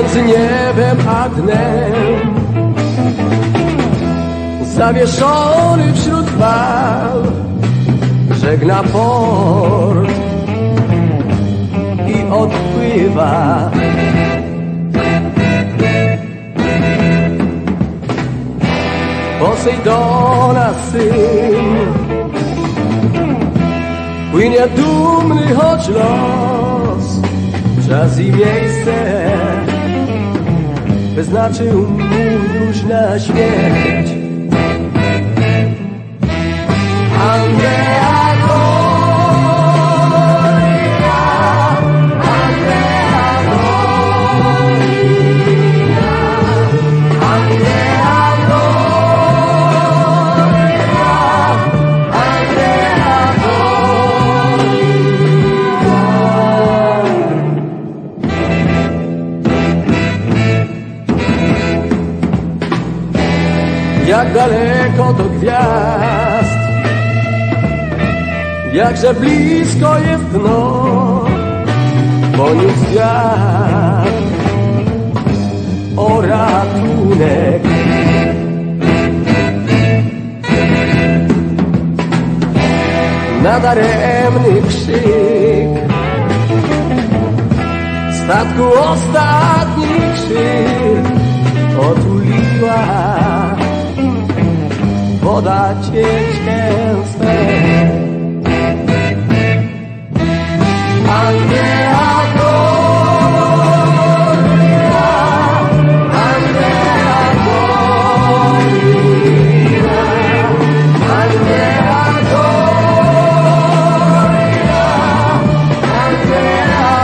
Między niebem a dnem, zawieszony wśród fal, żegna port i odpływa. Posejdona syn płynie dumny, choć los, czas i miejsce wyznaczył mu już na śmierć. Andrea Doria, Andrea Doria, Andrea Doria, Andrea Doria. Jak daleko do gwiazd, jakże blisko jest noc, poniósł świat o ratunek. Nadaremny krzyk statku, ostatni krzyk otuliła woda ciężkie swe. Andrea Doria, Andrea Doria, Andrea Doria, Andrea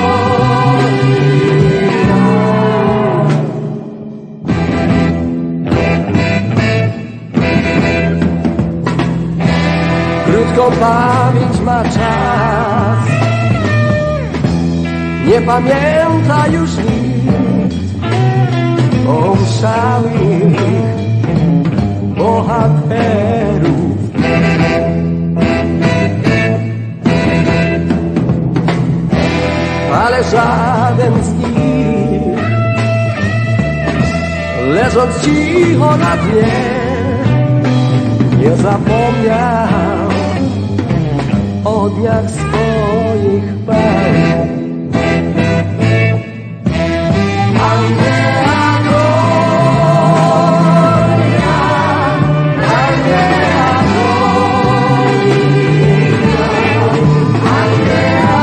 Doria. Krótką pamięć ma czas, nie pamięta już nikt omszałych bohaterów. Ale żaden z nich, leżąc cicho na dnie, nie zapomniał o dniach swoich pełni. Andrea Doria, Andrea Doria, Andrea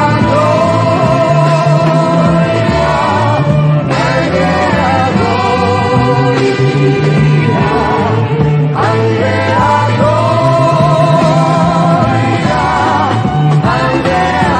Doria, Andrea Doria, Andrea Doria, Andrea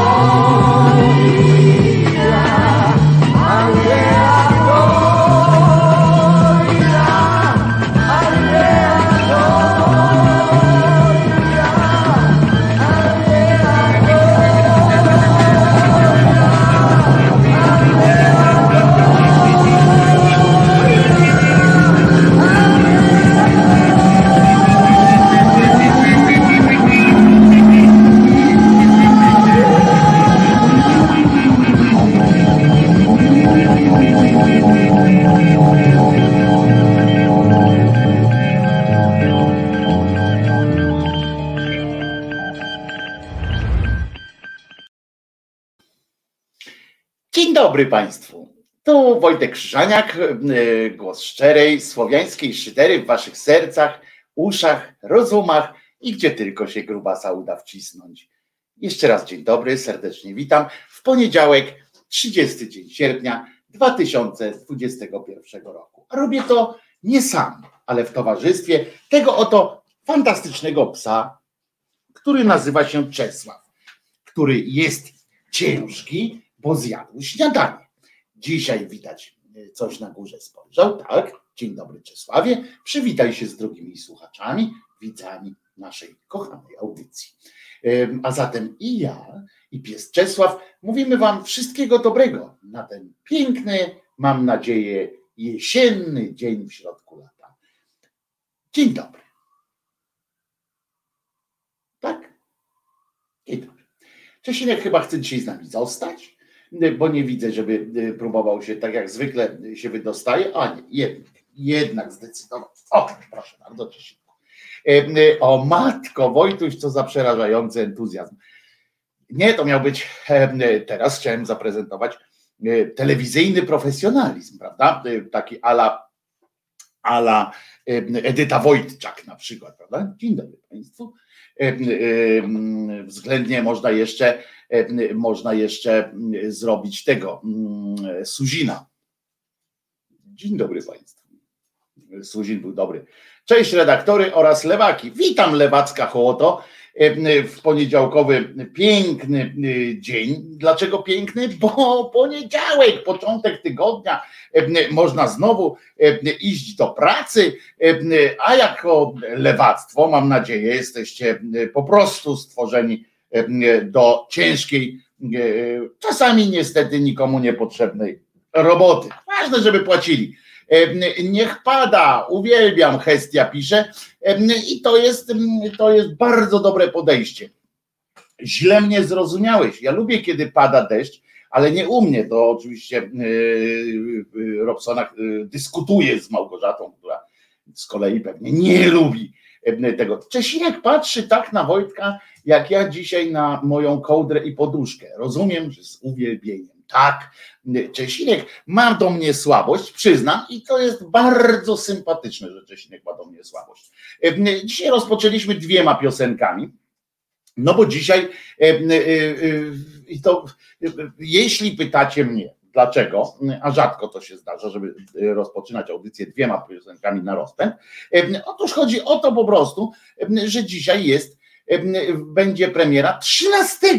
Dzień dobry Państwu. Tu Wojtek Krzyżaniak, głos szczerej, słowiańskiej szydery w Waszych sercach, uszach, rozumach i gdzie tylko się grubasa uda wcisnąć. Jeszcze raz dzień dobry, serdecznie witam. W poniedziałek, 30 dzień sierpnia 2021 roku. A robię to nie sam, ale w towarzystwie tego oto fantastycznego psa, który nazywa się Czesław, który jest ciężki, bo zjadł śniadanie. Dzisiaj widać, coś na górze spojrzał. Tak, dzień dobry Czesławie. Przywitaj się z drugimi słuchaczami, widzami naszej kochanej audycji. A zatem i ja, i pies Czesław mówimy Wam wszystkiego dobrego na ten piękny, mam nadzieję, jesienny dzień w środku lata. Dzień dobry. Tak? Dzień dobry. Czesinek chyba chce dzisiaj z nami zostać. bo nie widzę, żeby próbował się tak jak zwykle się wydostaje, a nie, jednak zdecydował. O, proszę bardzo, Czesinku. O matko, Wojtuś, co za przerażający entuzjazm. Nie, to miał być, teraz chciałem zaprezentować telewizyjny profesjonalizm, prawda? Taki ala Edyta Wojtczak na przykład, prawda? Dzień dobry Państwu. Względnie można jeszcze zrobić tego Suzina. Dzień dobry Państwu. Suzin był dobry. Cześć redaktory oraz lewaki. Witam lewacka hołoto w poniedziałkowy piękny dzień. Dlaczego piękny? Bo poniedziałek, początek tygodnia, można znowu iść do pracy, a jako lewactwo, mam nadzieję, jesteście po prostu stworzeni do ciężkiej, czasami niestety nikomu niepotrzebnej roboty. Ważne, żeby płacili. Niech pada, uwielbiam, Hestia pisze, i to jest bardzo dobre podejście. Źle mnie zrozumiałeś. Ja lubię, kiedy pada deszcz, ale nie u mnie. To oczywiście Robsona dyskutuje z Małgorzatą, która z kolei pewnie nie lubi tego. Czesinek patrzy tak na Wojtka, jak ja dzisiaj na moją kołdrę i poduszkę. Rozumiem, że z uwielbieniem. Tak, Czesinek ma do mnie słabość, przyznam, i to jest bardzo sympatyczne, że Czesinek ma do mnie słabość. Dzisiaj rozpoczęliśmy 2 piosenkami, no bo dzisiaj, i to jeśli pytacie mnie, dlaczego, a rzadko to się zdarza, żeby rozpoczynać audycję 2 piosenkami na rozpęd, otóż chodzi o to po prostu, że dzisiaj będzie premiera 13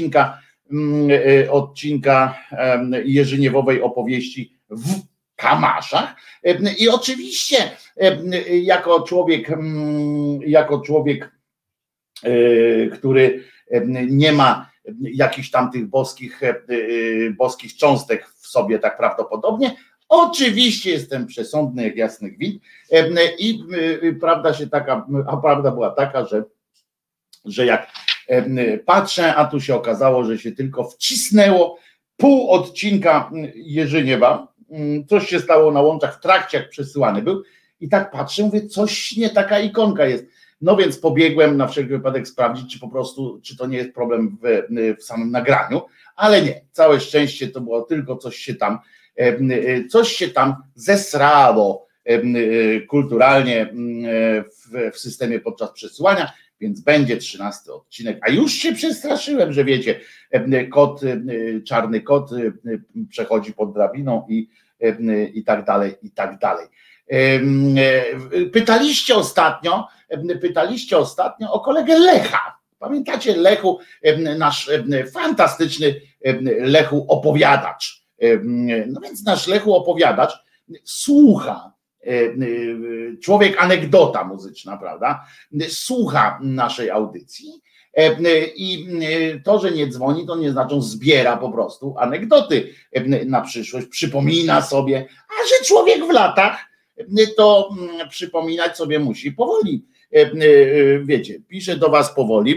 odcinka Jerzyniewowej opowieści w Kamaszach. I oczywiście jako człowiek, który nie ma jakichś tam tych boskich cząstek w sobie tak prawdopodobnie, oczywiście jestem przesądny jak jasny gwint i prawda była taka, że jak patrzę, a tu się okazało, że się tylko wcisnęło pół odcinka Jerzyniewa, coś się stało na łączach w trakcie, jak przesyłany był, i tak patrzę, mówię, coś nie, taka ikonka jest. No więc pobiegłem na wszelki wypadek sprawdzić, czy to nie jest problem w samym nagraniu, ale nie, całe szczęście to było tylko coś się tam zesrało kulturalnie w systemie podczas przesyłania, więc będzie 13 odcinek, a już się przestraszyłem, że wiecie, czarny kot przechodzi pod drabiną i tak dalej, i tak dalej. Pytaliście ostatnio o kolegę Lecha. Pamiętacie Lechu, nasz fantastyczny Lechu opowiadacz. No więc nasz Lechu opowiadacz słucha, człowiek anegdota muzyczna, prawda? Słucha naszej audycji i to, że nie dzwoni, to nie znaczy, zbiera po prostu anegdoty na przyszłość, przypomina sobie, a że człowiek w latach, to przypominać sobie musi powoli. Wiecie, pisze do was powoli,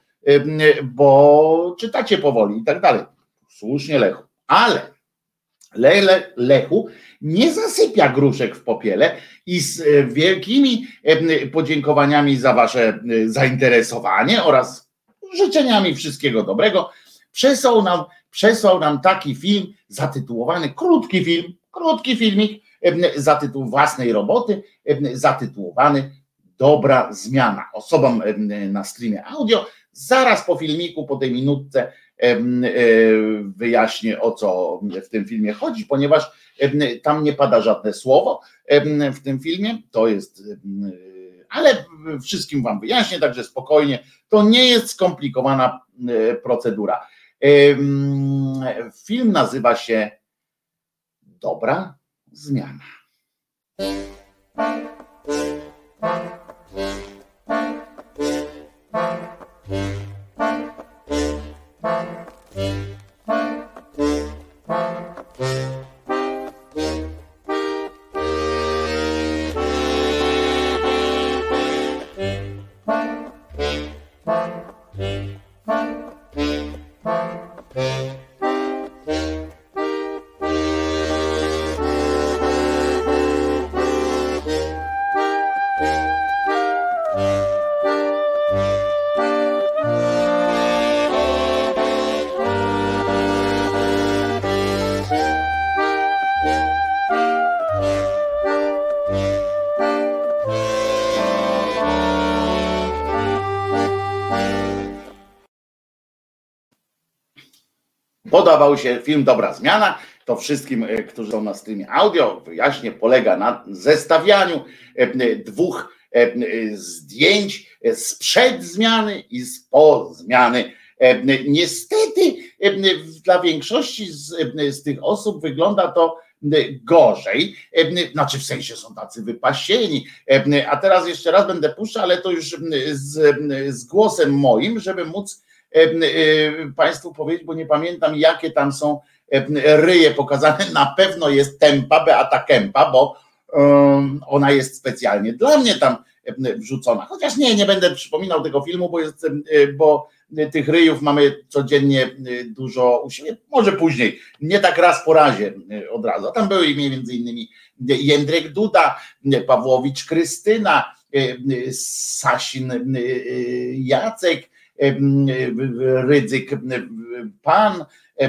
bo czytacie powoli i tak dalej. Słusznie, Lechu. Ale Lechu nie zasypia gruszek w popiele i z wielkimi podziękowaniami za wasze zainteresowanie oraz życzeniami wszystkiego dobrego przesłał nam taki film zatytułowany, krótki filmik własnej roboty, zatytułowany Dobra zmiana. Osobom na streamie audio. Zaraz po filmiku, po tej minutce wyjaśnię, o co w tym filmie chodzi, ponieważ tam nie pada żadne słowo w tym filmie, to jest, ale wszystkim wam wyjaśnię, także spokojnie, to nie jest skomplikowana procedura. Film nazywa się Dobra zmiana. podobał się film Dobra Zmiana. To wszystkim, którzy są na streamie audio, wyjaśnię, polega na zestawianiu dwóch zdjęć sprzed zmiany i z po zmiany. Niestety dla większości z tych osób wygląda to gorzej, znaczy w sensie są tacy wypasieni, a teraz jeszcze raz będę puszczał, ale to już z głosem moim, żeby móc Państwu powiedzieć, bo nie pamiętam jakie tam są ryje pokazane, na pewno jest Beata Kempa, bo ona jest specjalnie dla mnie tam wrzucona, chociaż nie będę przypominał tego filmu, bo tych ryjów mamy codziennie dużo u siebie, może później, nie tak raz po razie od razu, a tam były między innymi Jędrek Duda, Pawłowicz Krystyna, Sasin Jacek, Rydzyk Pan,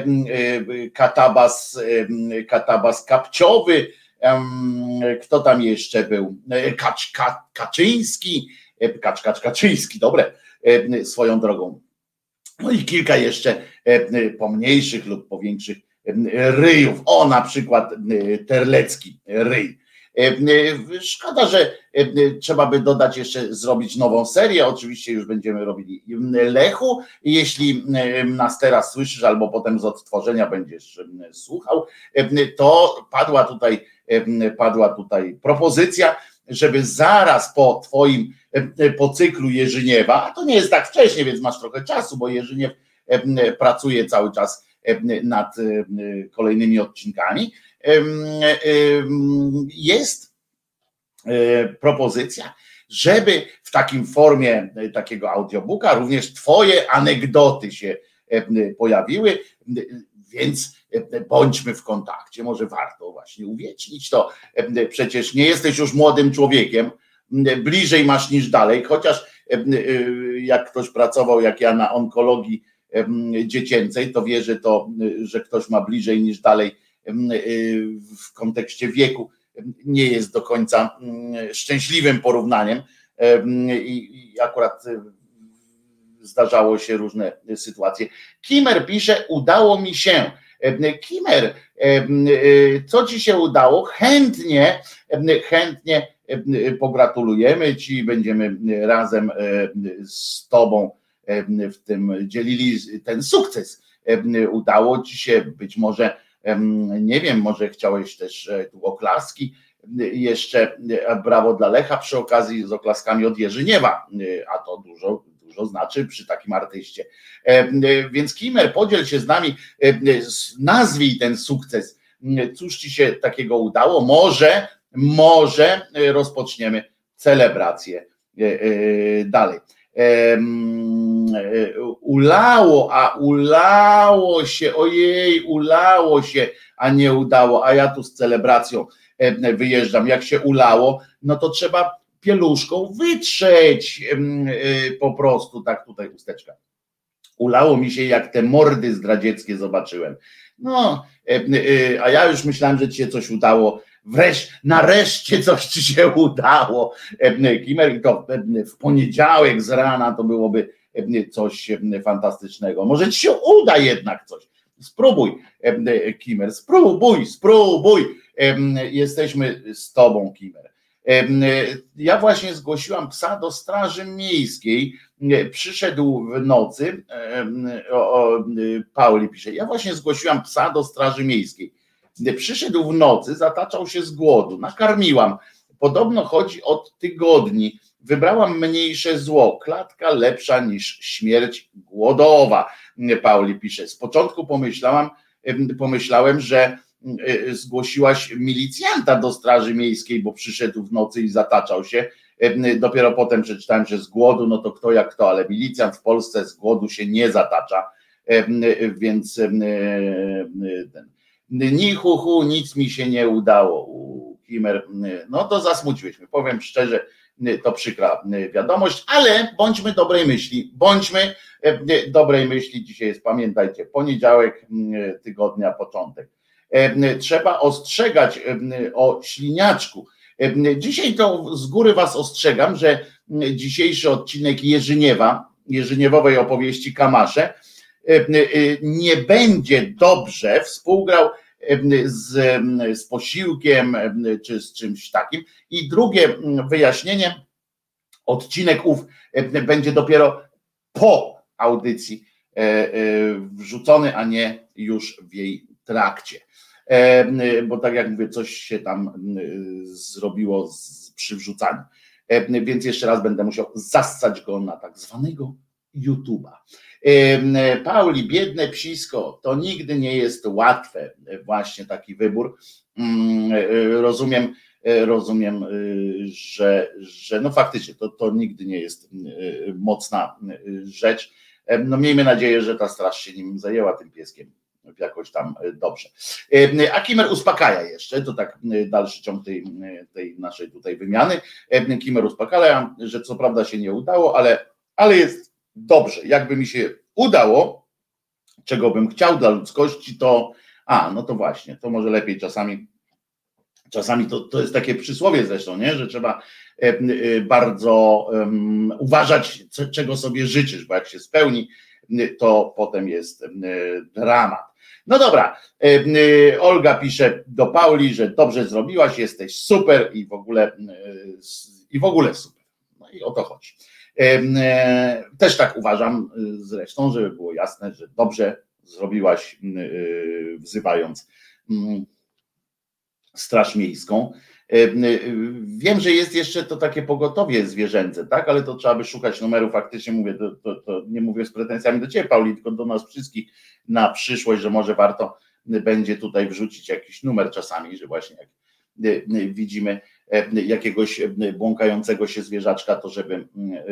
Katabas Kapciowy, kto tam jeszcze był, Kaczyński, Kaczyński, dobre, swoją drogą. No i kilka jeszcze pomniejszych lub powiększych ryjów. O, na przykład Terlecki ryj. Szkoda, że trzeba by dodać jeszcze, zrobić nową serię. Oczywiście już będziemy robili Lechu. Jeśli nas teraz słyszysz, albo potem z odtworzenia będziesz słuchał, to padła tutaj propozycja, żeby zaraz po cyklu Jerzyniewa, a to nie jest tak wcześnie, więc masz trochę czasu, bo Jerzyniew pracuje cały czas nad kolejnymi odcinkami, jest propozycja, żeby w takim formie takiego audiobooka również twoje anegdoty się pojawiły, więc bądźmy w kontakcie, może warto właśnie uwiecznić to, przecież nie jesteś już młodym człowiekiem, bliżej masz niż dalej, chociaż jak ktoś pracował jak ja na onkologii dziecięcej, to wie, że ktoś ma bliżej niż dalej w kontekście wieku nie jest do końca szczęśliwym porównaniem i akurat zdarzało się różne sytuacje. Kimer pisze, udało mi się. Kimer, co ci się udało? Chętnie pogratulujemy ci, będziemy razem z tobą w tym dzielili ten sukces. Udało ci się, być może, nie wiem, może chciałeś też tu oklaski, jeszcze brawo dla Lecha przy okazji z oklaskami od Jerzyniewa, a to dużo znaczy przy takim artyście. Więc Kimer, podziel się z nami, nazwij ten sukces, cóż ci się takiego udało, może rozpoczniemy celebrację dalej. Ulało się, ojej, ulało się, a nie udało, a ja tu z celebracją wyjeżdżam. Jak się ulało, no to trzeba pieluszką wytrzeć po prostu, tak tutaj chusteczka. Ulało mi się, jak te mordy zdradzieckie zobaczyłem. No, a ja już myślałem, że ci się coś udało. Nareszcie coś ci się udało. Kimer, to w poniedziałek z rana to byłoby coś fantastycznego. Może ci się uda jednak coś. Spróbuj, Kimer, spróbuj. Jesteśmy z tobą, Kimer. Ja właśnie zgłosiłam psa do Straży Miejskiej, przyszedł w nocy, Pauli pisze, ja właśnie zgłosiłam psa do Straży Miejskiej, przyszedł w nocy, zataczał się z głodu, nakarmiłam, podobno chodzi od tygodni, wybrałam mniejsze zło, klatka lepsza niż śmierć głodowa, Pauli pisze, z początku pomyślałem, że zgłosiłaś milicjanta do Straży Miejskiej, bo przyszedł w nocy i zataczał się. Dopiero potem przeczytałem, że z głodu, no to kto jak kto, ale milicjant w Polsce z głodu się nie zatacza, więc nic mi się nie udało. Kimer, no to zasmuciłeś mnie, powiem szczerze, to przykra wiadomość, ale bądźmy dobrej myśli, dzisiaj jest, pamiętajcie, poniedziałek tygodnia, początek. Trzeba ostrzegać o śliniaczku. Dzisiaj to z góry was ostrzegam, że dzisiejszy odcinek Jerzyniewowej opowieści Kamasze nie będzie dobrze współgrał z posiłkiem czy z czymś takim. I drugie wyjaśnienie, odcinek ów będzie dopiero po audycji wrzucony, a nie już w jej trakcie. Bo tak jak mówię, coś się tam zrobiło przy wrzucaniu. Więc jeszcze raz będę musiał zassać go na tak zwanego YouTube'a. Pauli, biedne psisko, to nigdy nie jest łatwe, właśnie taki wybór. Rozumiem, że no faktycznie to nigdy nie jest mocna rzecz. No miejmy nadzieję, że ta straż się nim zajęła, tym pieskiem, jakoś tam dobrze. A Kimmer uspokaja jeszcze, to tak dalszy ciąg tej naszej tutaj wymiany. Kimmer uspokaja, że co prawda się nie udało, ale jest dobrze. Jakby mi się udało, czego bym chciał dla ludzkości, to no to właśnie, to może lepiej czasami to jest takie przysłowie zresztą, nie? Że trzeba bardzo uważać, czego sobie życzysz, bo jak się spełni, to potem jest dramat. No dobra, Olga pisze do Pauli, że dobrze zrobiłaś, jesteś super i w ogóle super. No i o to chodzi. Też tak uważam zresztą, żeby było jasne, że dobrze zrobiłaś, wzywając Straż Miejską. Wiem, że jest jeszcze to takie pogotowie zwierzęce, tak, ale to trzeba by szukać numeru, faktycznie mówię, to nie mówię z pretensjami do ciebie, Pauli, tylko do nas wszystkich na przyszłość, że może warto będzie tutaj wrzucić jakiś numer czasami, że właśnie jak widzimy jakiegoś błąkającego się zwierzaczka, to żeby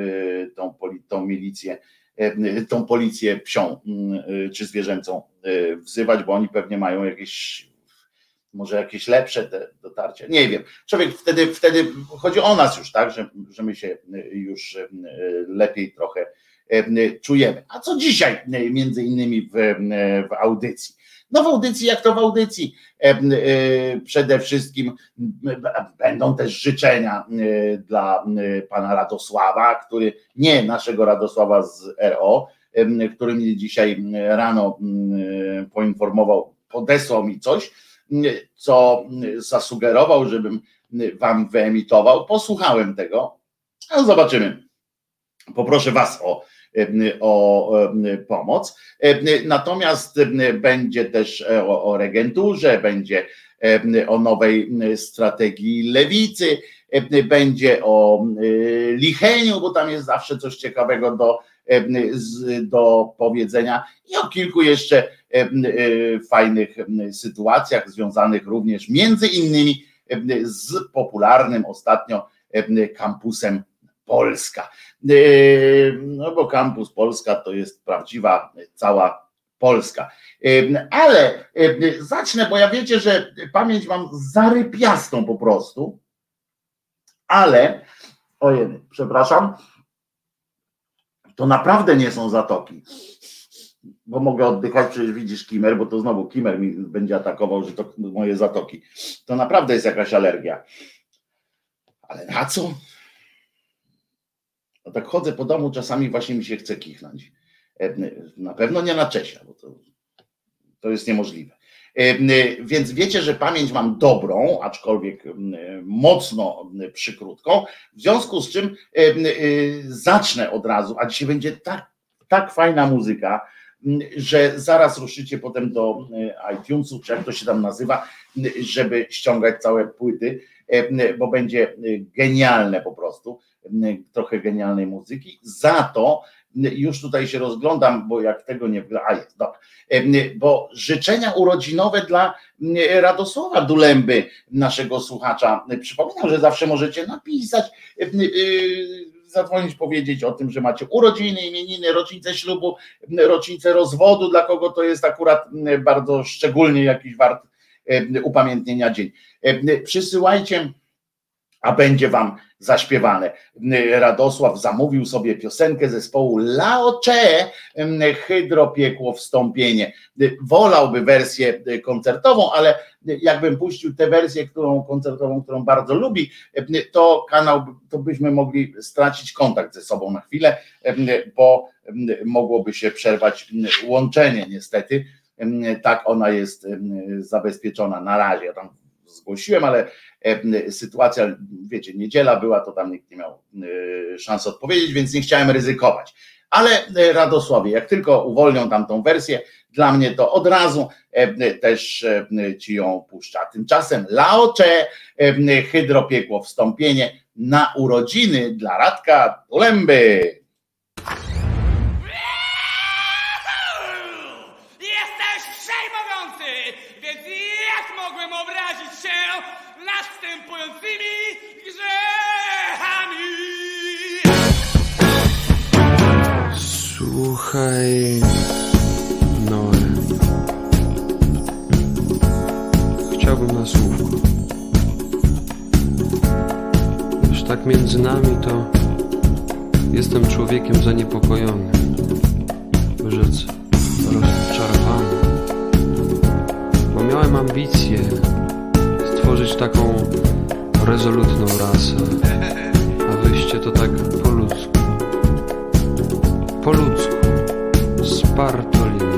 tą policję psią czy zwierzęcą wzywać, bo oni pewnie mają może jakieś lepsze dotarcia, nie wiem. Człowiek wtedy chodzi o nas już, tak, że my się już lepiej trochę czujemy. A co dzisiaj między innymi w audycji? No w audycji, jak to w audycji, przede wszystkim będą też życzenia dla pana Radosława, nie naszego Radosława z RO, który mnie dzisiaj rano poinformował, podesłał mi coś, co zasugerował, żebym wam wyemitował. Posłuchałem tego, a zobaczymy. Poproszę was o pomoc. Natomiast będzie też o regenturze, będzie o nowej strategii lewicy, będzie o licheniu, bo tam jest zawsze coś ciekawego do powiedzenia i o kilku jeszcze fajnych sytuacjach związanych również między innymi z popularnym ostatnio kampusem Polska. No bo kampus Polska to jest prawdziwa cała Polska. Ale zacznę, bo ja wiecie, że pamięć mam zarypiastą po prostu, ale ojej, przepraszam, to naprawdę nie są zatoki, bo mogę oddychać, przecież widzisz Kimmer, bo to znowu Kimmer mi będzie atakował, że to moje zatoki. To naprawdę jest jakaś alergia. Ale na co? No tak chodzę po domu, czasami właśnie mi się chce kichnąć. Na pewno nie na Czesia, bo to jest niemożliwe. Więc wiecie, że pamięć mam dobrą, aczkolwiek mocno przykrótką, w związku z czym zacznę od razu, a dzisiaj będzie tak fajna muzyka, że zaraz ruszycie potem do iTunesów, czy jak to się tam nazywa, żeby ściągać całe płyty, bo będzie genialne po prostu, trochę genialnej muzyki. Za to już tutaj się rozglądam, bo jak tego nie wgra, jest, dobra, bo życzenia urodzinowe dla Radosława Dulęby, naszego słuchacza. Przypominam, że zawsze możecie napisać, zadzwonić, powiedzieć o tym, że macie urodziny, imieniny, rocznicę ślubu, rocznicę rozwodu, dla kogo to jest akurat bardzo szczególnie jakiś wart upamiętnienia dzień. Przysyłajcie a będzie wam zaśpiewane. Radosław zamówił sobie piosenkę zespołu Laocze, Hydropiekło wstąpienie. Wolałby wersję koncertową, ale jakbym puścił tę wersję, koncertową, którą bardzo lubi, to to byśmy mogli stracić kontakt ze sobą na chwilę, bo mogłoby się przerwać łączenie niestety. Tak ona jest zabezpieczona na razie. Ja tam zgłosiłem, ale sytuacja, wiecie, niedziela była, to tam nikt nie miał szansy odpowiedzieć, więc nie chciałem ryzykować. Ale Radosławie, jak tylko uwolnią tamtą wersję, dla mnie to od razu też ci ją puszcza. Tymczasem Laocze, Hydropiekło wstąpienie na urodziny dla Radka Tulęby. Jesteś wszechmogący, więc jak mogłem obrazić się następującymi grzechami? Słuchaj, Noe, chciałbym na słówko. Już tak między nami to jestem człowiekiem zaniepokojonym, by rzec rozczarowany, bo miałem ambicje stworzyć taką rezolutną rasę, a wyście to tak po ludzku, spartolini.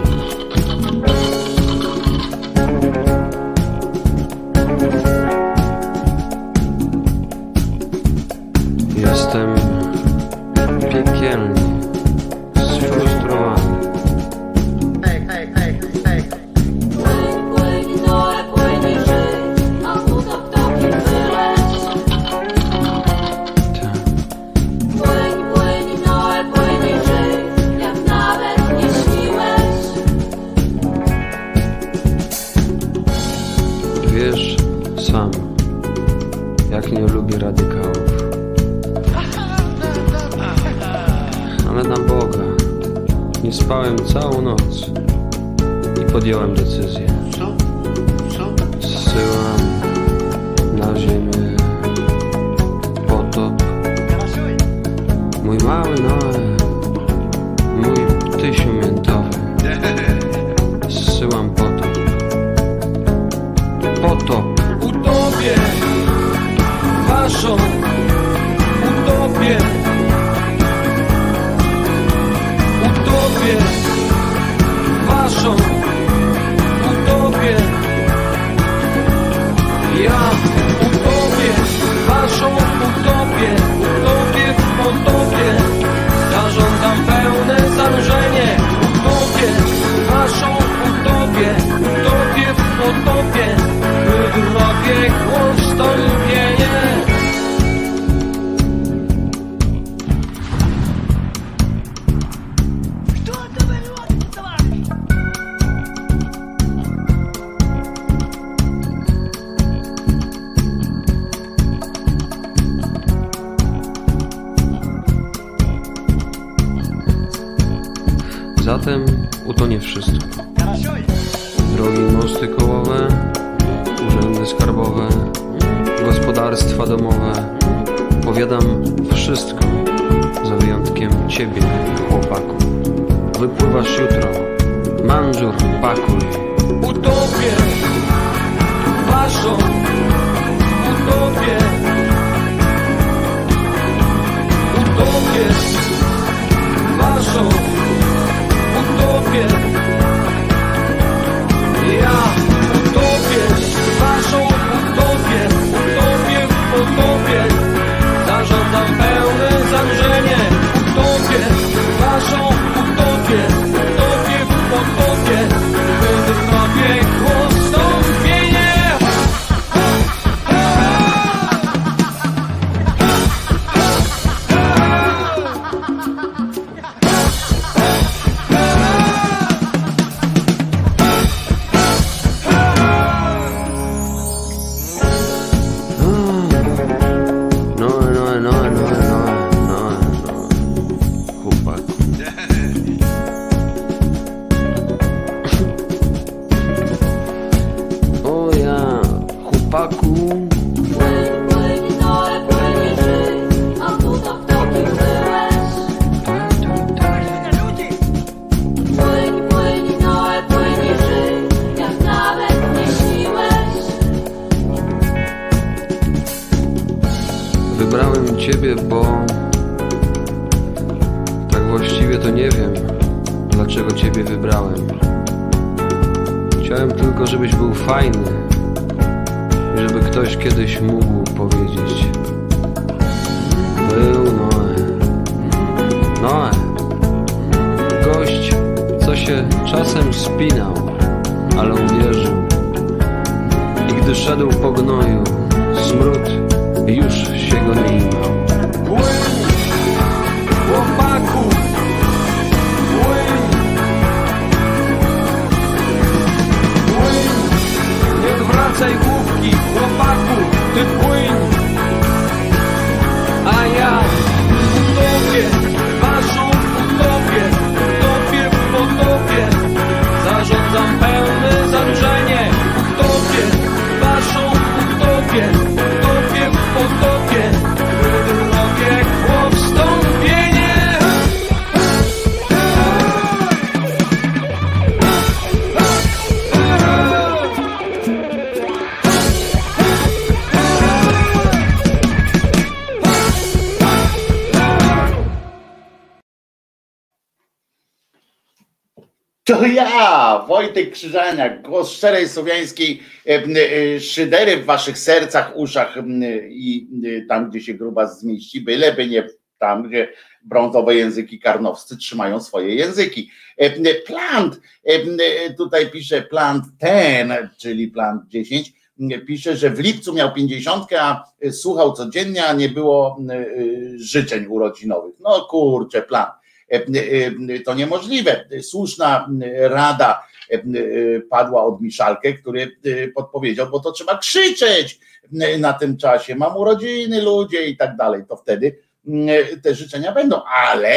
Jestem piekielnie sfrustrowany. Płyń, Noe, płyń i żyj, a utok tokiem wyleć. Płyń, Noe, płyń i żyj, jak nawet nie śniłeś. Wiesz sam, jak nie lubię radykałów. Ale na Boga, nie spałem całą noc i podjąłem decyzję. Zsyłam na ziemię potop. Mój mały Noe, mój ptysiu miętowy. Zsyłam potop. Potop. Utopię waszą utopię. Utopię waszą utopię. Ja utopię waszą utopię. Utopię w potopie. Zarządzam pełne zanurzenie. Utopię waszą utopię. Utopię w potopie. Hydropiekło wstąpienie. Zatem utonie wszystko. Drogi, mosty kołowe, urzędy skarbowe, gospodarstwa domowe. Powiadam wszystko, za wyjątkiem ciebie, chłopaku. Wypływasz jutro, manżur, pakuj. Utopię waszą utopię. Utopię waszą utopię. Ja utopię waszą utopię. Utopię w potopie. Zarządzam pełne zanurzenie. Utopię waszą utopię. Utopię w potopie. Hydropiekło wstąpienie. No, właściwie to nie wiem, dlaczego ciebie wybrałem. Chciałem tylko, żebyś był fajny i żeby ktoś kiedyś mógł powiedzieć: był Noe. Noe. Gość, co się czasem spinał, ale uwierzył. I gdy szedł po gnoju, smród już się go nie imał. Płyń, chłopaku, płyń. Płyń, nie odwracaj główki, chłopaku, ty płyń. A ja utopię waszą utopię, utopię w potopie. Zarządzam pełne zanurzenie, utopię waszą utopię, utopię w potopie. Robię wstąpienie. To ja, Wojtek Krzyżaniak, głos szczerej słowiańskiej szydery w waszych sercach, uszach i tam, gdzie się grubas zmieści, byleby nie tam, gdzie brązowe języki karnowscy trzymają swoje języki. Plant, tutaj pisze Plant 10, czyli Plant 10, pisze, że w lipcu miał 50, a słuchał codziennie, a nie było życzeń urodzinowych. No kurczę, Plant. To niemożliwe. Słuszna rada padła od Miszalkę, który podpowiedział, bo to trzeba krzyczeć na tym czasie. Mam urodziny, ludzie i tak dalej. To wtedy te życzenia będą, ale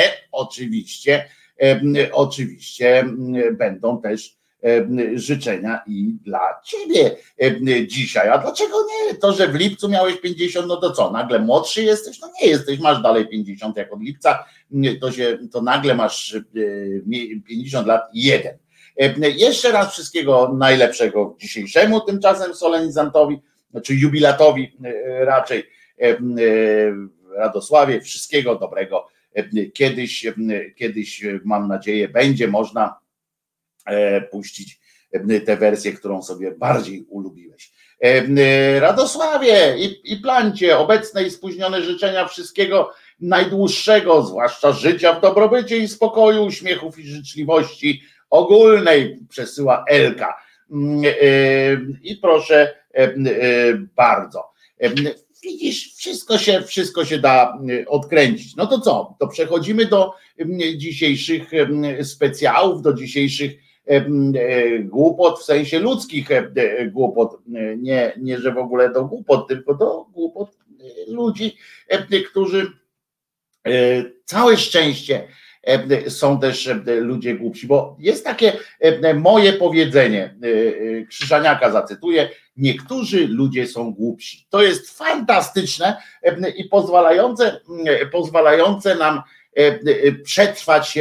oczywiście będą też życzenia i dla ciebie dzisiaj. A dlaczego nie? To, że w lipcu miałeś 50, no to co? Nagle młodszy jesteś? No nie jesteś, masz dalej 50 jak od lipca, to nagle masz 50 lat i 1. Jeszcze raz wszystkiego najlepszego dzisiejszemu tymczasem solenizantowi, znaczy jubilatowi raczej, Radosławie, wszystkiego dobrego. Kiedyś mam nadzieję będzie można puścić tę wersję, którą sobie bardziej ulubiłeś. Radosławie i Plancie, obecne i spóźnione życzenia wszystkiego najdłuższego, zwłaszcza życia w dobrobycie i spokoju, uśmiechów i życzliwości ogólnej, przesyła Elka. I proszę bardzo. Widzisz, wszystko się da odkręcić. No to co? To przechodzimy do dzisiejszych specjałów, do dzisiejszych głupot, w sensie ludzkich głupot. Nie, że w ogóle do głupot, tylko do głupot ludzi, którzy całe szczęście są też ludzie głupsi, bo jest takie moje powiedzenie, Krzyżaniaka zacytuję: niektórzy ludzie są głupsi. To jest fantastyczne i pozwalające nam przetrwać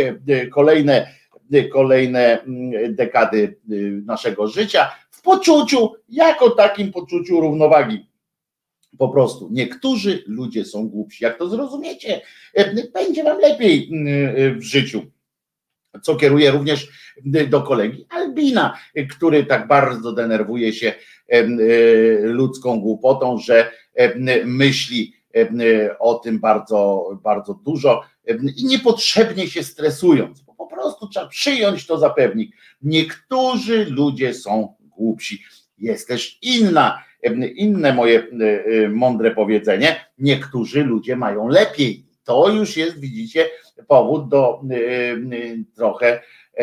kolejne dekady naszego życia w poczuciu, jako takim poczuciu równowagi. Po prostu niektórzy ludzie są głupsi. Jak to zrozumiecie, będzie wam lepiej w życiu. Co kieruje również do kolegi Albina, który tak bardzo denerwuje się ludzką głupotą, że myśli o tym bardzo, bardzo dużo i niepotrzebnie się stresując, bo po prostu trzeba przyjąć to za pewnik. Niektórzy ludzie są głupsi. Jest też inne moje mądre powiedzenie: niektórzy ludzie mają lepiej. To już jest, widzicie, powód do trochę.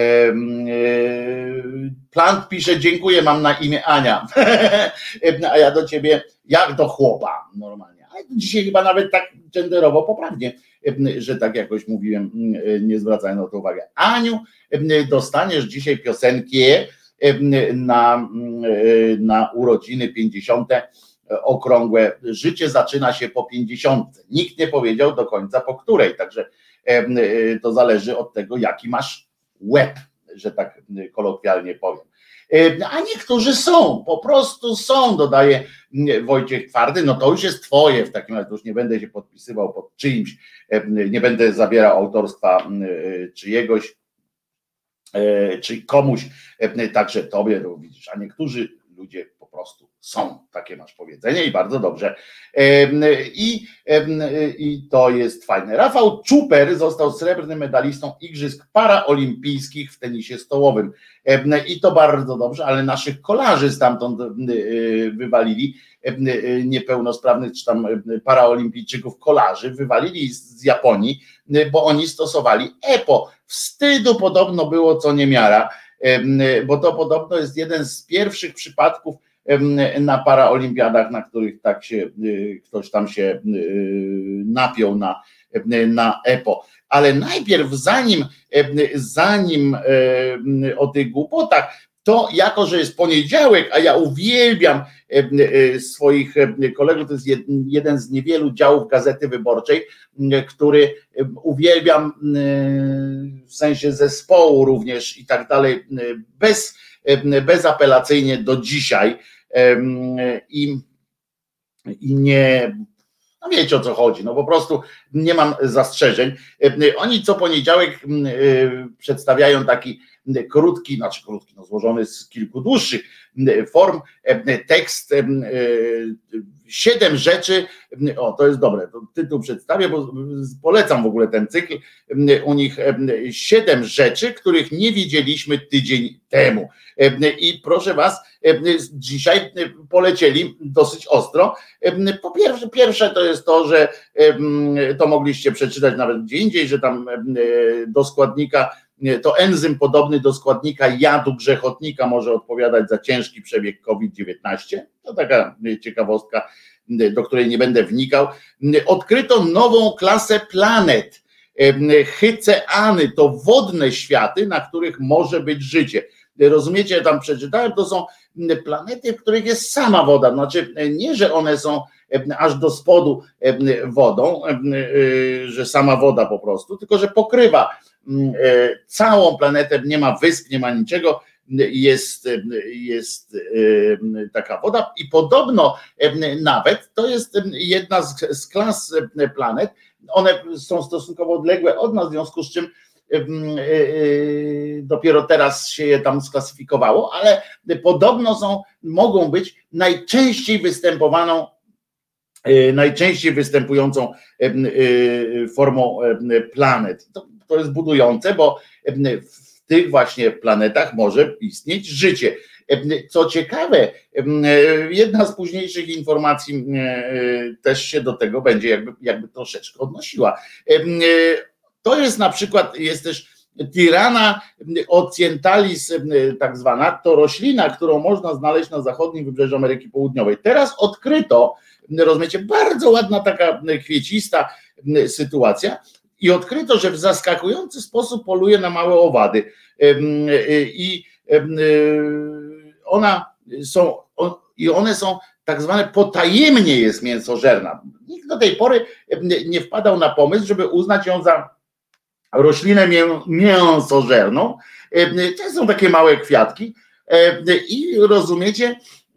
Plant pisze: dziękuję, mam na imię Ania. A ja do ciebie jak do chłopa normalnie. Ale dzisiaj chyba nawet tak genderowo poprawnie, że tak jakoś mówiłem, nie zwracając na to uwagę. Aniu, dostaniesz dzisiaj piosenkę na urodziny 50. okrągłe. Życie zaczyna się po 50. Nikt nie powiedział do końca po której, także to zależy od tego, jaki masz łeb, że tak kolokwialnie powiem. A niektórzy są, po prostu są, dodaje Wojciech Twardy. No to już jest twoje, w takim razie już nie będę się podpisywał pod czyimś, nie będę zabierał autorstwa czyjegoś, czy komuś, także tobie, no widzisz, a niektórzy ludzie po prostu są, takie masz powiedzenie i bardzo dobrze. I to jest fajne. Rafał Czuper został srebrnym medalistą Igrzysk Paraolimpijskich w tenisie stołowym. I to bardzo dobrze, ale naszych kolarzy stamtąd wywalili, niepełnosprawnych czy tam paraolimpijczyków kolarzy wywalili z Japonii, bo oni stosowali EPO. Wstydu podobno było co niemiara, bo to podobno jest jeden z pierwszych przypadków na paraolimpiadach, na których tak się ktoś tam się napiął na EPO. Ale najpierw zanim o tych głupotach, to jako, że jest poniedziałek, a ja uwielbiam swoich kolegów, to jest jeden z niewielu działów Gazety Wyborczej, który uwielbiam w sensie zespołu również i tak dalej, bezapelacyjnie do dzisiaj i nie, no wiecie o co chodzi, no po prostu nie mam zastrzeżeń. Oni co poniedziałek przedstawiają taki krótki, no złożony z kilku dłuższych form, tekst 7 rzeczy, to jest dobre, to tytuł przedstawię, bo polecam w ogóle ten cykl, u nich 7 rzeczy, których nie wiedzieliśmy tydzień temu. I proszę was, dzisiaj polecieli dosyć ostro. Po pierwsze to jest to, że to mogliście przeczytać nawet gdzie indziej, że tam do składnika, to enzym podobny do składnika jadu grzechotnika może odpowiadać za ciężki przebieg COVID-19. To taka ciekawostka, do której nie będę wnikał. Odkryto nową klasę planet. Hyceany to wodne światy, na których może być życie. Rozumiecie, tam przeczytałem, to są planety, w których jest sama woda. Znaczy nie, że one są aż do spodu wodą, że sama woda po prostu, tylko że pokrywa całą planetę, nie ma wysp, nie ma niczego, jest taka woda i podobno nawet to jest jedna z klas planet, one są stosunkowo odległe od nas, w związku z czym dopiero teraz się je tam sklasyfikowało, ale podobno mogą być najczęściej występującą formą planet. To jest budujące, bo w tych właśnie planetach może istnieć życie. Co ciekawe, jedna z późniejszych informacji też się do tego będzie jakby troszeczkę odnosiła. To jest na przykład, jest też Tirana occidentalis tak zwana, to roślina, którą można znaleźć na zachodnim wybrzeżu Ameryki Południowej. Teraz odkryto, rozumiecie, bardzo ładna taka kwiecista sytuacja i odkryto, że w zaskakujący sposób poluje na małe owady i one są tak zwane potajemnie jest mięsożerna. Nikt do tej pory nie wpadał na pomysł, żeby uznać ją za roślinę mięsożerną. To są takie małe kwiatki i rozumiecie,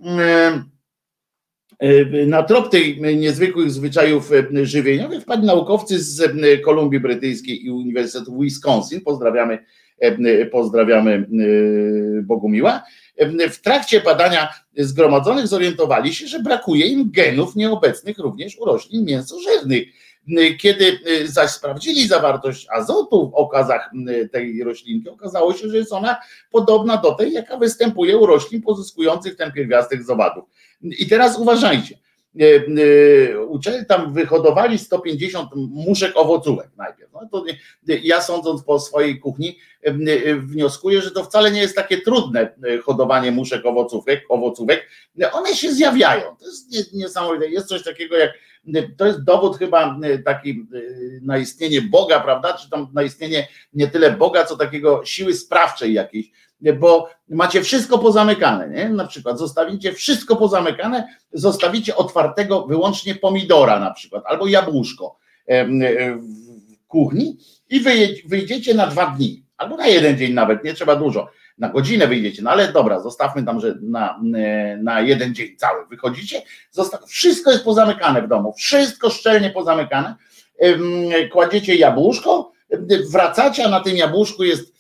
na trop tych niezwykłych zwyczajów żywieniowych wpadli naukowcy z Kolumbii Brytyjskiej i Uniwersytetu Wisconsin. Pozdrawiamy Bogumiła. W trakcie badania zgromadzonych zorientowali się, że brakuje im genów nieobecnych również u roślin mięsożernych. Kiedy zaś sprawdzili zawartość azotu w okazach tej roślinki, okazało się, że jest ona podobna do tej, jaka występuje u roślin pozyskujących ten pierwiastek z owadów. I teraz uważajcie, uczeni tam wyhodowali 150 muszek owocówek najpierw. No to ja sądząc po swojej kuchni wnioskuję, że to wcale nie jest takie trudne hodowanie muszek owocówek. One się zjawiają. To jest niesamowite. Jest coś takiego jak, to jest dowód chyba taki na istnienie Boga, prawda? Czy tam na istnienie nie tyle Boga, co takiego siły sprawczej jakiejś, bo macie wszystko pozamykane, nie? Na przykład zostawicie wszystko pozamykane, zostawicie otwartego wyłącznie pomidora na przykład, albo jabłuszko w kuchni i wyjdziecie na 2 dni albo na jeden dzień nawet, nie trzeba dużo, na godzinę wyjdziecie, no ale dobra, zostawmy tam, że na jeden dzień cały wychodzicie, wszystko jest pozamykane w domu, wszystko szczelnie pozamykane, kładziecie jabłuszko, wracacie, a na tym jabłuszku jest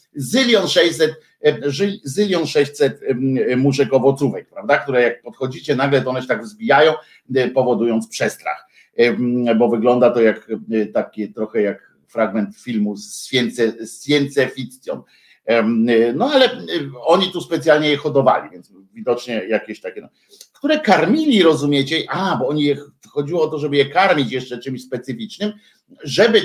zylion 600 muszek owocówek, prawda, które jak podchodzicie nagle, to one się tak wzbijają, powodując przestrach, bo wygląda to jak takie trochę jak fragment filmu Science Fiction. No ale oni tu specjalnie je hodowali, więc widocznie jakieś takie, no, które karmili, rozumiecie, bo chodziło o to, żeby je karmić jeszcze czymś specyficznym, żeby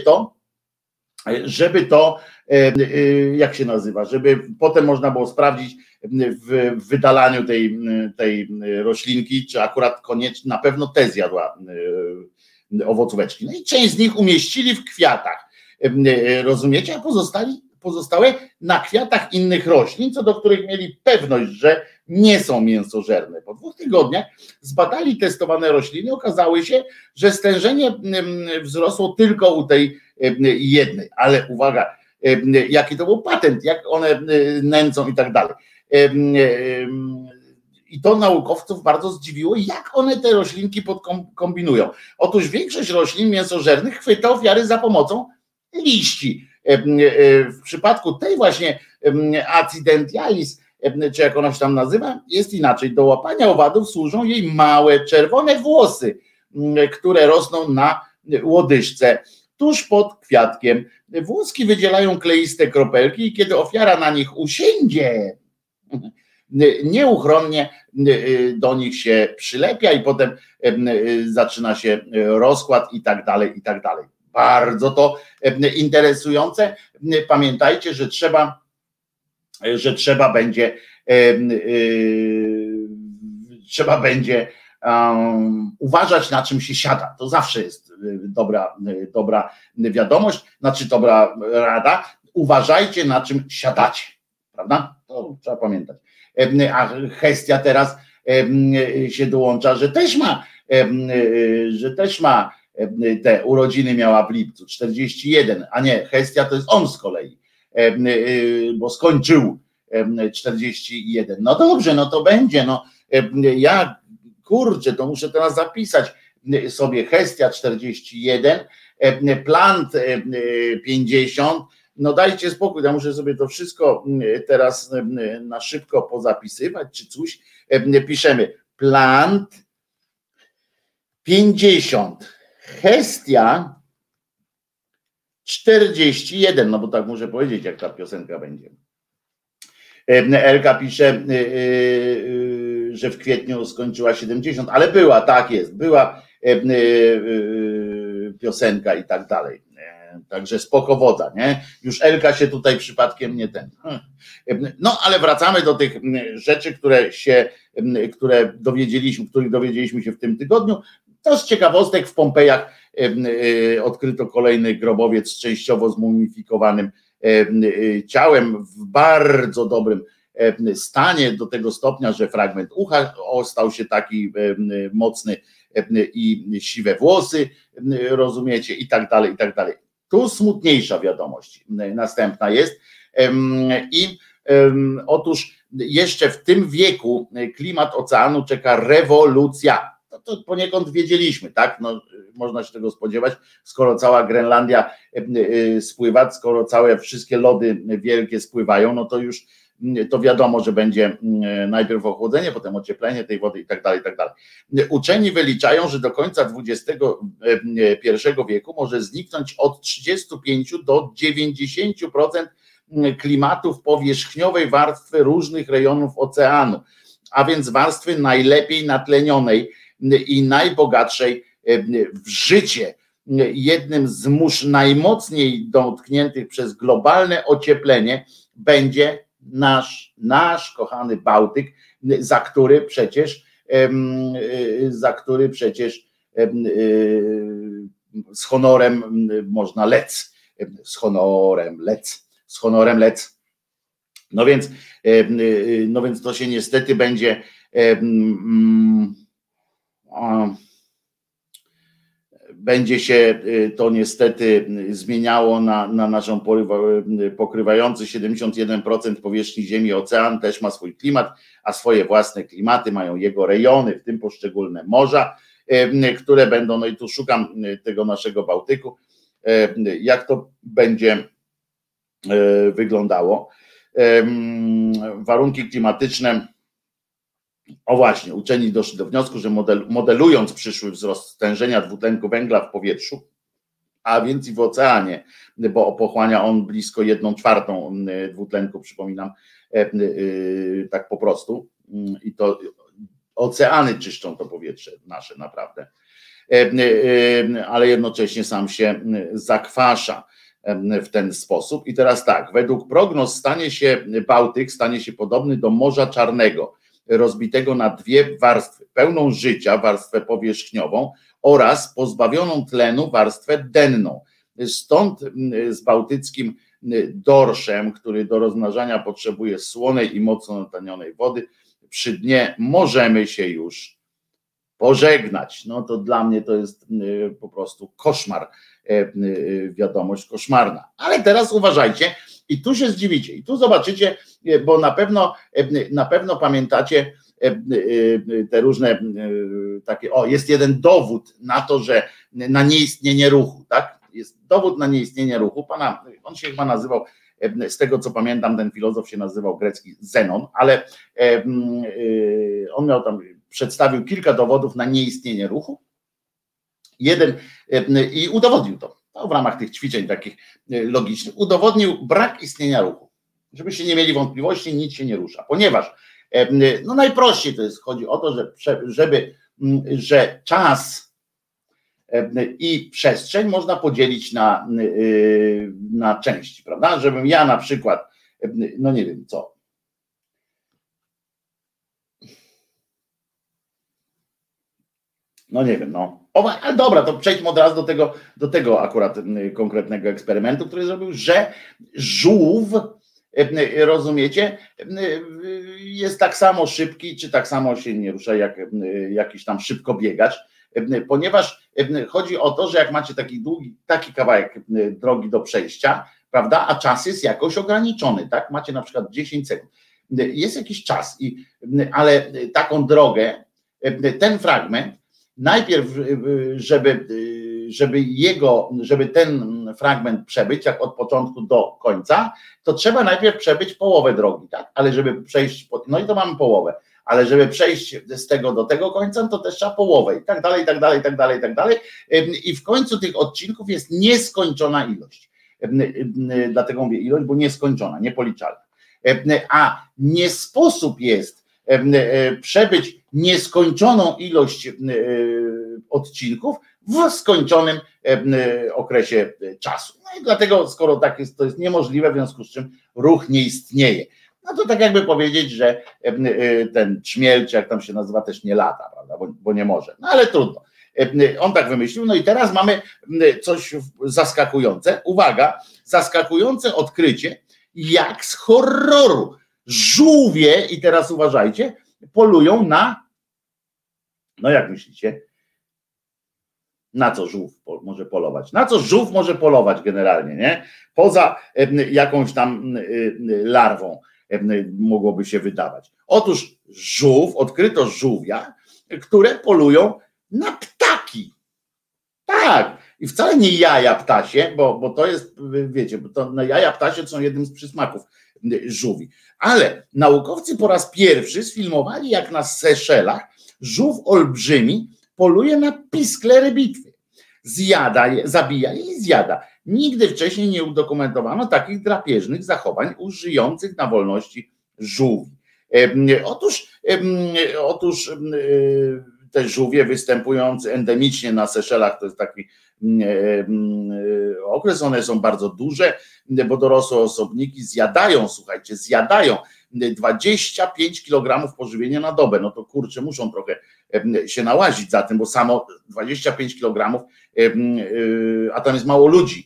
to jak się nazywa, żeby potem można było sprawdzić w wydalaniu tej roślinki, czy akurat koniecznie, na pewno te zjadła owocóweczki. No i część z nich umieścili w kwiatach, rozumiecie, a pozostałe na kwiatach innych roślin, co do których mieli pewność, że nie są mięsożerne. Po 2 tygodniach zbadali testowane rośliny, okazało się, że stężenie wzrosło tylko u tej jednej, ale uwaga, jaki to był patent, jak one nęcą i tak dalej. I to naukowców bardzo zdziwiło, jak one te roślinki kombinują. Otóż większość roślin mięsożernych chwyta ofiary za pomocą liści. W przypadku tej właśnie accidentalis, czy jak ona się tam nazywa, jest inaczej. Do łapania owadów służą jej małe, czerwone włosy, które rosną na łodyżce, tuż pod kwiatkiem. Włoski wydzielają kleiste kropelki i kiedy ofiara na nich usiędzie, nieuchronnie do nich się przylepia i potem zaczyna się rozkład i tak dalej, i tak dalej. Bardzo to interesujące. Pamiętajcie, że trzeba będzie uważać, na czym się siada. To zawsze jest dobra wiadomość, znaczy dobra rada. Uważajcie, na czym siadacie, prawda? To trzeba pamiętać. A Hestia teraz się dołącza, że też ma te urodziny, miała w lipcu 41, a nie, Hestia to jest on z kolei, bo skończył 41. No dobrze, no to będzie, no ja kurczę, to muszę teraz zapisać sobie Hestia 41, Plant 50, no dajcie spokój, ja muszę sobie to wszystko teraz na szybko pozapisywać, czy coś. Piszemy Plant 50, Hestia 41, no bo tak muszę powiedzieć, jak ta piosenka będzie. Elka pisze, że w kwietniu skończyła 70, ale była, tak jest, była piosenka i tak dalej. Także spoko woda, nie? Już Elka się tutaj przypadkiem nie ten. No, ale wracamy do tych rzeczy, których dowiedzieliśmy się w tym tygodniu. To z ciekawostek, w Pompejach odkryto kolejny grobowiec częściowo zmumifikowanym ciałem w bardzo dobrym stanie, do tego stopnia, że fragment ucha stał się taki mocny i siwe włosy, rozumiecie, i tak dalej, i tak dalej. Tu smutniejsza wiadomość następna jest i otóż jeszcze w tym wieku klimat oceanu czeka rewolucja. To poniekąd wiedzieliśmy, tak? No, można się tego spodziewać, skoro cała Grenlandia spływa, skoro wszystkie lody wielkie spływają, no to już to wiadomo, że będzie najpierw ochłodzenie, potem ocieplenie tej wody i tak dalej, i tak dalej. Uczeni wyliczają, że do końca XXI wieku może zniknąć od 35 do 90% klimatów powierzchniowej warstwy różnych rejonów oceanu, a więc warstwy najlepiej natlenionej i najbogatszej w życie. Jednym z mórz najmocniej dotkniętych przez globalne ocieplenie będzie nasz kochany Bałtyk, za który przecież z honorem można lec. Z honorem lec. No więc to się niestety będzie się to niestety zmieniało na naszą pokrywający 71% powierzchni Ziemi ocean, też ma swój klimat, a swoje własne klimaty mają jego rejony, w tym poszczególne morza, które będą, no i tu szukam tego naszego Bałtyku, jak to będzie wyglądało. Warunki klimatyczne. O właśnie, uczeni doszli do wniosku, że modelując przyszły wzrost stężenia dwutlenku węgla w powietrzu, a więc i w oceanie, bo pochłania on blisko 1/4 dwutlenku, przypominam, tak po prostu, i to oceany czyszczą to powietrze nasze naprawdę, ale jednocześnie sam się zakwasza w ten sposób. I teraz tak, według prognoz Bałtyk stanie się podobny do Morza Czarnego, rozbitego na dwie warstwy, pełną życia warstwę powierzchniową oraz pozbawioną tlenu warstwę denną. Stąd z bałtyckim dorszem, który do rozmnażania potrzebuje słonej i mocno natanionej wody, przy dnie możemy się już pożegnać. No to dla mnie to jest po prostu koszmar, wiadomość koszmarna. Ale teraz uważajcie i tu się zdziwicie i tu zobaczycie, bo na pewno pamiętacie te różne takie, jest jeden dowód na to, że na nieistnienie ruchu, tak? Jest dowód na nieistnienie ruchu, on się chyba nazywał, z tego co pamiętam, ten filozof się nazywał grecki Zenon, ale on przedstawił kilka dowodów na nieistnienie ruchu. Jeden i udowodnił to, w ramach tych ćwiczeń takich logicznych, udowodnił brak istnienia ruchu. Żebyście nie mieli wątpliwości, nic się nie rusza, ponieważ no najprościej to jest, chodzi o to, że czas i przestrzeń można podzielić na części, prawda? Żebym ja na przykład, no nie wiem co, no nie wiem, no. Ale dobra, to przejdźmy od razu do tego akurat konkretnego eksperymentu, który zrobił, że żółw, rozumiecie, jest tak samo szybki, czy tak samo się nie rusza jak jakiś tam szybkobiegacz, ponieważ chodzi o to, że jak macie taki kawałek drogi do przejścia, prawda, a czas jest jakoś ograniczony, tak, macie na przykład 10 sekund, jest jakiś czas, ale taką drogę, ten fragment, najpierw, żeby ten fragment przebyć, jak od początku do końca, to trzeba najpierw przebyć połowę drogi, tak? Ale żeby przejść, no i to mamy połowę, ale żeby przejść z tego do tego końca, to też trzeba połowę i tak dalej, i tak dalej, i tak dalej, i tak dalej. I w końcu tych odcinków jest nieskończona ilość. Dlatego mówię ilość, bo nieskończona, niepoliczalna. A nie sposób jest przebyć nieskończoną ilość odcinków w skończonym okresie czasu. No i dlatego, skoro tak jest, to jest niemożliwe, w związku z czym ruch nie istnieje. No to tak jakby powiedzieć, że ten czmiel, czy jak tam się nazywa, też nie lata, prawda, bo nie może. No ale trudno. On tak wymyślił. No i teraz mamy coś zaskakujące. Uwaga, zaskakujące odkrycie, jak z horroru. Żółwie, i teraz uważajcie, polują na, no jak myślicie, na co żółw może polować? Na co żółw może polować generalnie, nie? Poza jakąś tam larwą mogłoby się wydawać. Otóż odkryto żółwia, które polują na ptaki. Tak. I wcale nie jaja ptasie, bo to jest, wiecie, bo to jaja ptasie są jednym z przysmaków żółwi. Ale naukowcy po raz pierwszy sfilmowali, jak na Seszelach żółw olbrzymi poluje na piskle rybitwy. Zabija je i zjada. Nigdy wcześniej nie udokumentowano takich drapieżnych zachowań u żyjących na wolności żółwi. Otóż te żółwie występujące endemicznie na Seszelach, to jest taki okres, one są bardzo duże, bo dorosłe osobniki zjadają 25 kg pożywienia na dobę. No to kurczę, muszą trochę się nałazić za tym, bo samo 25 kg, a tam jest mało ludzi,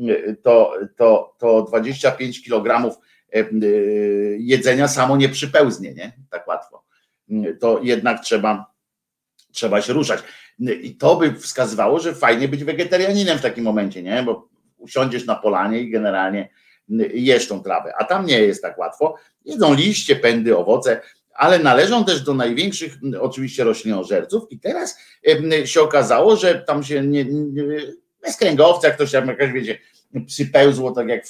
to 25 kg jedzenia samo nie przypełznie, nie? Tak łatwo. To jednak trzeba się ruszać. I to by wskazywało, że fajnie być wegetarianinem w takim momencie, nie? Bo usiądziesz na polanie i generalnie jesz tą trawę, a tam nie jest tak łatwo. Jedzą liście, pędy, owoce, ale należą też do największych oczywiście roślinożerców i teraz się okazało, że tam się bez kręgowca ktoś tam jakaś, wiecie, przypełzło, tak jak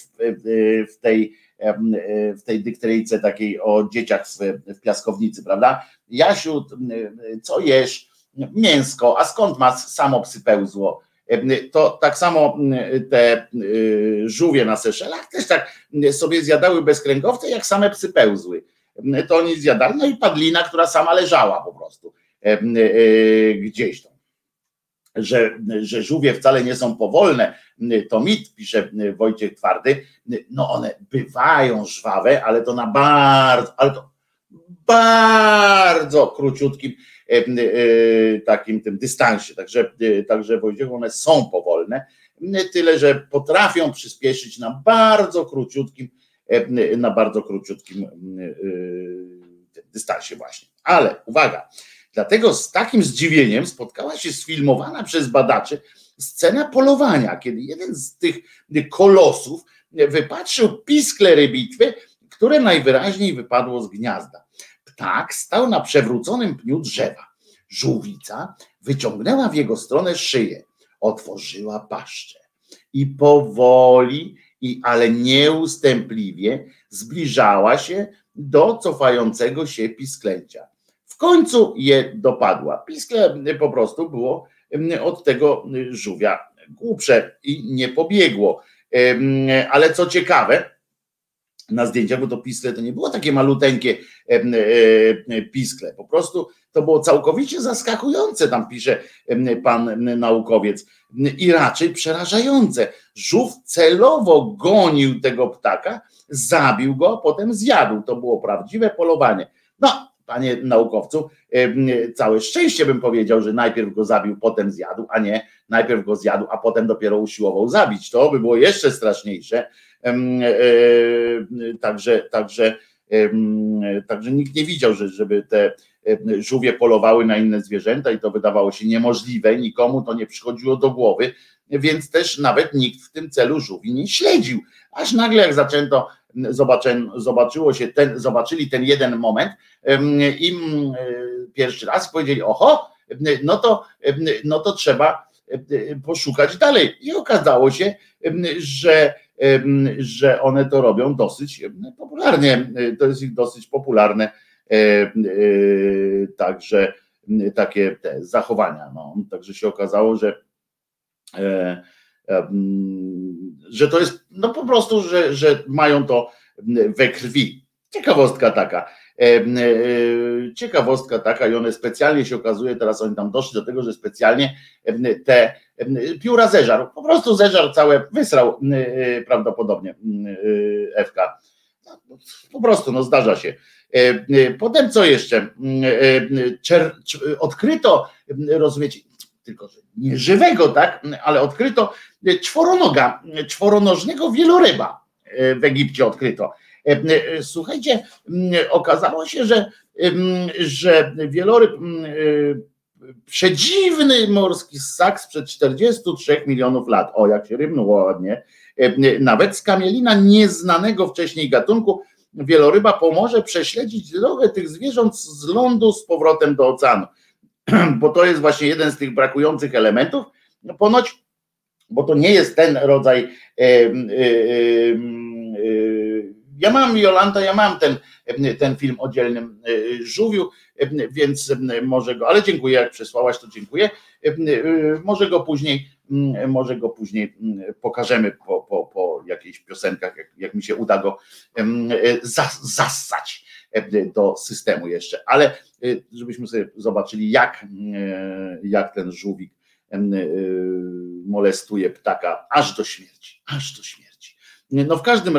w tej dykteryjce takiej o dzieciach w piaskownicy, prawda? Jasiu, co jesz? Mięsko, a skąd masz? Samo przypełzło. To tak samo te żółwie na Seszelach też tak sobie zjadały bez kręgowca, jak same psy pełzły. To oni zjadali, no i padlina, która sama leżała po prostu gdzieś tam. Że żółwie wcale nie są powolne, to mit, pisze Wojciech Twardy, no one bywają żwawe, ale to na bardzo króciutkim takim tym dystansie. Także Wojciechu, one są powolne, tyle że potrafią przyspieszyć na bardzo króciutkim dystansie właśnie. Ale uwaga, dlatego z takim zdziwieniem spotkała się sfilmowana przez badaczy scena polowania, kiedy jeden z tych kolosów wypatrzył piskle rybitwy, które najwyraźniej wypadło z gniazda. Ptak stał na przewróconym pniu drzewa. Żółwica wyciągnęła w jego stronę szyję, otworzyła paszczę i powoli, ale nieustępliwie zbliżała się do cofającego się pisklęcia. W końcu je dopadła. Piskle po prostu było od tego żółwia głupsze i nie pobiegło. Ale co ciekawe, na zdjęciach, bo to piskle to nie było takie maluteńkie piskle, po prostu to było całkowicie zaskakujące, tam pisze pan naukowiec, i raczej przerażające. Żółw celowo gonił tego ptaka, zabił go, a potem zjadł. To było prawdziwe polowanie. No, panie naukowcu, całe szczęście bym powiedział, że najpierw go zabił, potem zjadł, a nie najpierw go zjadł, a potem dopiero usiłował zabić. To by było jeszcze straszniejsze. Także nikt nie widział, żeby te żółwie polowały na inne zwierzęta i to wydawało się niemożliwe, nikomu to nie przychodziło do głowy, więc też nawet nikt w tym celu żółwi nie śledził. Aż nagle jak zaczęto, zobaczyli ten jeden moment i pierwszy raz powiedzieli, oho, no to trzeba poszukać dalej. I okazało się, że one to robią dosyć popularnie, to jest ich dosyć popularne, także takie te zachowania. No. Także się okazało, że to jest, no po prostu, że mają to we krwi. Ciekawostka taka i one specjalnie się okazuje, teraz oni tam doszli do tego, że specjalnie te pióra zeżarł, po prostu zeżarł całe, wysrał prawdopodobnie Ewka. Po prostu, no zdarza się. Potem co jeszcze? Odkryto, rozumiecie, tylko że nie żywego, tak, ale odkryto czworonożnego wieloryba w Egipcie odkryto. Słuchajcie, okazało się, że wieloryb, przedziwny morski ssak sprzed 43 milionów lat, o jak się rymnęło ładnie, nawet skamielina nieznanego wcześniej gatunku wieloryba pomoże prześledzić drogę tych zwierząt z lądu z powrotem do oceanu, bo to jest właśnie jeden z tych brakujących elementów, ponoć, bo to nie jest ten rodzaj. Ja mam, Jolanta, ten film o dzielnym żółwiu, więc może go, ale dziękuję, jak przesłałaś, to dziękuję. Może go później pokażemy po jakichś piosenkach, jak mi się uda go zassać do systemu jeszcze. Ale żebyśmy sobie zobaczyli, jak ten żółwik molestuje ptaka aż do śmierci. No w każdym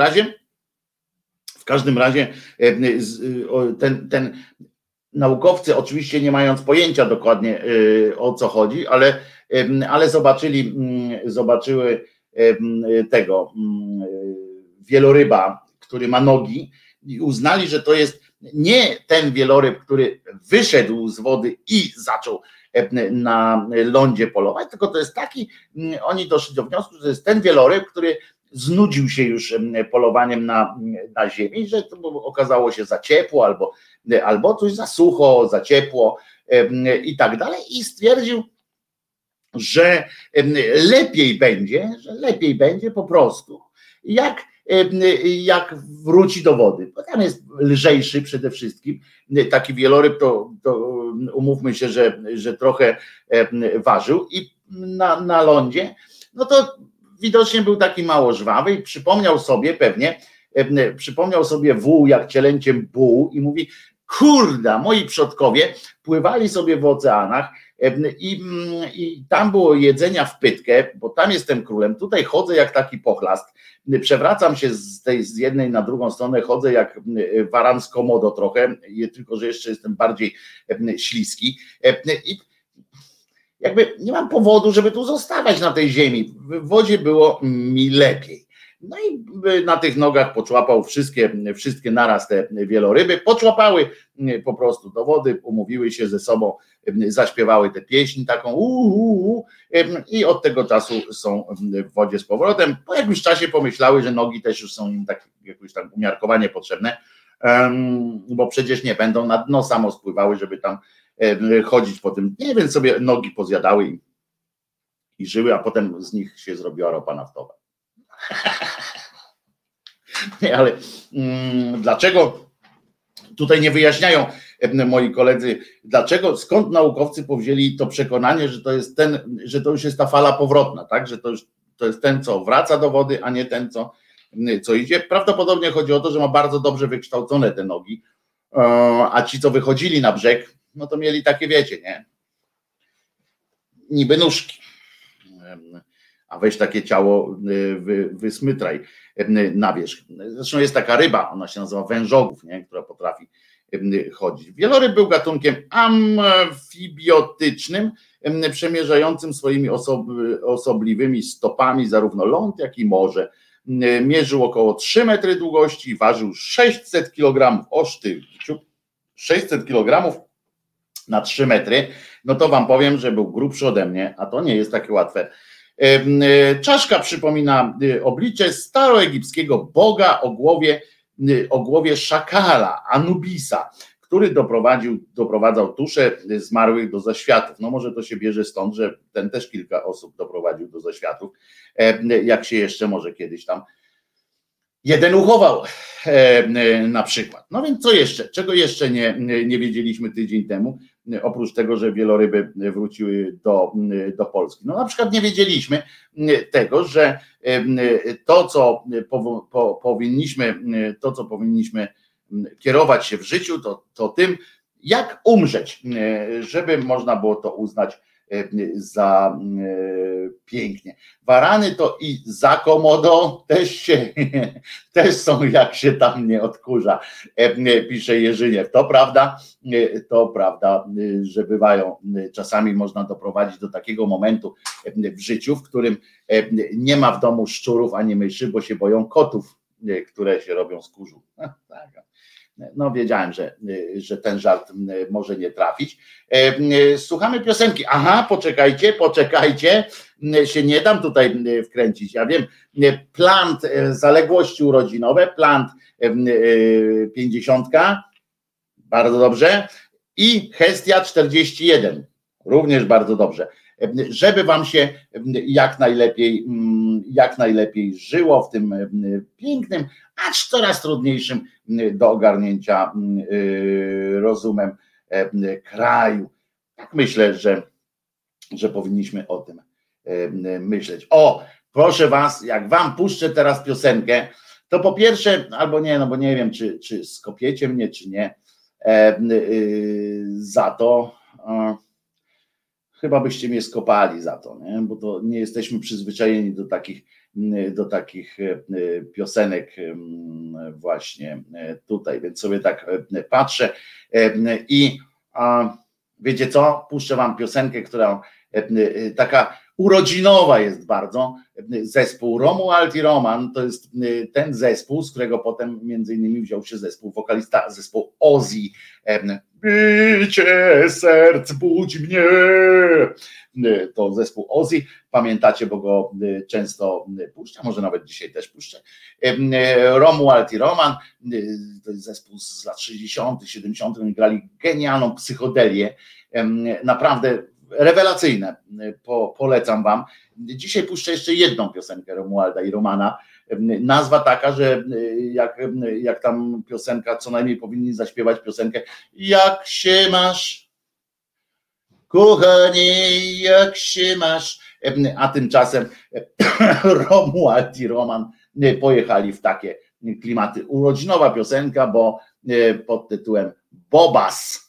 razie ten naukowcy, oczywiście nie mając pojęcia dokładnie o co chodzi, ale zobaczyły tego wieloryba, który ma nogi i uznali, że to jest nie ten wieloryb, który wyszedł z wody i zaczął na lądzie polować, tylko to jest taki, oni doszli do wniosku, że to jest ten wieloryb, który znudził się już polowaniem na ziemi, że to okazało się za ciepło albo coś za sucho, za ciepło i tak dalej i stwierdził, że lepiej będzie po prostu, jak wróci do wody, bo tam jest lżejszy przede wszystkim, taki wieloryb to umówmy się, że trochę ważył i na lądzie, no to widocznie był taki mało żwawy i przypomniał sobie wół jak cielęciem buł i mówi, kurda, moi przodkowie pływali sobie w oceanach i tam było jedzenia w pytkę, bo tam jestem królem, tutaj chodzę jak taki pochlast, przewracam się z jednej na drugą stronę, chodzę jak waran z Komodo trochę, tylko że jeszcze jestem bardziej śliski i jakby nie mam powodu, żeby tu zostawać na tej ziemi, w wodzie było mi lepiej. No i na tych nogach poczłapał wszystkie naraz te wieloryby, poczłapały po prostu do wody, umówiły się ze sobą, zaśpiewały tę pieśń taką i od tego czasu są w wodzie z powrotem. Po jakimś czasie pomyślały, że nogi też już są im tak jakoś tam umiarkowanie potrzebne, bo przecież nie będą na dno samo spływały, żeby tam chodzić po tym, nie wiem, sobie nogi pozjadały i żyły, a potem z nich się zrobiła ropa naftowa. Nie, ale dlaczego tutaj nie wyjaśniają moi koledzy, skąd naukowcy powzięli to przekonanie, że to już jest ta fala powrotna, tak? Że to jest ten, co wraca do wody, a nie ten, co idzie. Prawdopodobnie chodzi o to, że ma bardzo dobrze wykształcone te nogi, a ci, co wychodzili na brzeg, no to mieli takie, wiecie, nie? Niby nóżki. A weź takie ciało, wysmytraj na wierzch. Zresztą jest taka ryba, ona się nazywa wężogów, nie? Która potrafi chodzić. Wieloryb był gatunkiem amfibiotycznym, przemierzającym swoimi osobliwymi stopami zarówno ląd, jak i morze. Mierzył około 3 metry długości i ważył 600 kg. Oż ty, 600 kg na 3 metry, no to wam powiem, że był grubszy ode mnie, a to nie jest takie łatwe. Czaszka przypomina oblicze staroegipskiego boga o głowie szakala, Anubisa, który doprowadzał dusze zmarłych do zaświatów. No może to się bierze stąd, że ten też kilka osób doprowadził do zaświatów, jak się jeszcze może kiedyś tam jeden uchował na przykład. No więc co jeszcze? Czego jeszcze nie wiedzieliśmy tydzień temu? Oprócz tego, że wieloryby wróciły do Polski. No na przykład nie wiedzieliśmy tego, że to, co powinniśmy kierować się w życiu, to tym, jak umrzeć, żeby można było to uznać za pięknie. Warany to i za Komodo też są, jak się tam nie odkurza, pisze Jerzyniew. To prawda, że bywają, czasami można doprowadzić do takiego momentu w życiu, w którym nie ma w domu szczurów ani myszy, bo się boją kotów, które się robią z kurzu. No wiedziałem, że ten żart może nie trafić. Słuchamy piosenki. Aha, poczekajcie, się nie dam tutaj wkręcić. Ja wiem, Plant, zaległości urodzinowe, Plant 50, bardzo dobrze, i Hestia 41, również bardzo dobrze. Żeby wam się jak najlepiej żyło w tym pięknym, acz coraz trudniejszym do ogarnięcia rozumem kraju. Tak myślę, że powinniśmy o tym myśleć. O, proszę was, jak wam puszczę teraz piosenkę, to po pierwsze, albo nie, no bo nie wiem, czy skopiecie mnie, czy nie, za to. Chyba byście mnie skopali za to, nie? Bo to nie jesteśmy przyzwyczajeni do takich piosenek właśnie tutaj, więc sobie tak patrzę i wiecie co, puszczę wam piosenkę, która taka urodzinowa jest bardzo zespół Romuald i Roman. To jest ten zespół, z którego potem między innymi wziął się wokalista zespół Ozzy. Bicie serc budzi mnie. To zespół Ozzy. Pamiętacie, bo go często puszcza, może nawet dzisiaj też puszczę. Romuald i Roman, to jest zespół z lat 60., 70., oni grali genialną psychodelię, naprawdę rewelacyjne, polecam wam. Dzisiaj puszczę jeszcze jedną piosenkę Romualda i Romana. Nazwa taka, że jak tam piosenka, co najmniej powinni zaśpiewać piosenkę Jak się masz, kochanie, jak się masz, a tymczasem Romuald i Roman pojechali w takie klimaty. Urodzinowa piosenka, bo pod tytułem Bobas.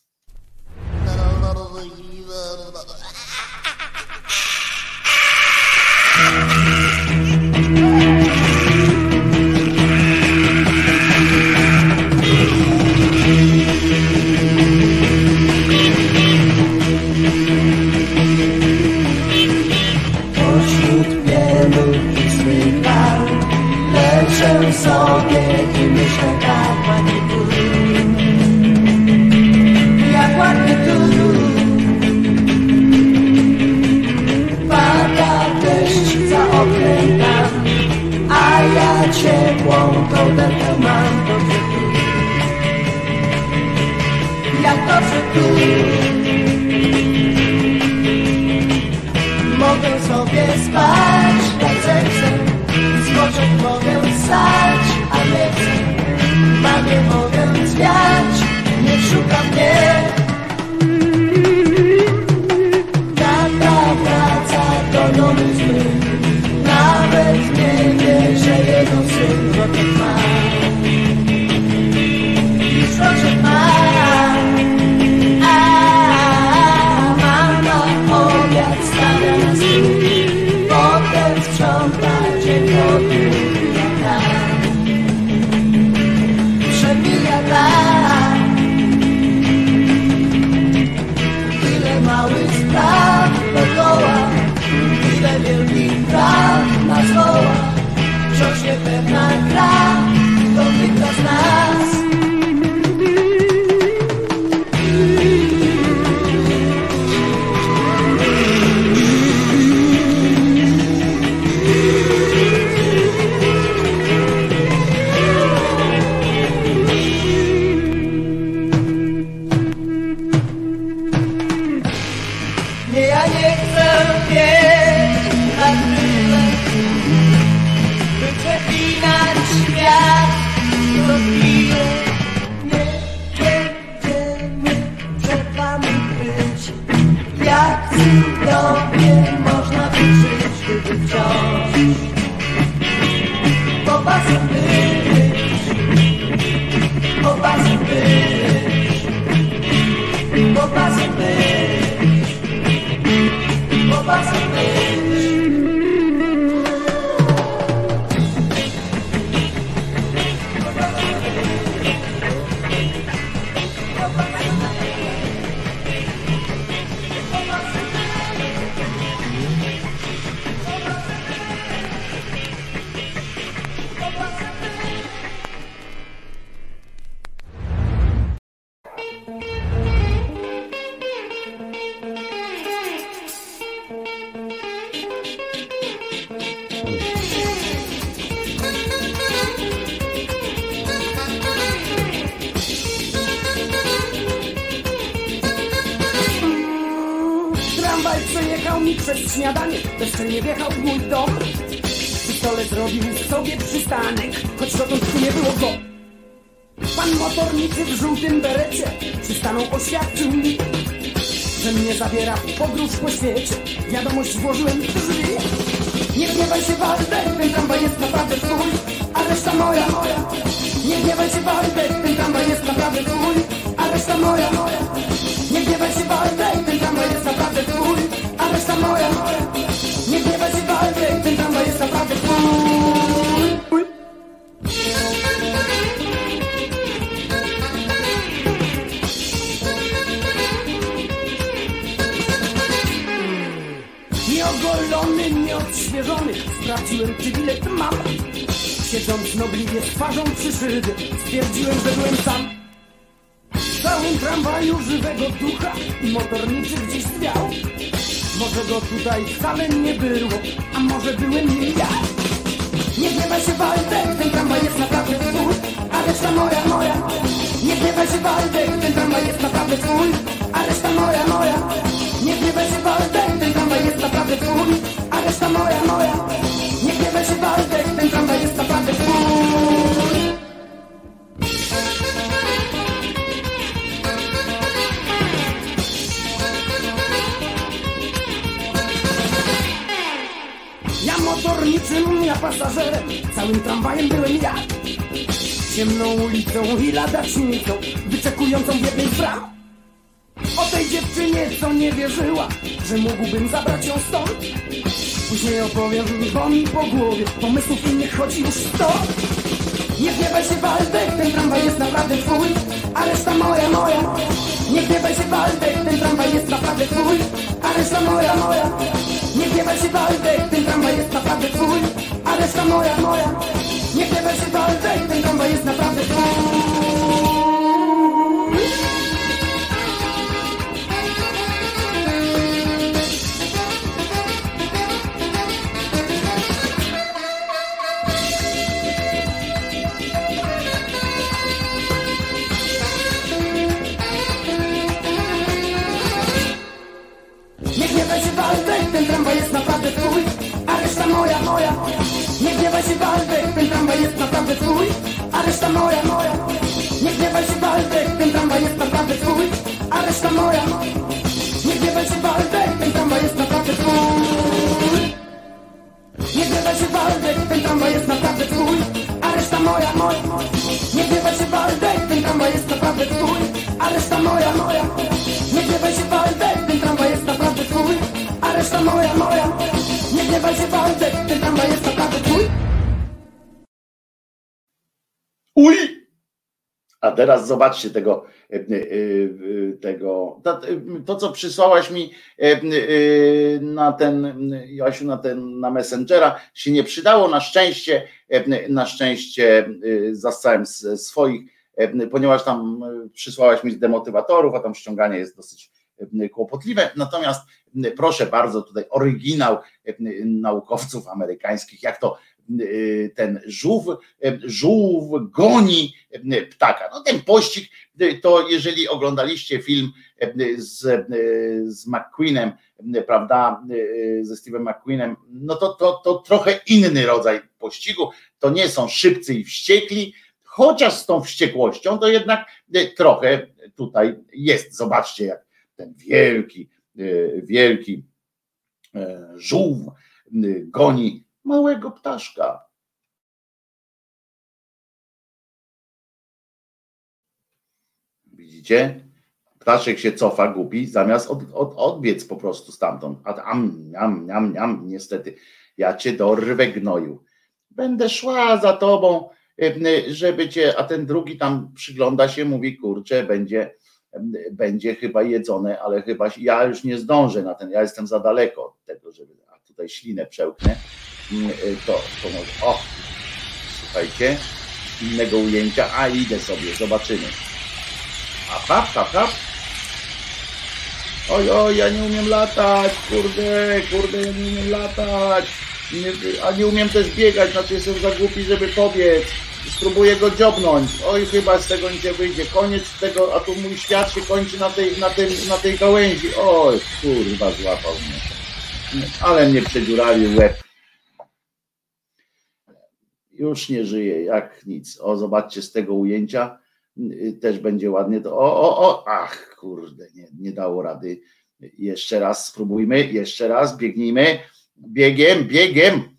Leczę sobie i myślę tak ładnie tu, jak ładnie tu. Pada deszcz za oknem tam, a ja ciepłą kołderkę mam. Dobrze tu, jak dobrze tu. Mogę sobie spać, tak chcę. Zmoczek mogę ssać, a nie chcę. Mamie mogę zwiać, nie szuka mnie. Tata wraca do domu zły, nawet nie wie, że jego syn roczek ma. Już roczek ma. A mama obiad stawia na stół, potem sprząta. Przemija tak, tyle małych spraw dookoła, tyle wielkich praw nas woła, wciąż niepewna gra, to wygra z nas. Po świecie, wiadomość złożyłem w drzwi. Nie gniewaj się, Waldek, ten tramwaj jest naprawdę twój, a reszta moja. Nie gniewaj się, Waldek, ten tramwaj jest naprawdę twój, a reszta moja. Nie gniewaj się, Waldek, ten tramwaj jest naprawdę twój, a reszta moja. Nie gniewaj się, Waldek, ten tramwaj jest naprawdę twój. odświeżonych sprawdziłem, czy bilet mam. Siedząc nobliwie z twarzą przy szybie, stwierdziłem, że byłem sam. W całym tramwaju żywego ducha i motorniczy gdzieś zwiał. Może go tutaj wcale nie było, a może byłem nim ja. Nie gniewaj się, Waldek, ten tramwaj jest naprawdę twój, a reszta moja. Nie gniewaj się, Waldek, ten tramwaj jest naprawdę twój, a reszta moja. Nie gniewaj się, Waldek, ten tramwaj jest naprawdę twój, a reszta moja. Nie gniewaj się, Waldek, ten tramwaj jest naprawdę twój. Ja motorniczym, ja pasażerem, całym tramwajem byłem ja. Ciemną ulicą i ladacznicą, wyczekującą w jednej z bram. O tej dziewczynie, co nie wierzyła, że mógłbym zabrać ją stąd. Później opowiem, bo mi po głowie pomysłów innych chodzi już 100. Nie gniewaj się, Waldek, ten tramwaj jest naprawdę twój, a reszta moja. Nie gniewaj się, Waldek, ten tramwaj jest naprawdę twój, a reszta moja. Nie gniewaj się, Waldek, ten tramwaj jest naprawdę twój, a reszta moja. Nie gniewaj się, Waldek, ten tramwaj jest naprawdę twój. Nie gniewaj się, Waldek, ten tramwaj jest naprawdę twój, a reszta moja. Nie gniewaj się, Waldek, ten tramwaj jest naprawdę twój, a reszta moja. Nie gniewaj się, Waldek, ten tramwaj jest naprawdę twój, a reszta moja. Nie gniewaj się, Waldek, ten tramwaj jest naprawdę twój. Nie gniewaj się, Waldek, ten tramwaj jest naprawdę twój, a reszta moja. Nie gniewaj się, Waldek, ten tramwaj jest naprawdę twój, a reszta moja. Nie gniewaj się, Waldek, ten tramwaj jest naprawdę twój, a reszta moja. Nie gniewaj się, Waldek, ten tramwaj jest naprawdę twój. Uj! A teraz zobaczcie to co przysłałaś mi na ten, Joasiu, na Messengera, się nie przydało, na szczęście zastałem swoich, ponieważ tam przysłałaś mi demotywatorów, a tam ściąganie jest dosyć kłopotliwe. Natomiast proszę bardzo, tutaj oryginał naukowców amerykańskich, jak to ten żółw goni ptaka. No ten pościg, to jeżeli oglądaliście film z McQueenem, prawda, ze Steve'em McQueenem, no to trochę inny rodzaj pościgu. To nie są szybcy i wściekli, chociaż z tą wściekłością to jednak trochę tutaj jest. Zobaczcie, jak ten wielki żółw goni małego ptaszka. Widzicie? Ptaszek się cofa głupi, zamiast odbiec po prostu stamtąd. Niestety, ja cię dorwę, gnoju. Będę szła za tobą, żeby cię, a ten drugi tam przygląda się, mówi, kurczę, będzie chyba jedzone, ale chyba ja już nie zdążę na ten, ja jestem za daleko od tego, żeby, a tutaj ślinę przełknę, to może, o, słuchajcie, innego ujęcia, a idę sobie, zobaczymy. A hap. Oj, ja nie umiem latać, kurde, ja nie umiem latać, a nie umiem też biegać, znaczy jestem za głupi, żeby pobiec. Spróbuję go dziobnąć. Oj, chyba z tego nic nie wyjdzie. Koniec tego, a tu mój świat się kończy na tej gałęzi. Oj, kurwa, złapał mnie. Ale mnie przedziurawił łeb. Już nie żyje, jak nic. O, zobaczcie, z tego ujęcia też będzie ładnie. To ach, kurde, nie dało rady. Jeszcze raz spróbujmy, jeszcze raz, biegnijmy. Biegiem.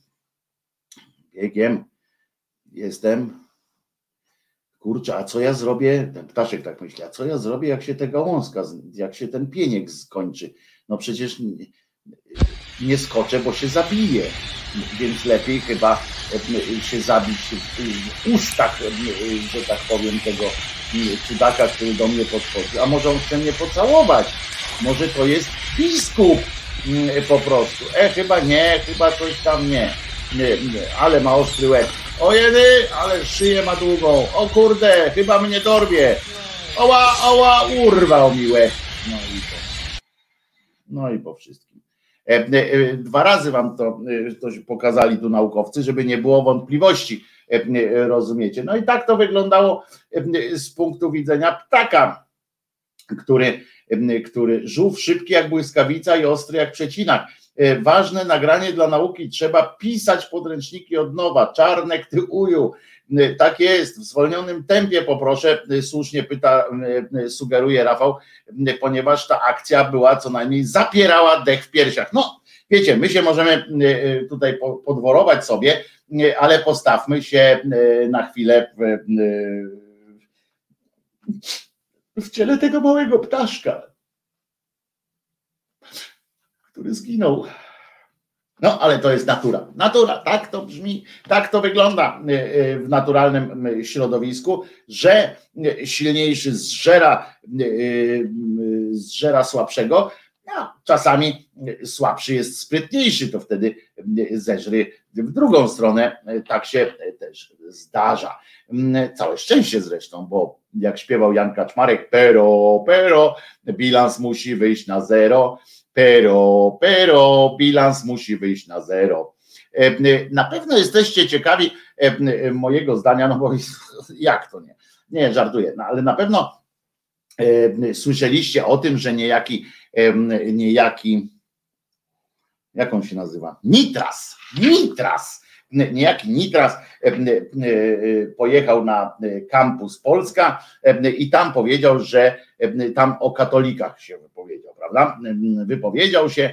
Jestem. Kurczę, a co ja zrobię? Ten ptaszek tak myśli, a co ja zrobię, jak się ta gałązka, jak się ten pieniek skończy? No przecież nie skoczę, bo się zabiję. Więc lepiej chyba się zabić w ustach, że tak powiem, tego cudaka, który do mnie podchodzi. A może on chce mnie pocałować? Może to jest biskup? po prostu. Chyba nie, chyba coś tam nie, ale ma ostry łeb. Ojedy, ale szyję ma długą. O kurde, chyba mnie dorwie. Oła, urwał mi łeb. No i po wszystkim. 2 razy wam to pokazali tu naukowcy, żeby nie było wątpliwości, rozumiecie. No i tak to wyglądało z punktu widzenia ptaka, który żółw szybki jak błyskawica i ostry jak przecinak. Ważne nagranie dla nauki, trzeba pisać podręczniki od nowa. Czarnek, ty uju. Tak jest, w zwolnionym tempie poproszę, słusznie sugeruje Rafał, ponieważ ta akcja była co najmniej zapierała dech w piersiach. No, wiecie, my się możemy tutaj podworować sobie, ale postawmy się na chwilę w ciele tego małego ptaszka, który zginął. No, ale to jest natura. Natura, tak to brzmi, tak to wygląda w naturalnym środowisku, że silniejszy zżera słabszego, a czasami słabszy jest sprytniejszy, to wtedy zeżry w drugą stronę. Tak się też zdarza. Całe szczęście zresztą, bo jak śpiewał Jan Kaczmarek, pero, bilans musi wyjść na 0. Pero, bilans musi wyjść na 0. Na pewno jesteście ciekawi mojego zdania, no bo jak to nie? Nie, żartuję, no ale na pewno słyszeliście o tym, że niejaki, jak on się nazywa? Niejaki Nitras pojechał na kampus Polska i tam powiedział, że tam o katolikach się wypowiedział, prawda? Wypowiedział się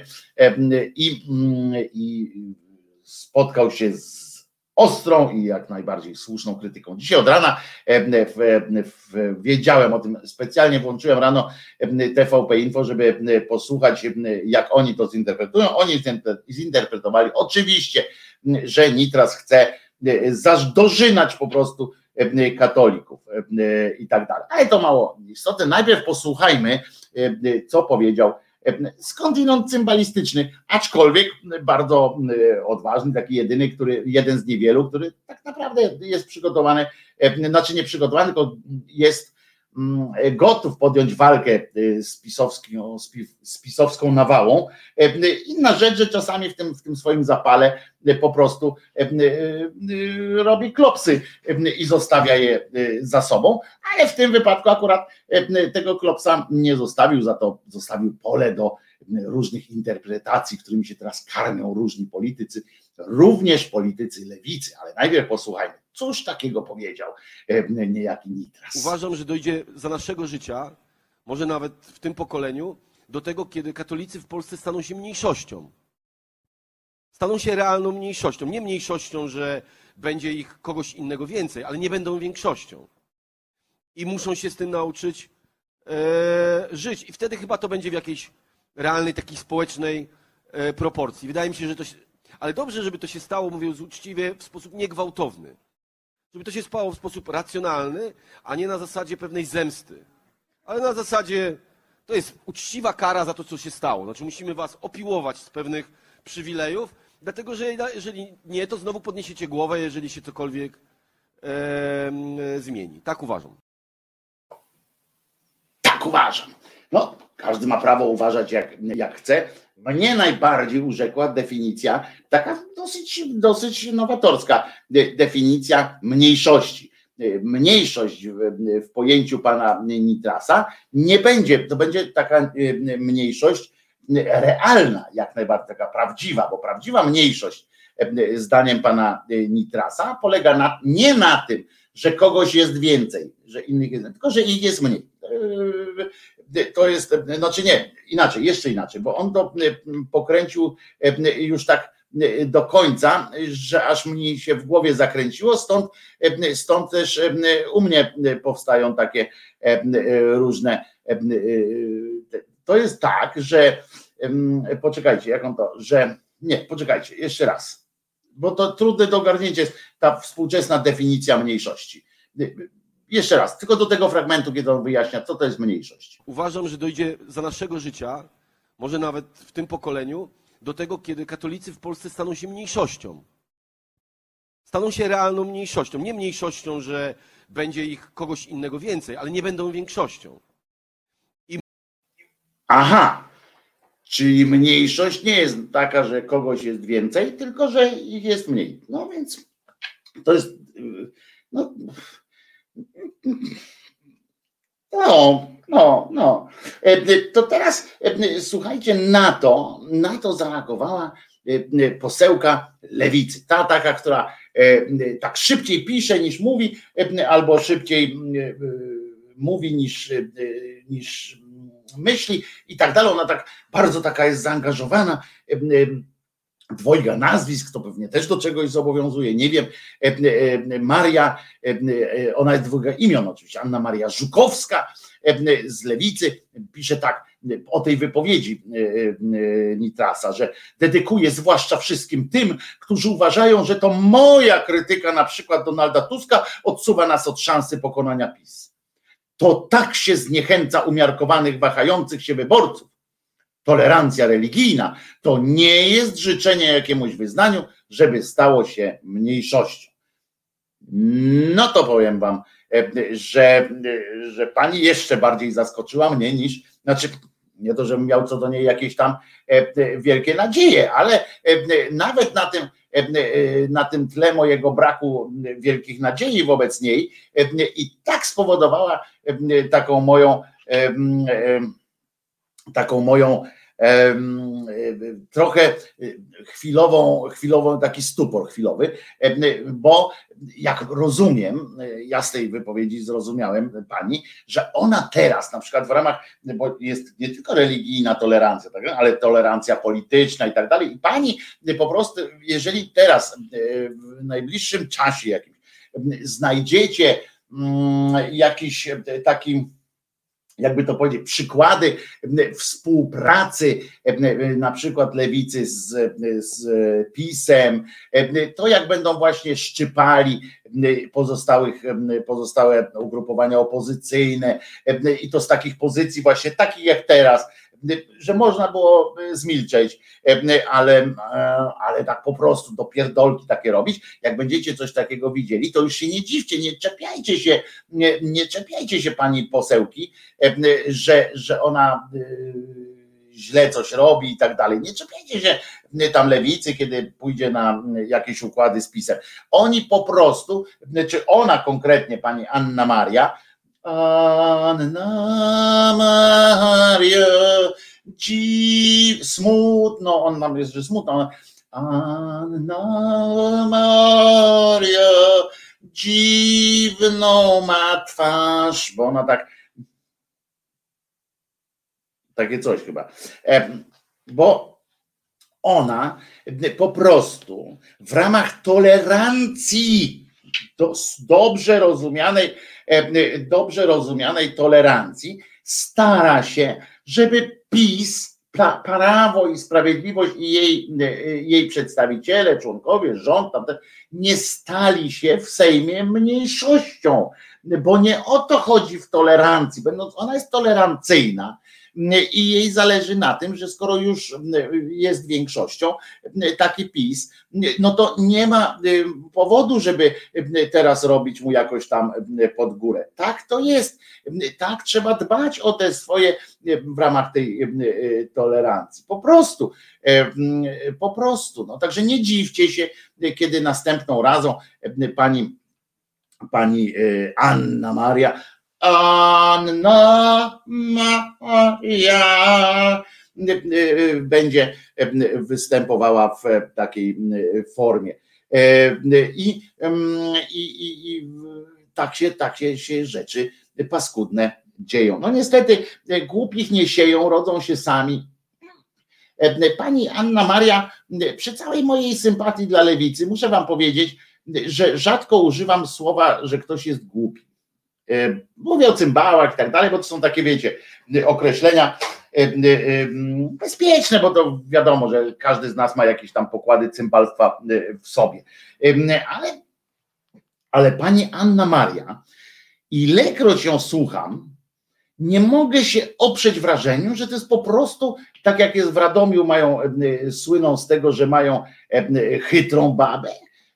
i spotkał się z ostrą i jak najbardziej słuszną krytyką. Dzisiaj od rana wiedziałem o tym, specjalnie włączyłem rano TVP Info, żeby posłuchać, jak oni to zinterpretują. Oni zinterpretowali oczywiście, że Nitras chce dożynać po prostu katolików i tak dalej. Ale to mało istotne. Najpierw posłuchajmy, co powiedział skądinąd cymbalistyczny, aczkolwiek bardzo odważny, taki jeden z niewielu, który tak naprawdę jest przygotowany, znaczy nie przygotowany, tylko jest gotów podjąć walkę z pisowską nawałą. Inna rzecz, że czasami w tym swoim zapale po prostu robi klopsy i zostawia je za sobą, ale w tym wypadku akurat tego klopsa nie zostawił, za to zostawił pole do różnych interpretacji, którymi się teraz karmią różni politycy, również politycy lewicy, ale najpierw posłuchajmy, cóż takiego powiedział niejaki Nitras. Uważam, że dojdzie za naszego życia, może nawet w tym pokoleniu, do tego, kiedy katolicy w Polsce staną się mniejszością. Staną się realną mniejszością. Nie mniejszością, że będzie ich kogoś innego więcej, ale nie będą większością. I muszą się z tym nauczyć żyć. I wtedy chyba to będzie w jakiejś realnej, takiej społecznej proporcji. Wydaje mi się, że to się... Ale dobrze, żeby to się stało, mówiąc uczciwie, w sposób niegwałtowny. Żeby to się stało w sposób racjonalny, a nie na zasadzie pewnej zemsty. Ale na zasadzie, to jest uczciwa kara za to, co się stało. Znaczy musimy was opiłować z pewnych przywilejów, dlatego że jeżeli nie, to znowu podniesiecie głowę, jeżeli się cokolwiek zmieni. Tak uważam. Tak uważam. No, każdy ma prawo uważać jak chce. Mnie najbardziej urzekła definicja, taka dosyć nowatorska definicja mniejszości. Mniejszość w pojęciu pana Nitrasa nie będzie, to będzie taka mniejszość realna, jak najbardziej taka prawdziwa, bo prawdziwa mniejszość zdaniem pana Nitrasa polega nie na tym, że kogoś jest więcej, że innych jest, tylko że ich jest mniej. To jest, znaczy nie, inaczej, jeszcze inaczej, bo on to pokręcił już tak do końca, że aż mi się w głowie zakręciło, stąd też u mnie powstają takie różne, to jest tak, że poczekajcie, jak on to, że nie, poczekajcie, jeszcze raz, bo to trudne do ogarnięcia jest ta współczesna definicja mniejszości. Jeszcze raz, tylko do tego fragmentu, kiedy on wyjaśnia, co to jest mniejszość. Uważam, że dojdzie za naszego życia, może nawet w tym pokoleniu, do tego, kiedy katolicy w Polsce staną się mniejszością. Staną się realną mniejszością. Nie mniejszością, że będzie ich kogoś innego więcej, ale nie będą większością. Aha, czyli mniejszość nie jest taka, że kogoś jest więcej, tylko że ich jest mniej. No więc to jest... No, To teraz słuchajcie, na to zareagowała posełka Lewicy. Ta taka, która tak szybciej pisze niż mówi, albo szybciej mówi niż myśli i tak dalej. Ona tak bardzo taka jest zaangażowana. Dwojga nazwisk, to pewnie też do czegoś zobowiązuje, nie wiem. Maria, ona jest dwojga imion oczywiście, Anna Maria Żukowska z Lewicy, pisze tak o tej wypowiedzi Nitrasa, że dedykuje zwłaszcza wszystkim tym, którzy uważają, że to moja krytyka na przykład Donalda Tuska odsuwa nas od szansy pokonania PiS. To tak się zniechęca umiarkowanych, wahających się wyborców. Tolerancja religijna to nie jest życzenie jakiemuś wyznaniu, żeby stało się mniejszością. No to powiem wam, że pani jeszcze bardziej zaskoczyła mnie niż, znaczy nie to, żebym miał co do niej jakieś tam wielkie nadzieje, ale nawet na tym tle mojego braku wielkich nadziei wobec niej i tak spowodowała taką moją trochę chwilowy taki stupor chwilowy, bo jak rozumiem, ja z tej wypowiedzi zrozumiałem pani, że ona teraz na przykład w ramach, bo jest nie tylko religijna tolerancja, tak, ale tolerancja polityczna i tak dalej, i pani po prostu, jeżeli teraz w najbliższym czasie jakimś znajdziecie jakiś taki, jakby to powiedzieć, przykłady współpracy na przykład Lewicy z PiS-em, to jak będą właśnie szczypali pozostałe ugrupowania opozycyjne i to z takich pozycji właśnie takich jak teraz, że można było zmilczeć, ale tak po prostu do pierdolki takie robić. Jak będziecie coś takiego widzieli, to już się nie dziwcie, nie czepiajcie się pani posełki, że ona źle coś robi i tak dalej. Nie czepiajcie się tam Lewicy, kiedy pójdzie na jakieś układy z PiS-em. Oni po prostu, czy ona konkretnie, pani Anna Maria, smutno, on nam jest, że smutno. Anna Maria, dziwną ma twarz, bo ona takie coś chyba, bo ona po prostu w ramach tolerancji, dobrze rozumianej tolerancji stara się, żeby PiS, Prawo i Sprawiedliwość i jej przedstawiciele, członkowie, rząd, nie stali się w Sejmie mniejszością, bo nie o to chodzi w tolerancji, ona jest tolerancyjna i jej zależy na tym, że skoro już jest większością taki PiS, no to nie ma powodu, żeby teraz robić mu jakoś tam pod górę. Tak to jest, tak trzeba dbać o te swoje w ramach tej tolerancji. Po prostu. No, także nie dziwcie się, kiedy następną razem pani Anna Maria będzie występowała w takiej formie. I tak się rzeczy paskudne dzieją. No niestety głupich nie sieją, rodzą się sami. Pani Anna Maria, przy całej mojej sympatii dla Lewicy, muszę wam powiedzieć, że rzadko używam słowa, że ktoś jest głupi. Mówię o cymbałach i tak dalej, bo to są takie, wiecie, określenia bezpieczne, bo to wiadomo, że każdy z nas ma jakieś tam pokłady cymbalstwa w sobie. Ale pani Anna Maria, ilekroć ją słucham, nie mogę się oprzeć wrażeniu, że to jest po prostu, tak jak jest w Radomiu, słyną z tego, że mają chytrą babę,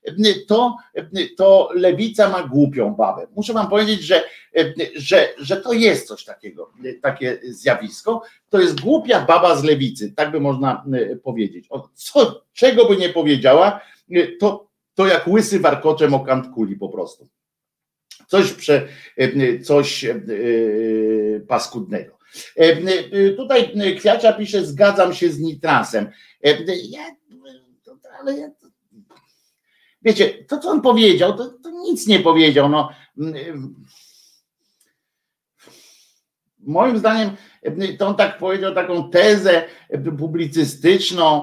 to lewica ma głupią babę. Muszę wam powiedzieć, że to jest coś takiego, takie zjawisko. To jest głupia baba z lewicy, tak by można powiedzieć. Czego by nie powiedziała, to jak łysy warkoczem o kant kuli po prostu. Coś paskudnego. Tutaj Kwiacia pisze, zgadzam się z Nitrasem. Ale wiecie, to co on powiedział, to nic nie powiedział. No, moim zdaniem to on tak powiedział, taką tezę publicystyczną,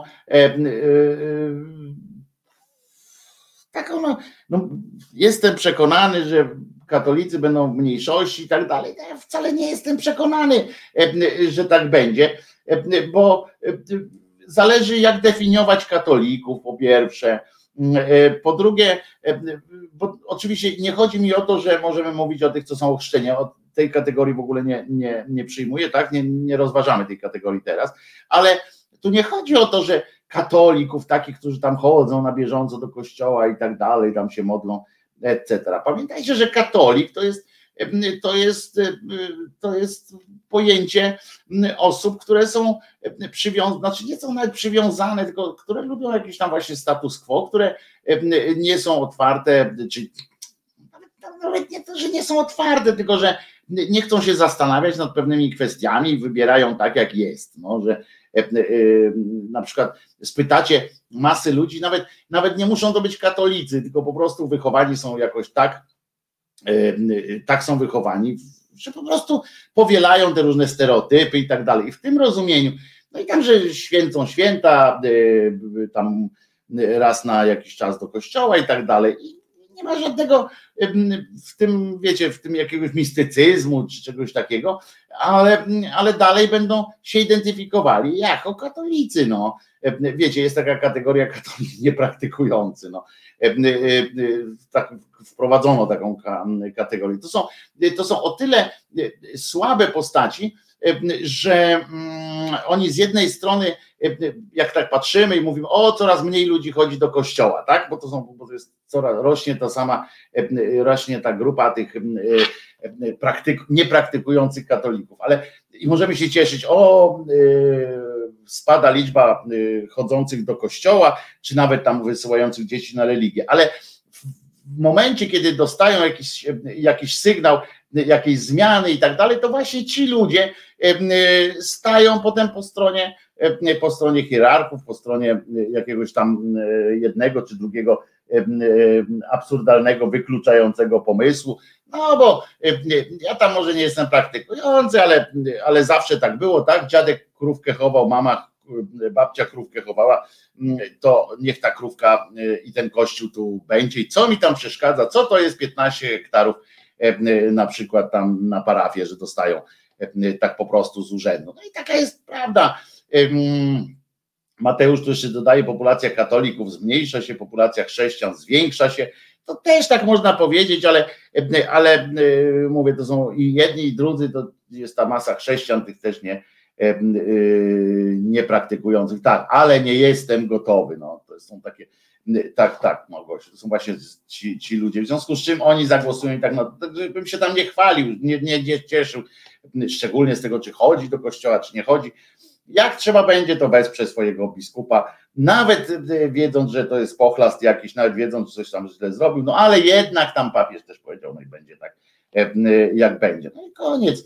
taką, no, jestem przekonany, że katolicy będą w mniejszości i tak dalej. Ja wcale nie jestem przekonany, że tak będzie, bo zależy, jak definiować katolików, po pierwsze. Po drugie, bo oczywiście nie chodzi mi o to, że możemy mówić o tych, co są ochrzczeni. O tej kategorii w ogóle nie przyjmuję, tak? Nie rozważamy tej kategorii teraz, ale tu nie chodzi o to, że katolików, takich, którzy tam chodzą na bieżąco do kościoła i tak dalej, tam się modlą, etc. Pamiętajcie, że katolik to jest pojęcie osób, które są przywiązane, znaczy nie są nawet przywiązane, tylko które lubią jakiś tam właśnie status quo, które nie są otwarte, czy nawet nie to, że nie są otwarte, tylko że nie chcą się zastanawiać nad pewnymi kwestiami i wybierają tak, jak jest. No, że na przykład spytacie masy ludzi, nawet nie muszą to być katolicy, tylko po prostu wychowani są jakoś tak są wychowani, że po prostu powielają te różne stereotypy i tak dalej. I w tym rozumieniu, no i tam, że święcą święta, tam raz na jakiś czas do kościoła i tak dalej. I nie ma żadnego w tym, wiecie, w tym jakiegoś mistycyzmu czy czegoś takiego, ale dalej będą się identyfikowali jako katolicy. No. Wiecie, jest taka kategoria katolicy niepraktykujący. No. Tak, wprowadzono taką kategorię. To są o tyle słabe postaci, że oni z jednej strony, jak tak patrzymy i mówimy, coraz mniej ludzi chodzi do kościoła, tak? Bo to jest rośnie ta grupa tych niepraktykujących katolików, ale i możemy się cieszyć, spada liczba chodzących do kościoła, czy nawet tam wysyłających dzieci na religię, ale w momencie, kiedy dostają jakiś sygnał, jakieś zmiany i tak dalej, to właśnie ci ludzie stają potem po stronie hierarchów, po stronie jakiegoś tam jednego czy drugiego absurdalnego, wykluczającego pomysłu. No bo ja tam może nie jestem praktykujący, ale zawsze tak było, tak? Dziadek krówkę chował, babcia krówkę chowała, to niech ta krówka i ten kościół tu będzie. I co mi tam przeszkadza? Co to jest 15 hektarów na przykład tam na parafię, że dostają tak po prostu z urzędu. No i taka jest prawda. Mateusz tu jeszcze dodaje, populacja katolików zmniejsza się, populacja chrześcijan zwiększa się. To też tak można powiedzieć, ale mówię, to są i jedni i drudzy, to jest ta masa chrześcijan, tych też niepraktykujących. Tak, ale nie jestem gotowy. No, to są takie, tak, Małgosiu, to są właśnie ci ludzie, w związku z czym oni zagłosują i tak, no, bym się tam nie chwalił, nie cieszył, szczególnie z tego, czy chodzi do kościoła, czy nie chodzi. Jak trzeba będzie, to wesprze swojego biskupa, nawet wiedząc, że to jest pochlast jakiś, nawet wiedząc, że coś tam źle zrobił, no ale jednak tam papież też powiedział, no i będzie tak, jak będzie. No i koniec.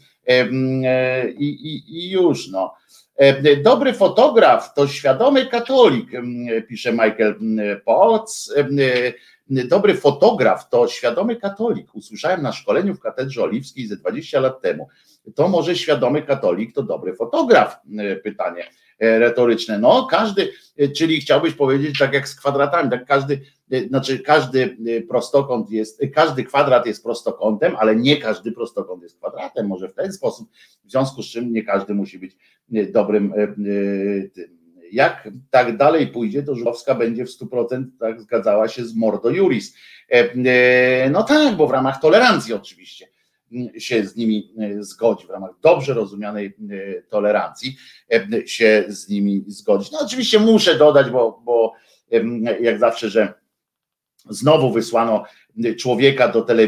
I już, no. Dobry fotograf to świadomy katolik, pisze Michael Potts. Dobry fotograf to świadomy katolik. Usłyszałem na szkoleniu w Katedrze Oliwskiej ze 20 lat temu. To może świadomy katolik to dobry fotograf? Pytanie retoryczne. No każdy, czyli chciałbyś powiedzieć tak jak z kwadratami, tak każdy prostokąt jest, każdy kwadrat jest prostokątem, ale nie każdy prostokąt jest kwadratem. Może w ten sposób, w związku z czym nie każdy musi być dobrym jak tak dalej pójdzie, to Żukowska będzie w 100% tak zgadzała się z Mordo Juris. No tak, bo w ramach tolerancji oczywiście. się z nimi zgodzi, w ramach dobrze rozumianej tolerancji się z nimi zgodzić. No oczywiście muszę dodać, bo jak zawsze, że znowu wysłano człowieka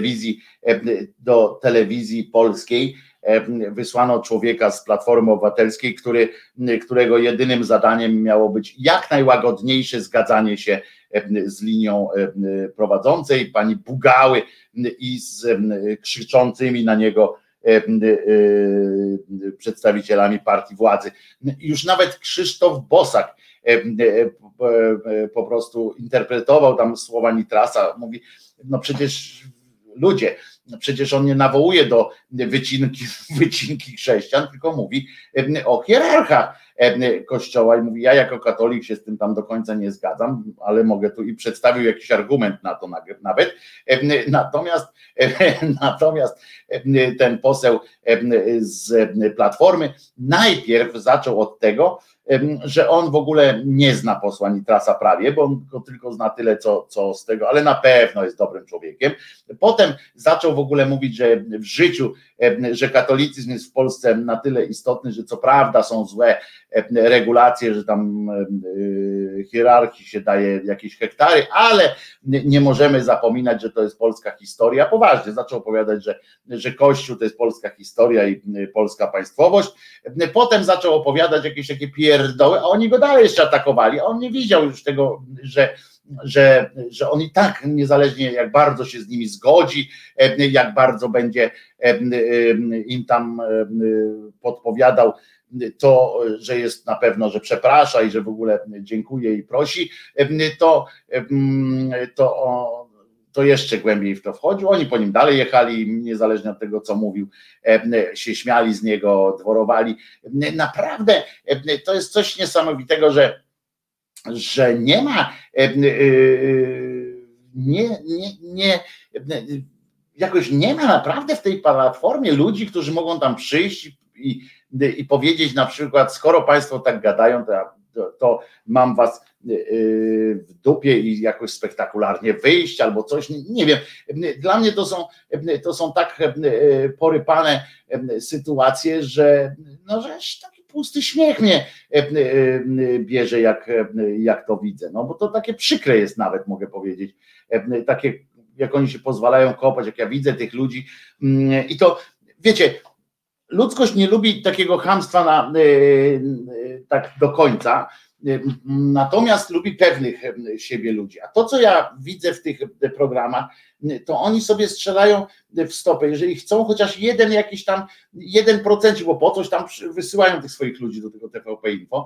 do telewizji polskiej, wysłano człowieka z Platformy Obywatelskiej, którego jedynym zadaniem miało być jak najłagodniejsze zgadzanie się z linią prowadzącej, pani Bugały i z krzyczącymi na niego przedstawicielami partii władzy. Już nawet Krzysztof Bosak po prostu interpretował tam słowa Nitrasa, mówi, no przecież ludzie, przecież on nie nawołuje do wycinki chrześcijan, tylko mówi o hierarchach Kościoła i mówi, ja jako katolik się z tym tam do końca nie zgadzam, ale mogę tu i przedstawił jakiś argument na to nawet. Natomiast ten poseł z Platformy najpierw zaczął od tego, że on w ogóle nie zna posła Nitrasa prawie, bo on go tylko zna tyle, co z tego, ale na pewno jest dobrym człowiekiem. Potem zaczął w ogóle mówić, że w życiu, że katolicyzm jest w Polsce na tyle istotny, że co prawda są złe regulacje, że tam hierarchii się daje jakieś hektary, ale nie możemy zapominać, że to jest polska historia. Poważnie zaczął opowiadać, że Kościół to jest polska historia i polska państwowość. Potem zaczął opowiadać jakieś takie pierdoły, a oni go dalej jeszcze atakowali, a on nie widział już tego, że on i tak niezależnie jak bardzo się z nimi zgodzi, jak bardzo będzie im tam podpowiadał to, że jest na pewno, że przeprasza i że w ogóle dziękuję i prosi, to jeszcze głębiej w to wchodził. Oni po nim dalej jechali, niezależnie od tego, co mówił, się śmiali z niego, dworowali. Naprawdę to jest coś niesamowitego, że nie ma jakoś nie ma naprawdę w tej platformie ludzi, którzy mogą tam przyjść i powiedzieć na przykład, skoro państwo tak gadają, to mam was w dupie i jakoś spektakularnie wyjść albo coś, nie wiem. Dla mnie to są tak porypane sytuacje, że taki pusty śmiech mnie bierze, jak to widzę. No bo to takie przykre jest nawet, mogę powiedzieć. Takie, jak oni się pozwalają kopać, jak ja widzę tych ludzi i to, wiecie, ludzkość nie lubi takiego chamstwa tak do końca, natomiast lubi pewnych siebie ludzi. A to, co ja widzę w tych programach, to oni sobie strzelają w stopę. Jeżeli chcą chociaż jakiś tam 1%, bo po coś tam wysyłają tych swoich ludzi do tego TVP Info,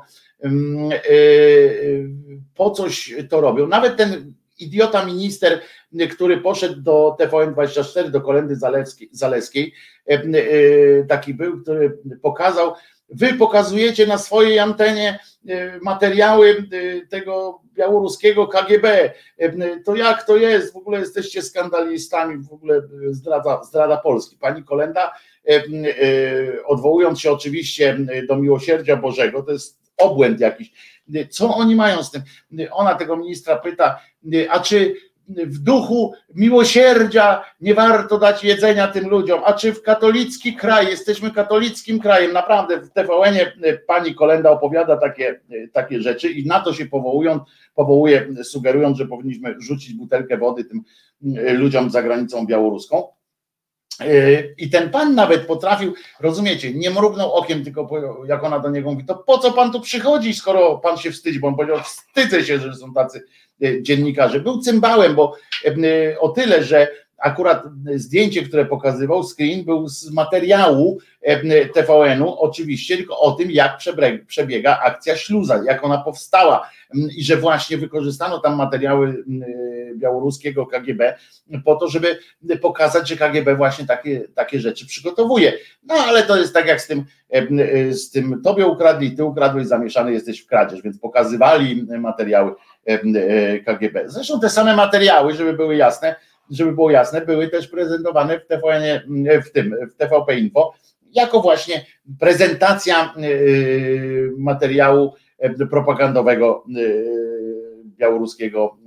po coś to robią. Nawet ten idiota minister, który poszedł do TVN24, do Kolendy Zaleskiej, taki był, który pokazał, wy pokazujecie na swojej antenie materiały tego białoruskiego KGB, to jak to jest, w ogóle jesteście skandalistami, w ogóle zdrada Polski. Pani Kolenda, odwołując się oczywiście do miłosierdzia Bożego, to jest obłęd jakiś, co oni mają z tym? Ona tego ministra pyta, a czy w duchu miłosierdzia nie warto dać jedzenia tym ludziom, a czy w katolicki kraj, jesteśmy katolickim krajem, naprawdę w TVN-ie pani Kolenda opowiada takie rzeczy i na to się powołuje, sugerując, że powinniśmy rzucić butelkę wody tym ludziom za granicą białoruską. I ten pan nawet potrafił, rozumiecie, nie mrugnął okiem, tylko jak ona do niego mówi, to po co pan tu przychodzi, skoro pan się wstydzi, bo on powiedział, wstydzę się, że są tacy dziennikarze. Był cymbałem, bo o tyle, że akurat zdjęcie, które pokazywał, screen był z materiału TVN-u, oczywiście, tylko o tym, jak przebiega akcja Śluza, jak ona powstała i że właśnie wykorzystano tam materiały białoruskiego KGB po to, żeby pokazać, że KGB właśnie takie rzeczy przygotowuje. No ale to jest tak jak z tym tobie ukradli, ty ukradłeś, zamieszany jesteś w kradzież, więc pokazywali materiały KGB. Zresztą te same materiały, żeby było jasne, były też prezentowane w TVN, w TVP Info, jako właśnie prezentacja materiału propagandowego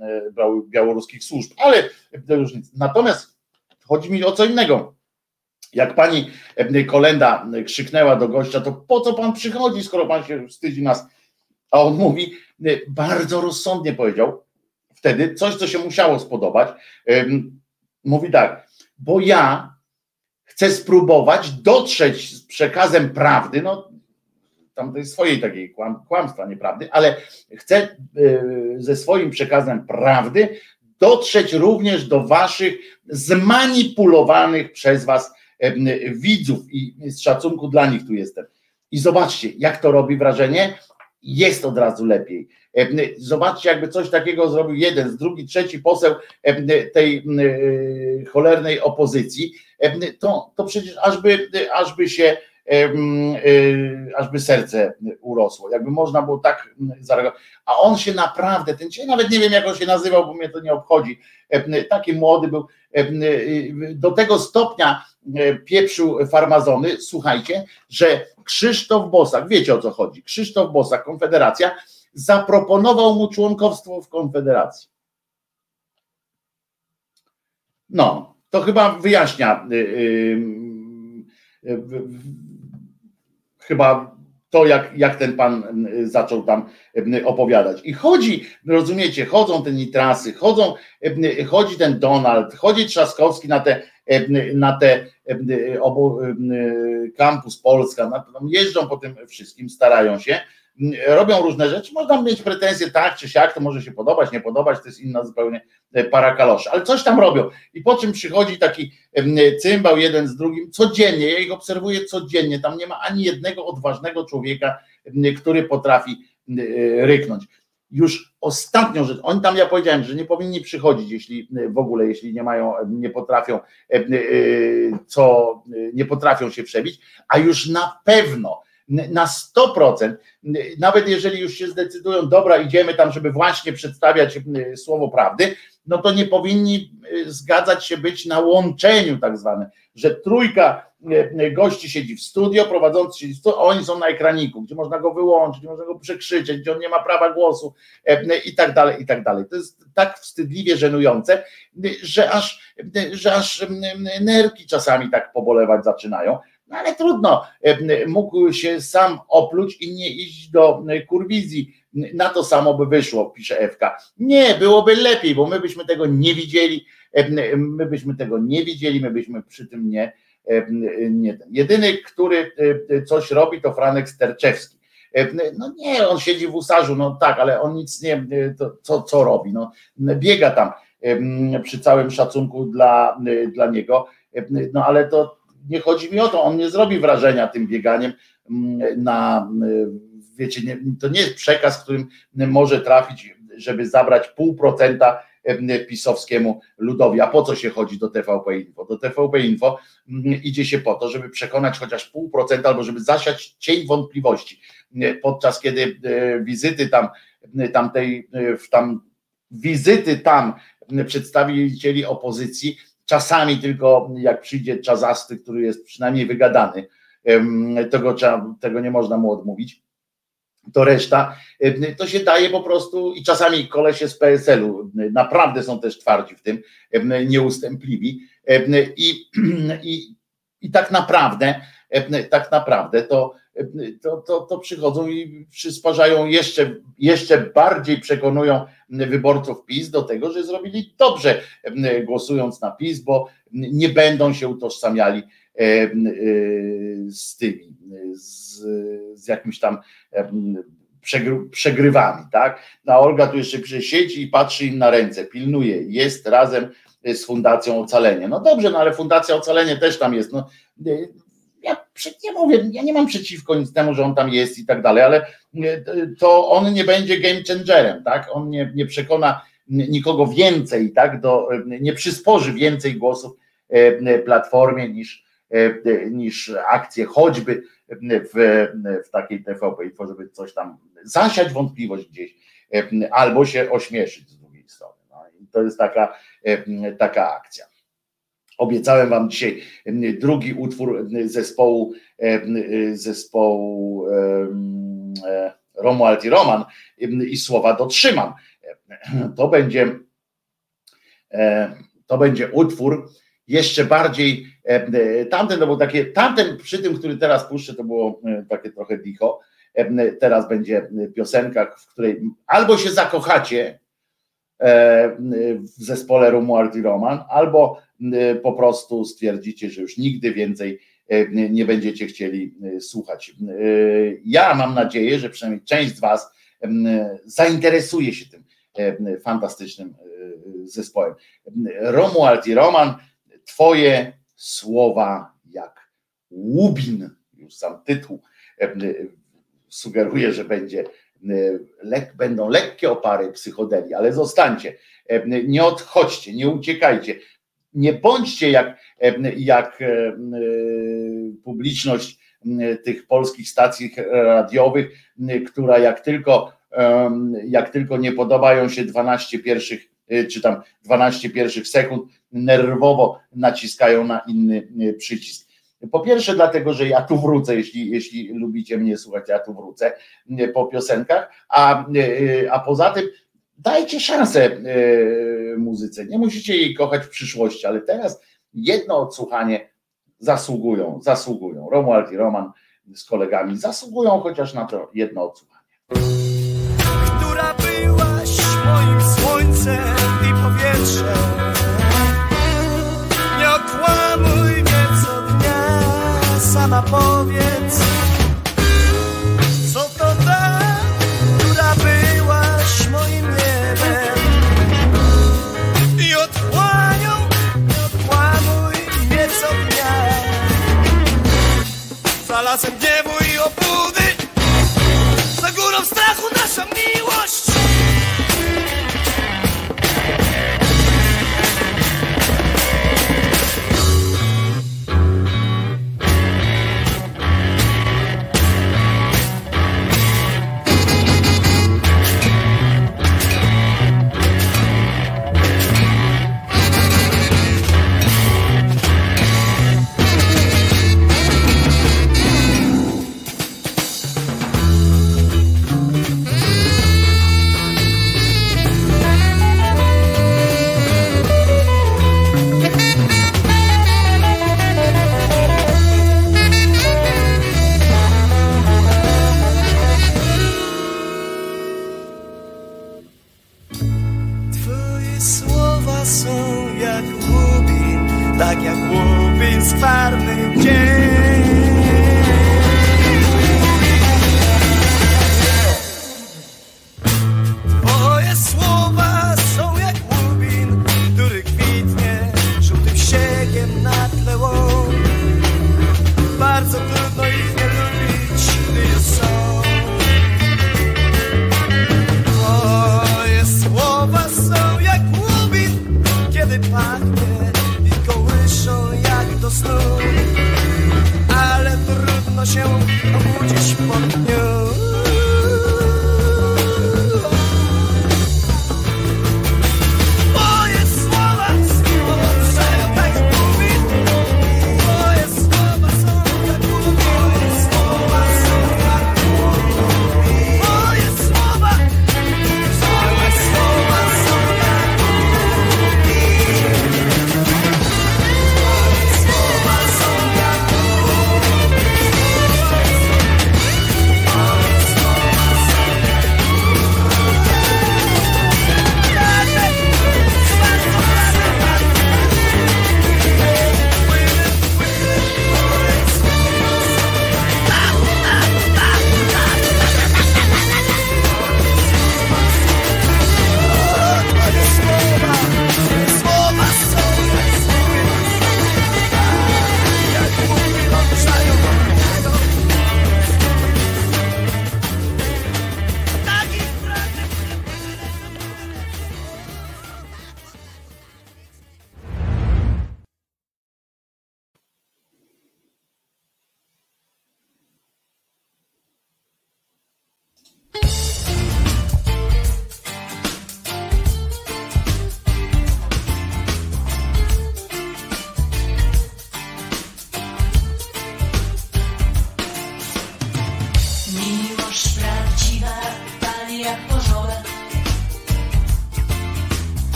białoruskich służb. Ale to już nic. Natomiast chodzi mi o co innego. Jak pani Kolenda krzyknęła do gościa, to po co pan przychodzi, skoro pan się wstydzi nas? A on mówi, bardzo rozsądnie powiedział, wtedy coś, co się musiało spodobać. Mówi tak, bo ja chcę spróbować dotrzeć z przekazem prawdy, no tam tej swojej takiej kłamstwa, nieprawdy, ale chcę ze swoim przekazem prawdy dotrzeć również do waszych zmanipulowanych przez was widzów i z szacunku dla nich tu jestem. I zobaczcie, jak to robi wrażenie, jest od razu lepiej. Zobaczcie, jakby coś takiego zrobił jeden, drugi, trzeci poseł tej cholernej opozycji, to przecież ażby serce urosło, jakby można było tak zareagować. A on się naprawdę, ten dzisiaj nawet nie wiem, jak on się nazywał, bo mnie to nie obchodzi, taki młody był, do tego stopnia pieprzył farmazony, słuchajcie, że Krzysztof Bosak, wiecie o co chodzi, Krzysztof Bosak, Konfederacja, zaproponował mu członkostwo w Konfederacji. No, to chyba wyjaśnia chyba to, jak ten pan zaczął tam opowiadać. I chodzi, rozumiecie, chodzą te nitrasy, chodzi ten Donald, chodzi Trzaskowski na te Campus Polska, jeżdżą po tym wszystkim, starają się, robią różne rzeczy, można mieć pretensje tak czy siak, to może się podobać, nie podobać, to jest inna zupełnie para kaloszy, ale coś tam robią i po czym przychodzi taki cymbał jeden z drugim codziennie, ja ich obserwuję codziennie, tam nie ma ani jednego odważnego człowieka, który potrafi ryknąć. Już ostatnią rzecz, oni tam, ja powiedziałem, że nie powinni przychodzić, jeśli w ogóle, jeśli nie potrafią się przebić, a już na pewno na 100%, nawet jeżeli już się zdecydują, dobra, idziemy tam, żeby właśnie przedstawiać słowo prawdy, no to nie powinni zgadzać się być na łączeniu tak zwanym, że trójka gości siedzi w studio, prowadzący siedzi w studio, a oni są na ekraniku, gdzie można go wyłączyć, można go przekrzyczeć, gdzie on nie ma prawa głosu i tak dalej, i tak dalej. To jest tak wstydliwie żenujące, że aż nerki czasami tak pobolewać zaczynają. No ale trudno, mógł się sam opluć i nie iść do kurwizji. Na to samo by wyszło, pisze Ewka. Nie, byłoby lepiej, bo my byśmy tego nie widzieli, my byśmy przy tym nie. Jedyny, który coś robi, to Franek Sterczewski. No nie, on siedzi w Usarzu, no tak, ale on nic nie, co robi? No, biega tam przy całym szacunku dla niego, no ale to nie chodzi mi o to, on nie zrobi wrażenia tym bieganiem wiecie, to nie jest przekaz, którym może trafić, żeby zabrać 0,5% pisowskiemu ludowi. A po co się chodzi do TVP Info? Do TVP Info idzie się po to, żeby przekonać chociaż 0,5% albo żeby zasiać cień wątpliwości. Podczas kiedy wizyty tam przedstawicieli opozycji, czasami tylko jak przyjdzie Czazasty, który jest przynajmniej wygadany, tego nie można mu odmówić, to reszta, to się daje po prostu i czasami kolesie z PSL-u naprawdę są też twardzi w tym, nieustępliwi i tak naprawdę to przychodzą i przysparzają jeszcze bardziej przekonują wyborców PiS do tego, że zrobili dobrze głosując na PiS, bo nie będą się utożsamiali z tymi, z jakimś tam przegrywami, tak? A Olga tu jeszcze siedzi i patrzy im na ręce, pilnuje, jest razem z Fundacją Ocalenie. No dobrze, no ale Fundacja Ocalenie też tam jest, no ja mówię, ja nie mam przeciwko nic temu, że on tam jest i tak dalej, ale to on nie będzie game changerem, tak? On nie przekona nikogo więcej, tak? Nie przysporzy więcej głosów Platformie niż akcje choćby w takiej TVP Info, żeby coś tam zasiać wątpliwość gdzieś albo się ośmieszyć z drugiej strony. No i to jest taka akcja. Obiecałem wam dzisiaj drugi utwór zespołu Romuald i Roman i słowa dotrzymam. To będzie utwór, jeszcze bardziej, tamten to był takie, tamten przy tym, który teraz puszczę, to było takie trochę dicho. Teraz będzie piosenka, w której albo się zakochacie w zespole Romuald i Roman, albo po prostu stwierdzicie, że już nigdy więcej nie będziecie chcieli słuchać. Ja mam nadzieję, że przynajmniej część z was zainteresuje się tym fantastycznym zespołem. Romuald i Roman, twoje słowa jak łubin, już sam tytuł sugeruje, że będą lekkie opary psychodelii, ale zostańcie, nie odchodźcie, nie uciekajcie, nie bądźcie jak publiczność tych polskich stacji radiowych, która jak tylko nie podobają się 12 pierwszych czy tam 12 pierwszych sekund, nerwowo naciskają na inny przycisk. Po pierwsze dlatego, że ja tu wrócę, jeśli lubicie mnie słuchać, ja tu wrócę po piosenkach, a poza tym dajcie szansę muzyce. Nie musicie jej kochać w przyszłości, ale teraz jedno odsłuchanie zasługują. Romuald i Roman z kolegami zasługują chociaż na to jedno odsłuchanie. Która byłaś moim słońcem i powietrzem, nie okłamuj mnie co dnia, sama powiedz, co to ta, która byłaś moim niebem i otchłanią, nie okłamuj mnie co dnia, za lasem gniewu i obłudy, za górą strachu nasza miłość. Tak jak łubin skwarny dzień. Twoje słowa są jak łubin, który kwitnie żółtym siegiem na tle łąk. Bardzo trudno ich nie lubić, gdy już są. Twoje słowa są jak łubin, kiedy pachnie jak do snu, ale trudno się obudzić po dniu. Moje słowa są tak łubin, moje słowa są tak łubin, moje słowa są tak łubin, moje słowa są jak łubin.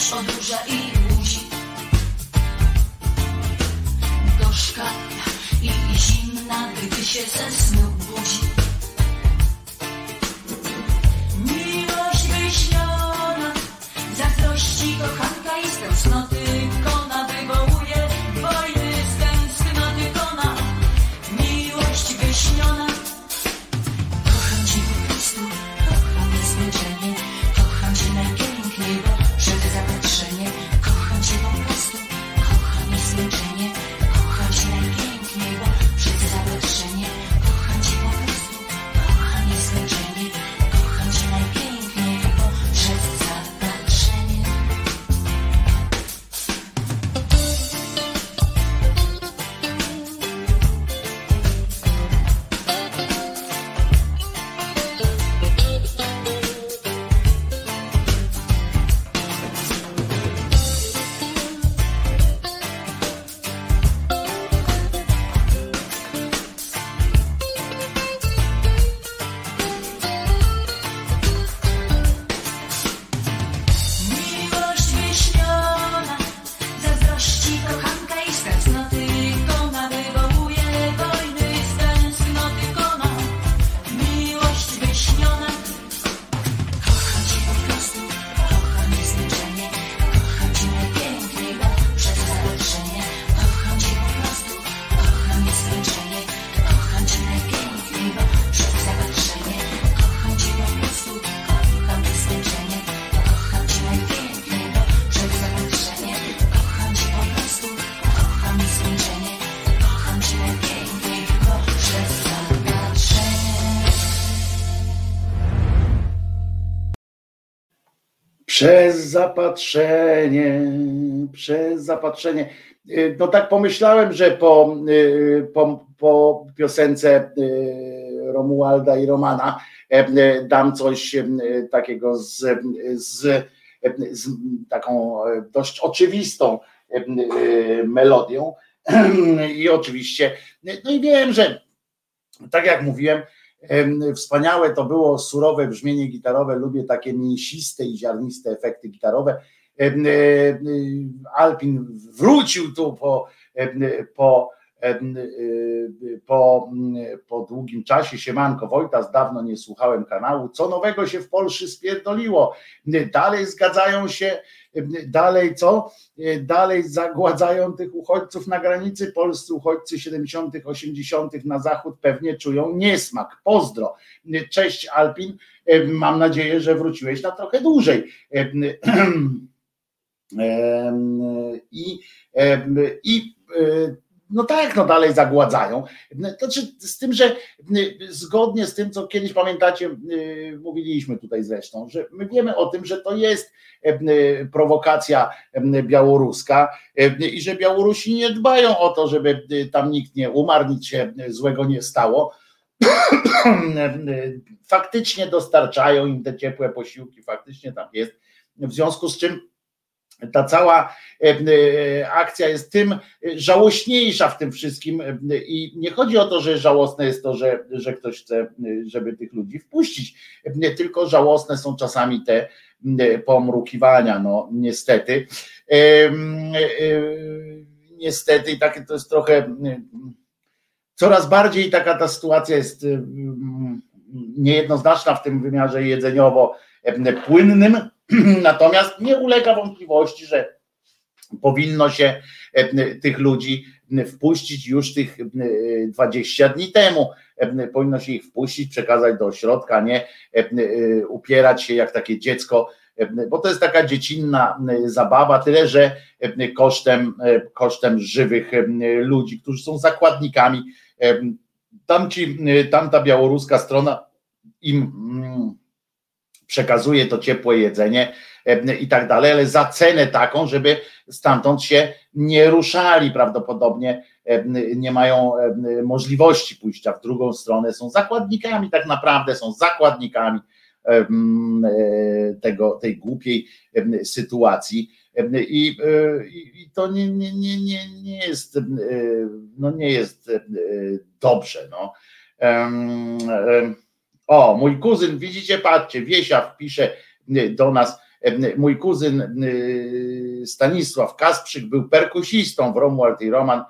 twarz odurza i buzi. Gorzka i zimna, gdy się ze snu budzi. Miłość wyśniona, zazdrości kochanka i z tęsknoty kona wywołuje wojny, z tęsknoty kona. Miłość wyśniona. Kocham cię po prostu, kocham niezmęczenie, kocham cię najpiękniej, bo przed zapatrzenie. Kocham cię po prostu, kocham niezmęczenie, kocham cię najpiękniej, bo przed zapatrzenie. Kocham cię po prostu, kocham niezmęczenie, kocham cię najpiękniej, bo przed zapatrzenie. Miłość wyśniona, zazdrości kochanka i z tęsknoty kona wywołuje wojny, z tęsknoty kona. Miłość wyśniona. Kocham cię po prostu, kocham niezmęczenie, kocham cię najpiękniej, bo przed zapatrzenie. Kocham cię po prostu, kocham niezmęczenie, kocham cię najpiękniej, bo przed zapatrzenie. Kocham cię po prostu, kocham niezmęczenie, kocham cię najpiękniej, bo przed zapatrzenie. Kocham cię po prostu, kocham niezmęczenie, kocham cię najpiękniej, bo przed zapatrzenie. Przez zapatrzenie. No tak pomyślałem, że po piosence Romualda i Romana dam coś takiego z taką dość oczywistą melodią. I oczywiście, no i wiem, że tak jak mówiłem, wspaniałe to było surowe brzmienie gitarowe, lubię takie mięsiste i ziarniste efekty gitarowe. Alpin wrócił tu po długim czasie. Siemanko Wojtas, dawno nie słuchałem kanału. Co nowego się w Polsce spierdoliło? Dalej zgadzają się, dalej co? Dalej zagładzają tych uchodźców na granicy. Polscy uchodźcy 70., 80. na zachód pewnie czują niesmak. Pozdro. Cześć Alpin, mam nadzieję, że wróciłeś na trochę dłużej. No tak, no dalej zagładzają. Znaczy, z tym, że zgodnie z tym, co kiedyś pamiętacie, mówiliśmy tutaj zresztą, że my wiemy o tym, że to jest prowokacja białoruska i że Białorusi nie dbają o to, żeby tam nikt nie umarł, nic się złego nie stało. Faktycznie dostarczają im te ciepłe posiłki, faktycznie tam jest. W związku z czym ta cała akcja jest tym żałośniejsza w tym wszystkim i nie chodzi o to, że żałosne jest to, że ktoś chce, żeby tych ludzi wpuścić, tylko żałosne są czasami te pomrukiwania, no niestety. Niestety i takie to jest trochę, coraz bardziej taka ta sytuacja jest niejednoznaczna w tym wymiarze jedzeniowo-płynnym, natomiast nie ulega wątpliwości, że powinno się tych ludzi wpuścić już tych 20 dni temu. Powinno się ich wpuścić, przekazać do ośrodka, a nie upierać się jak takie dziecko, bo to jest taka dziecinna zabawa, tyle że kosztem żywych ludzi, którzy są zakładnikami. Tamta białoruska strona im przekazuje to ciepłe jedzenie i tak dalej, ale za cenę taką, żeby stamtąd się nie ruszali, prawdopodobnie nie mają możliwości pójścia w drugą stronę, są zakładnikami, tak naprawdę są zakładnikami tej głupiej sytuacji i to nie jest, no nie jest dobrze, no. O, mój kuzyn, widzicie, patrzcie, Wiesia wpisze do nas Mój kuzyn Stanisław Kasprzyk był perkusistą w Romuald i Roman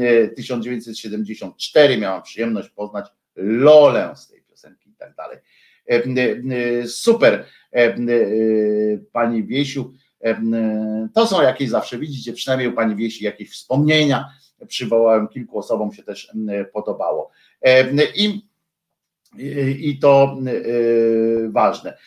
1974. Miałam przyjemność poznać Lolę z tej piosenki i tak dalej. Super, pani Wiesiu. To są jakieś zawsze, widzicie, przynajmniej u pani Wiesi jakieś wspomnienia. Przywołałem, kilku osobom się też podobało. I to ważne.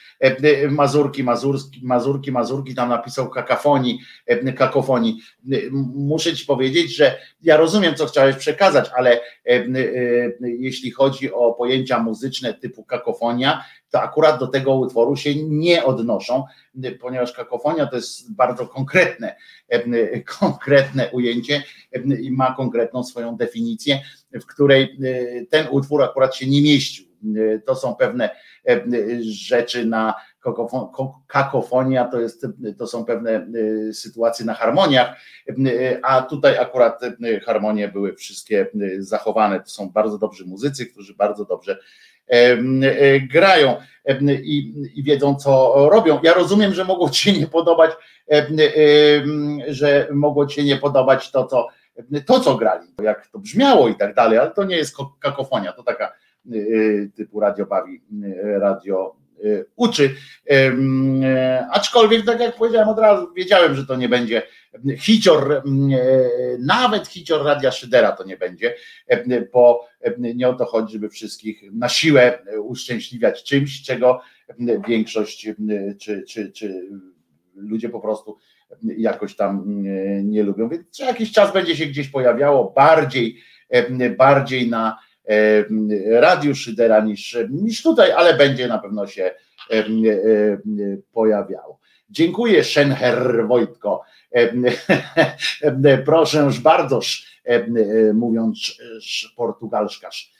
Mazurki, tam napisał kakofonii. Muszę ci powiedzieć, że ja rozumiem, co chciałeś przekazać, ale jeśli chodzi o pojęcia muzyczne typu kakofonia, to akurat do tego utworu się nie odnoszą, ponieważ kakofonia to jest bardzo konkretne ujęcie i ma konkretną swoją definicję, w której ten utwór akurat się nie mieścił. To są pewne rzeczy na kakofonia, to są pewne sytuacje na harmoniach, a tutaj akurat harmonie były wszystkie zachowane. To są bardzo dobrzy muzycy, którzy bardzo dobrze grają i wiedzą, co robią. Ja rozumiem, że mogło ci się nie podobać, to, co grali, jak to brzmiało i tak dalej, ale to nie jest kakofonia, to taka typu radio bawi, radio uczy. Aczkolwiek, tak jak powiedziałem od razu, wiedziałem, że to nie będzie hicior, nawet hicior Radia Szydera to nie będzie, bo nie o to chodzi, żeby wszystkich na siłę uszczęśliwiać czymś, czego większość czy ludzie po prostu jakoś tam nie lubią. Więc co jakiś czas będzie się gdzieś pojawiało bardziej na Radiu Szydera niż tutaj, ale będzie na pewno się pojawiało. Dziękuję, Schenher Wojtko. Proszę bardzo, mówiąc portugalszkarz.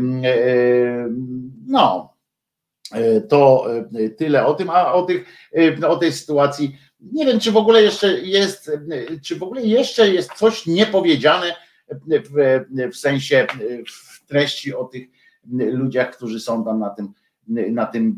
No, to tyle o tym, a o tej sytuacji nie wiem, czy w ogóle jeszcze jest coś niepowiedziane w sensie w treści o tych ludziach, którzy są tam na tym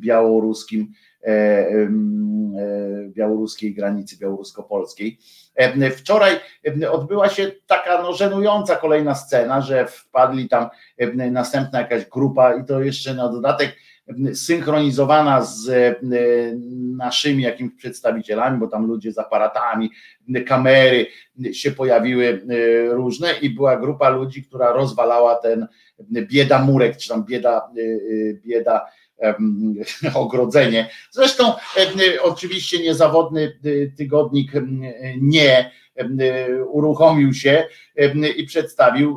białoruskiej granicy, białorusko-polskiej. Wczoraj odbyła się taka żenująca kolejna scena, że wpadli tam następna jakaś grupa i to jeszcze na dodatek synchronizowana z naszymi jakimiś przedstawicielami, bo tam ludzie z aparatami, kamery się pojawiły różne i była grupa ludzi, która rozwalała ten bieda murek, czy tam bieda ogrodzenie. Zresztą oczywiście niezawodny tygodnik nie uruchomił się i przedstawił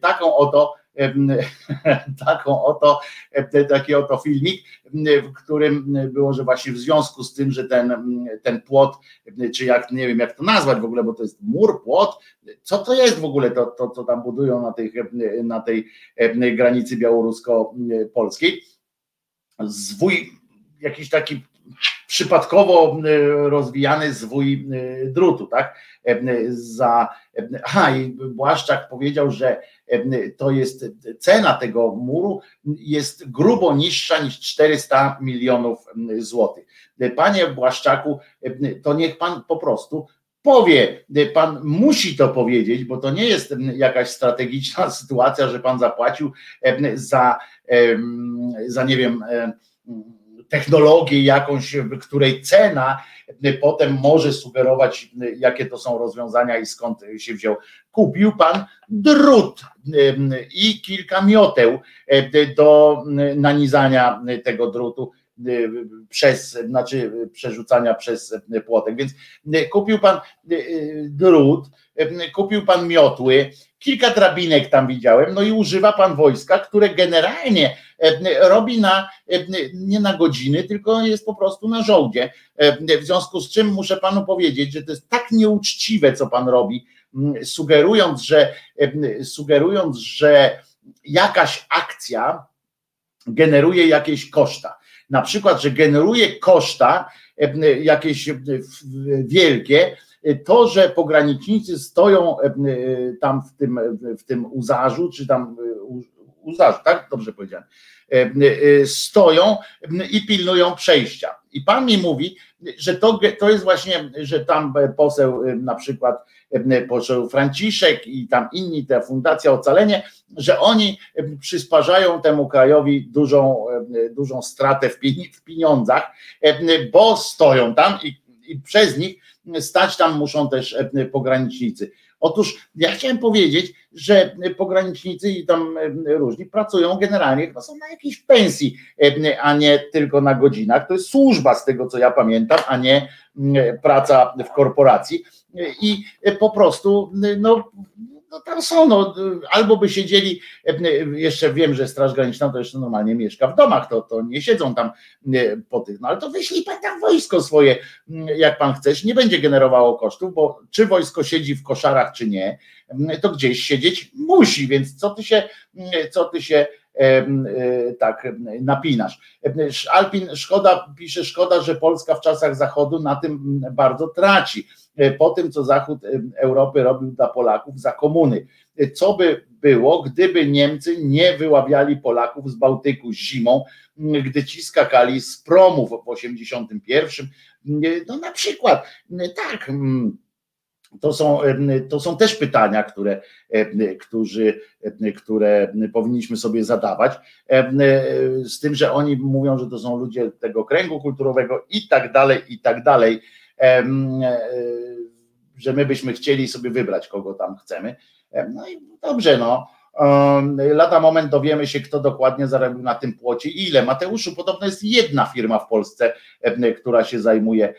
taki oto filmik, w którym było, że właśnie w związku z tym, że ten płot, czy jak nie wiem jak to nazwać w ogóle, bo to jest mur, płot, co to jest w ogóle to co tam budują na tej granicy białorusko-polskiej, jakiś taki przypadkowo rozwijany zwój drutu, tak? I Błaszczak powiedział, że to jest cena tego muru jest grubo niższa niż 400 milionów złotych. Panie Błaszczaku, to niech pan po prostu powie, pan musi to powiedzieć, bo to nie jest jakaś strategiczna sytuacja, że pan zapłacił za nie wiem, technologię jakąś, której cena potem może sugerować, jakie to są rozwiązania i skąd się wziął. Kupił pan drut i kilka mioteł do nanizania tego drutu, przerzucania przez płotek. Więc kupił pan drut, kupił pan miotły, kilka drabinek tam widziałem, no i używa pan wojska, które generalnie robi nie na godziny, tylko jest po prostu na żołdzie. W związku z czym muszę panu powiedzieć, że to jest tak nieuczciwe, co pan robi, sugerując, że jakaś akcja generuje jakieś koszta. Na przykład, że generuje koszta jakieś wielkie, to, że pogranicznicy stoją tam w tym Uzarzu, czy tam tak? Dobrze powiedziałem. Stoją i pilnują przejścia. I pan mi mówi, że to jest właśnie, że tam poseł na przykład poseł Franciszek i tam inni, ta Fundacja Ocalenie, że oni przysparzają temu krajowi dużą stratę w pieniądzach, bo stoją tam i przez nich stać tam muszą też pogranicznicy. Otóż ja chciałem powiedzieć, że pogranicznicy i tam różni pracują generalnie, chyba są na jakiejś pensji, a nie tylko na godzinach. To jest służba z tego, co ja pamiętam, a nie praca w korporacji. I po prostu no tam są, albo by siedzieli, jeszcze wiem, że Straż Graniczna to jeszcze normalnie mieszka w domach, to nie siedzą tam po tych, no ale to wyślij pan tam wojsko swoje, jak pan chcesz, nie będzie generowało kosztów, bo czy wojsko siedzi w koszarach, czy nie, to gdzieś siedzieć musi, więc co ty się tak napinasz. Alpin pisze, szkoda, że Polska w czasach Zachodu na tym bardzo traci. Po tym, co Zachód Europy robił dla Polaków za komuny. Co by było, gdyby Niemcy nie wyławiali Polaków z Bałtyku zimą, gdy ci skakali z promów w 81. No na przykład, tak. To są też pytania, które powinniśmy sobie zadawać, z tym, że oni mówią, że to są ludzie tego kręgu kulturowego i tak dalej, że my byśmy chcieli sobie wybrać, kogo tam chcemy. No i dobrze, no. Lada moment dowiemy się, kto dokładnie zarobił na tym płocie i ile. Mateuszu, podobno jest jedna firma w Polsce, która się zajmuje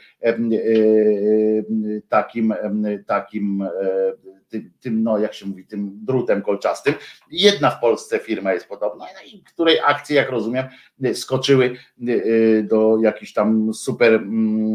tym, no jak się mówi, tym drutem kolczastym. Jedna w Polsce firma jest podobna, której akcje, jak rozumiem, skoczyły do jakiejś tam super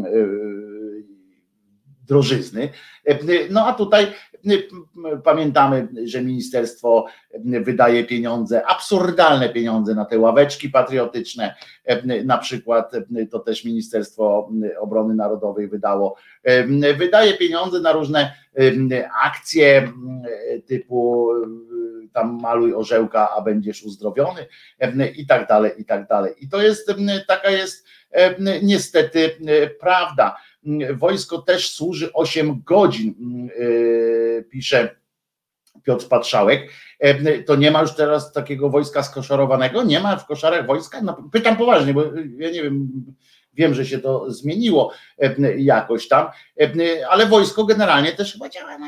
drożyzny. No a tutaj pamiętamy, że ministerstwo wydaje pieniądze, absurdalne pieniądze na te ławeczki patriotyczne, na przykład to też Ministerstwo Obrony Narodowej wydaje pieniądze na różne akcje typu tam maluj orzełka, a będziesz uzdrowiony i tak dalej, i tak dalej. I to jest, taka jest niestety prawda. Wojsko też służy 8 godzin, pisze Piotr Patrzałek. To nie ma już teraz takiego wojska skoszarowanego? Nie ma w koszarach wojska? No, pytam poważnie, bo ja nie wiem, że się to zmieniło jakoś tam, ale wojsko generalnie też chyba działa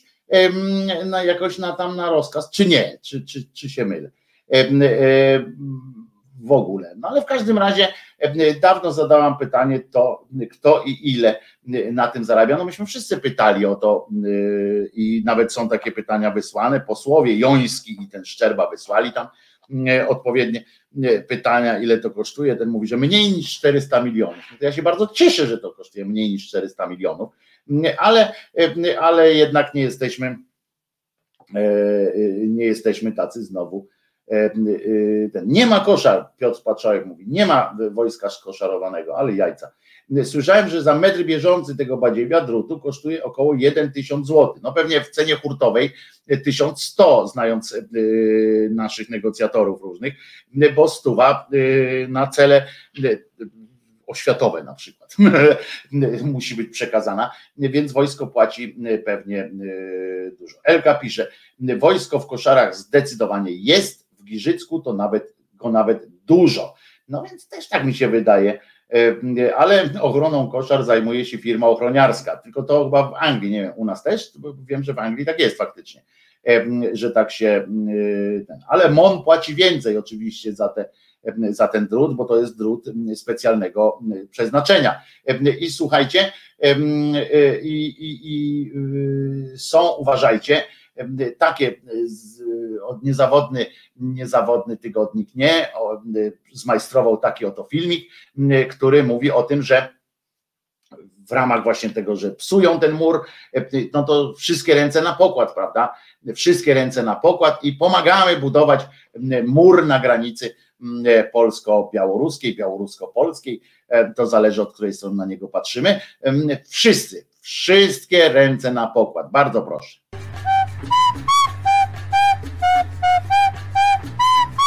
na rozkaz, czy nie, czy się mylę. W ogóle. No ale w każdym razie dawno zadałam pytanie, to kto i ile na tym zarabia. No myśmy wszyscy pytali o to i nawet są takie pytania wysłane. Posłowie Joński i ten Szczerba wysłali tam odpowiednie pytania, ile to kosztuje. Ten mówi, że mniej niż 400 milionów. No to ja się bardzo cieszę, że to kosztuje mniej niż 400 milionów, ale jednak nie jesteśmy tacy znowu. Nie ma koszar, Piotr Patrzałek mówi, nie ma wojska skoszarowanego, ale jajca. Słyszałem, że za metr bieżący tego badziewia drutu kosztuje około 1000 zł. No pewnie w cenie hurtowej 1100, znając naszych negocjatorów różnych, bo 100 na cele oświatowe na przykład musi być przekazana, więc wojsko płaci pewnie dużo. Elka pisze, wojsko w koszarach zdecydowanie jest, w Giżycku to nawet dużo. No więc też tak mi się wydaje, ale ochroną koszar zajmuje się firma ochroniarska, tylko to chyba w Anglii, nie wiem, u nas też, bo wiem, że w Anglii tak jest faktycznie, że tak się, ale MON płaci więcej oczywiście za ten drut, bo to jest drut specjalnego przeznaczenia. I słuchajcie, są, uważajcie, takie niezawodny tygodnik zmajstrował taki oto filmik, który mówi o tym, że w ramach właśnie tego, że psują ten mur, no to wszystkie ręce na pokład, prawda? Wszystkie ręce na pokład i pomagamy budować mur na granicy polsko-białoruskiej, białorusko-polskiej, to zależy, od której strony na niego patrzymy. Wszystkie ręce na pokład, bardzo proszę.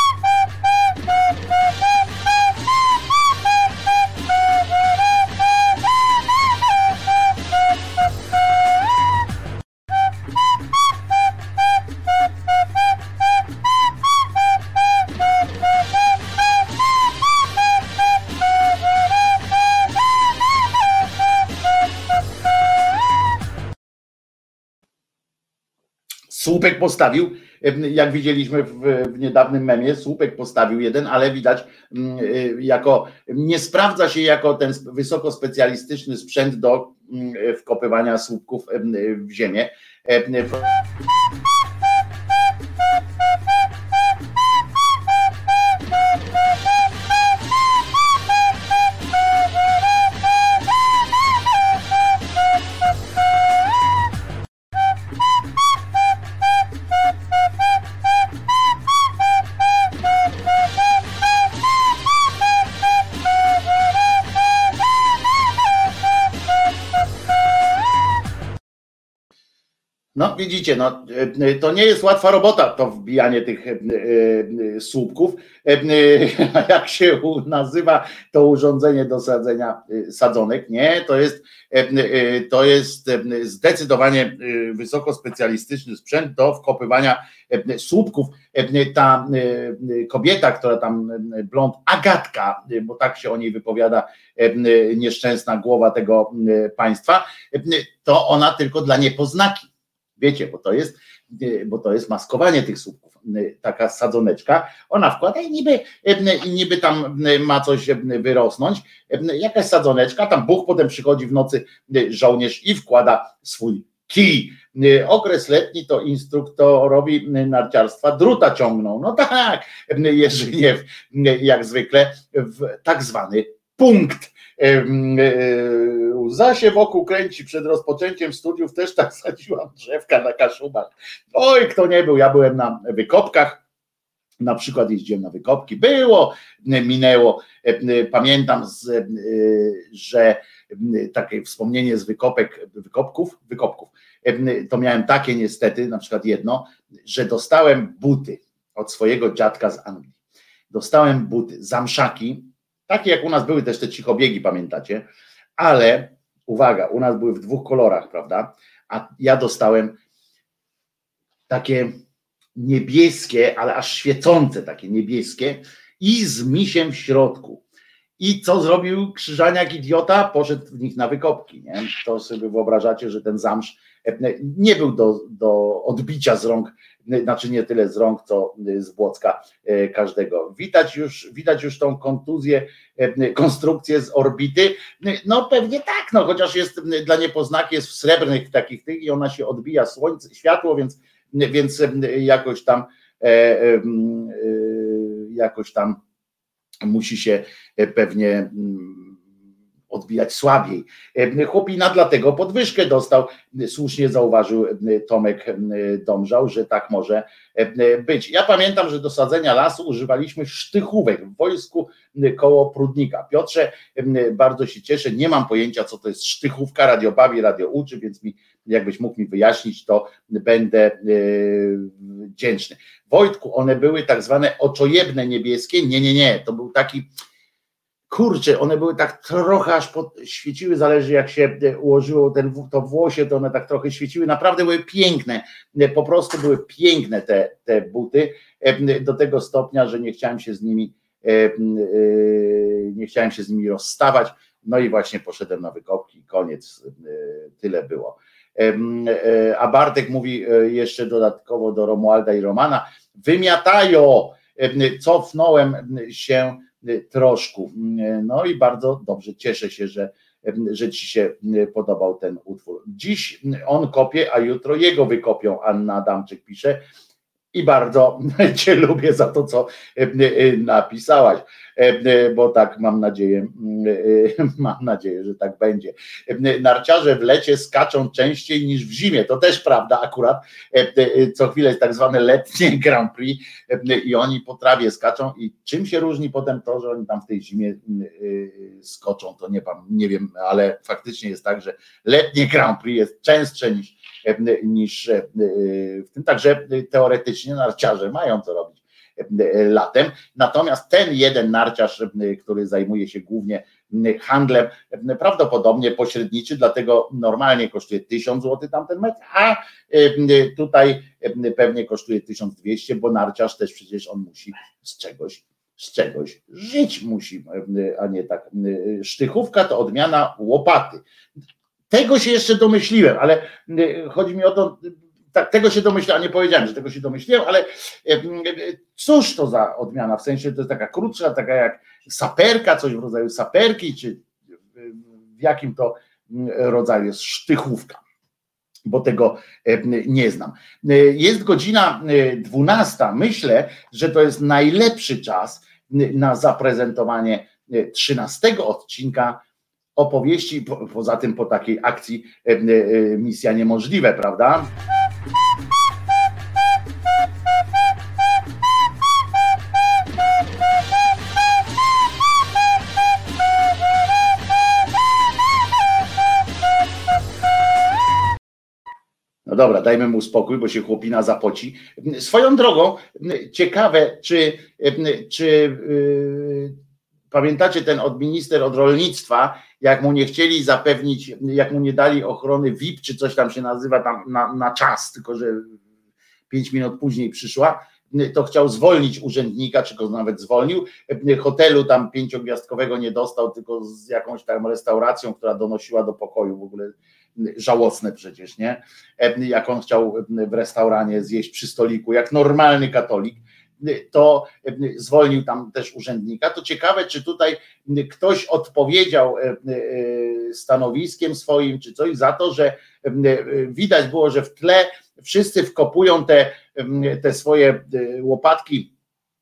Słupek postawił, jak widzieliśmy w niedawnym memie, słupek postawił jeden, ale widać, jako nie sprawdza się jako ten wysokospecjalistyczny sprzęt do wkopywania słupków w ziemię. No widzicie, no, to nie jest łatwa robota, to wbijanie tych słupków. Jak się nazywa to urządzenie do sadzenia sadzonek? Nie, to jest zdecydowanie wysokospecjalistyczny sprzęt do wkopywania słupków. Ta kobieta, która tam, blond Agatka, bo tak się o niej wypowiada nieszczęsna głowa tego państwa, to ona tylko dla niepoznaki. Wiecie, bo to jest maskowanie tych słupków. Taka sadzoneczka, ona wkłada i niby tam ma coś wyrosnąć. Jakaś sadzoneczka, tam Bóg, potem przychodzi w nocy żołnierz i wkłada swój kij. Okres letni to instruktorowi narciarstwa druta ciągną. No tak, jeżeli nie jak zwykle w tak zwany punkt. Łza się wokół kręci. Przed rozpoczęciem studiów też tak sadziłam drzewka na Kaszubach. Oj, kto nie był, ja byłem na wykopkach, na przykład jeździłem na wykopki, minęło, pamiętam, że takie wspomnienie z wykopków, to miałem takie niestety, na przykład jedno, że dostałem buty od swojego dziadka z Anglii. Dostałem buty, zamszaki, takie jak u nas były też te cichobiegi, pamiętacie, ale uwaga, u nas były w 2 kolorach, prawda, a ja dostałem takie niebieskie, ale aż świecące takie niebieskie i z misiem w środku. I co zrobił Krzyżaniak idiota? Poszedł w nich na wykopki, nie? To sobie wyobrażacie, że ten zamsz nie był do odbicia z rąk, znaczy nie tyle z rąk, co z błocka każdego. Widać już tą konstrukcję z orbity. No pewnie tak, no chociaż jest dla niepoznaki, jest w srebrnych takich tych i ona się odbija słońce, światło, więc jakoś tam musi się pewnie odbijać słabiej. Chłopina dlatego podwyżkę dostał, słusznie zauważył Tomek Domżał, że tak może być. Ja pamiętam, że do sadzenia lasu używaliśmy sztychówek w wojsku koło Prudnika. Piotrze, bardzo się cieszę, nie mam pojęcia, co to jest sztychówka, radio bawi, radio uczy, więc jakbyś mógł mi wyjaśnić, to będę wdzięczny. Wojtku, one były tak zwane oczojebne niebieskie? Nie, to był taki, kurczę, one były tak trochę aż świeciły, zależy jak się ułożyło to włosie, to one tak trochę świeciły, naprawdę były piękne, po prostu były piękne te buty, do tego stopnia, że nie chciałem się z nimi rozstawać, no i właśnie poszedłem na wykopki, koniec, tyle było. A Bartek mówi jeszcze dodatkowo do Romualda i Romana, wymiatają, cofnąłem się troszkę. No i bardzo dobrze, cieszę się, że ci się podobał ten utwór. Dziś on kopie, a jutro jego wykopią, Anna Adamczyk pisze. I bardzo cię lubię za to, co napisałaś, bo tak mam nadzieję, że tak będzie. Narciarze w lecie skaczą częściej niż w zimie, to też prawda akurat, co chwilę jest tak zwane letnie Grand Prix i oni po trawie skaczą i czym się różni potem to, że oni tam w tej zimie skoczą, to nie wiem, ale faktycznie jest tak, że letnie Grand Prix jest częstsze niż w tym, także teoretycznie narciarze mają co robić latem, natomiast ten jeden narciarz, który zajmuje się głównie handlem, prawdopodobnie pośredniczy, dlatego normalnie kosztuje 1000 zł tamten metr, a tutaj pewnie kosztuje 1200, bo narciarz też przecież on musi z czegoś żyć musi, a nie tak. Sztychówka to odmiana łopaty. Tego się jeszcze domyśliłem, ale chodzi mi o to, Tak, tego się domyślałem, nie powiedziałem, że tego się domyśliłem, ale cóż to za odmiana, w sensie to jest taka krótsza, taka jak saperka, coś w rodzaju saperki, czy w jakim to rodzaju jest sztychówka, bo tego nie znam. Jest godzina 12, myślę, że to jest najlepszy czas na zaprezentowanie 13 odcinka opowieści, poza tym po takiej akcji Misja Niemożliwe, prawda? No dobra, dajmy mu spokój, bo się chłopina zapoci. Swoją drogą, ciekawe, czy pamiętacie ten minister od rolnictwa, jak mu nie chcieli zapewnić, jak mu nie dali ochrony VIP, czy coś tam się nazywa tam na czas, tylko że 5 minut później przyszła, to chciał zwolnić urzędnika, czy go nawet zwolnił. Hotelu tam 5-gwiazdkowego nie dostał, tylko z jakąś tam restauracją, która donosiła do pokoju, w ogóle żałosne przecież, nie? Jak on chciał w restauranie zjeść przy stoliku, jak normalny katolik, to zwolnił tam też urzędnika. To ciekawe, czy tutaj ktoś odpowiedział stanowiskiem swoim, czy coś za to, że widać było, że w tle wszyscy wkopują te swoje łopatki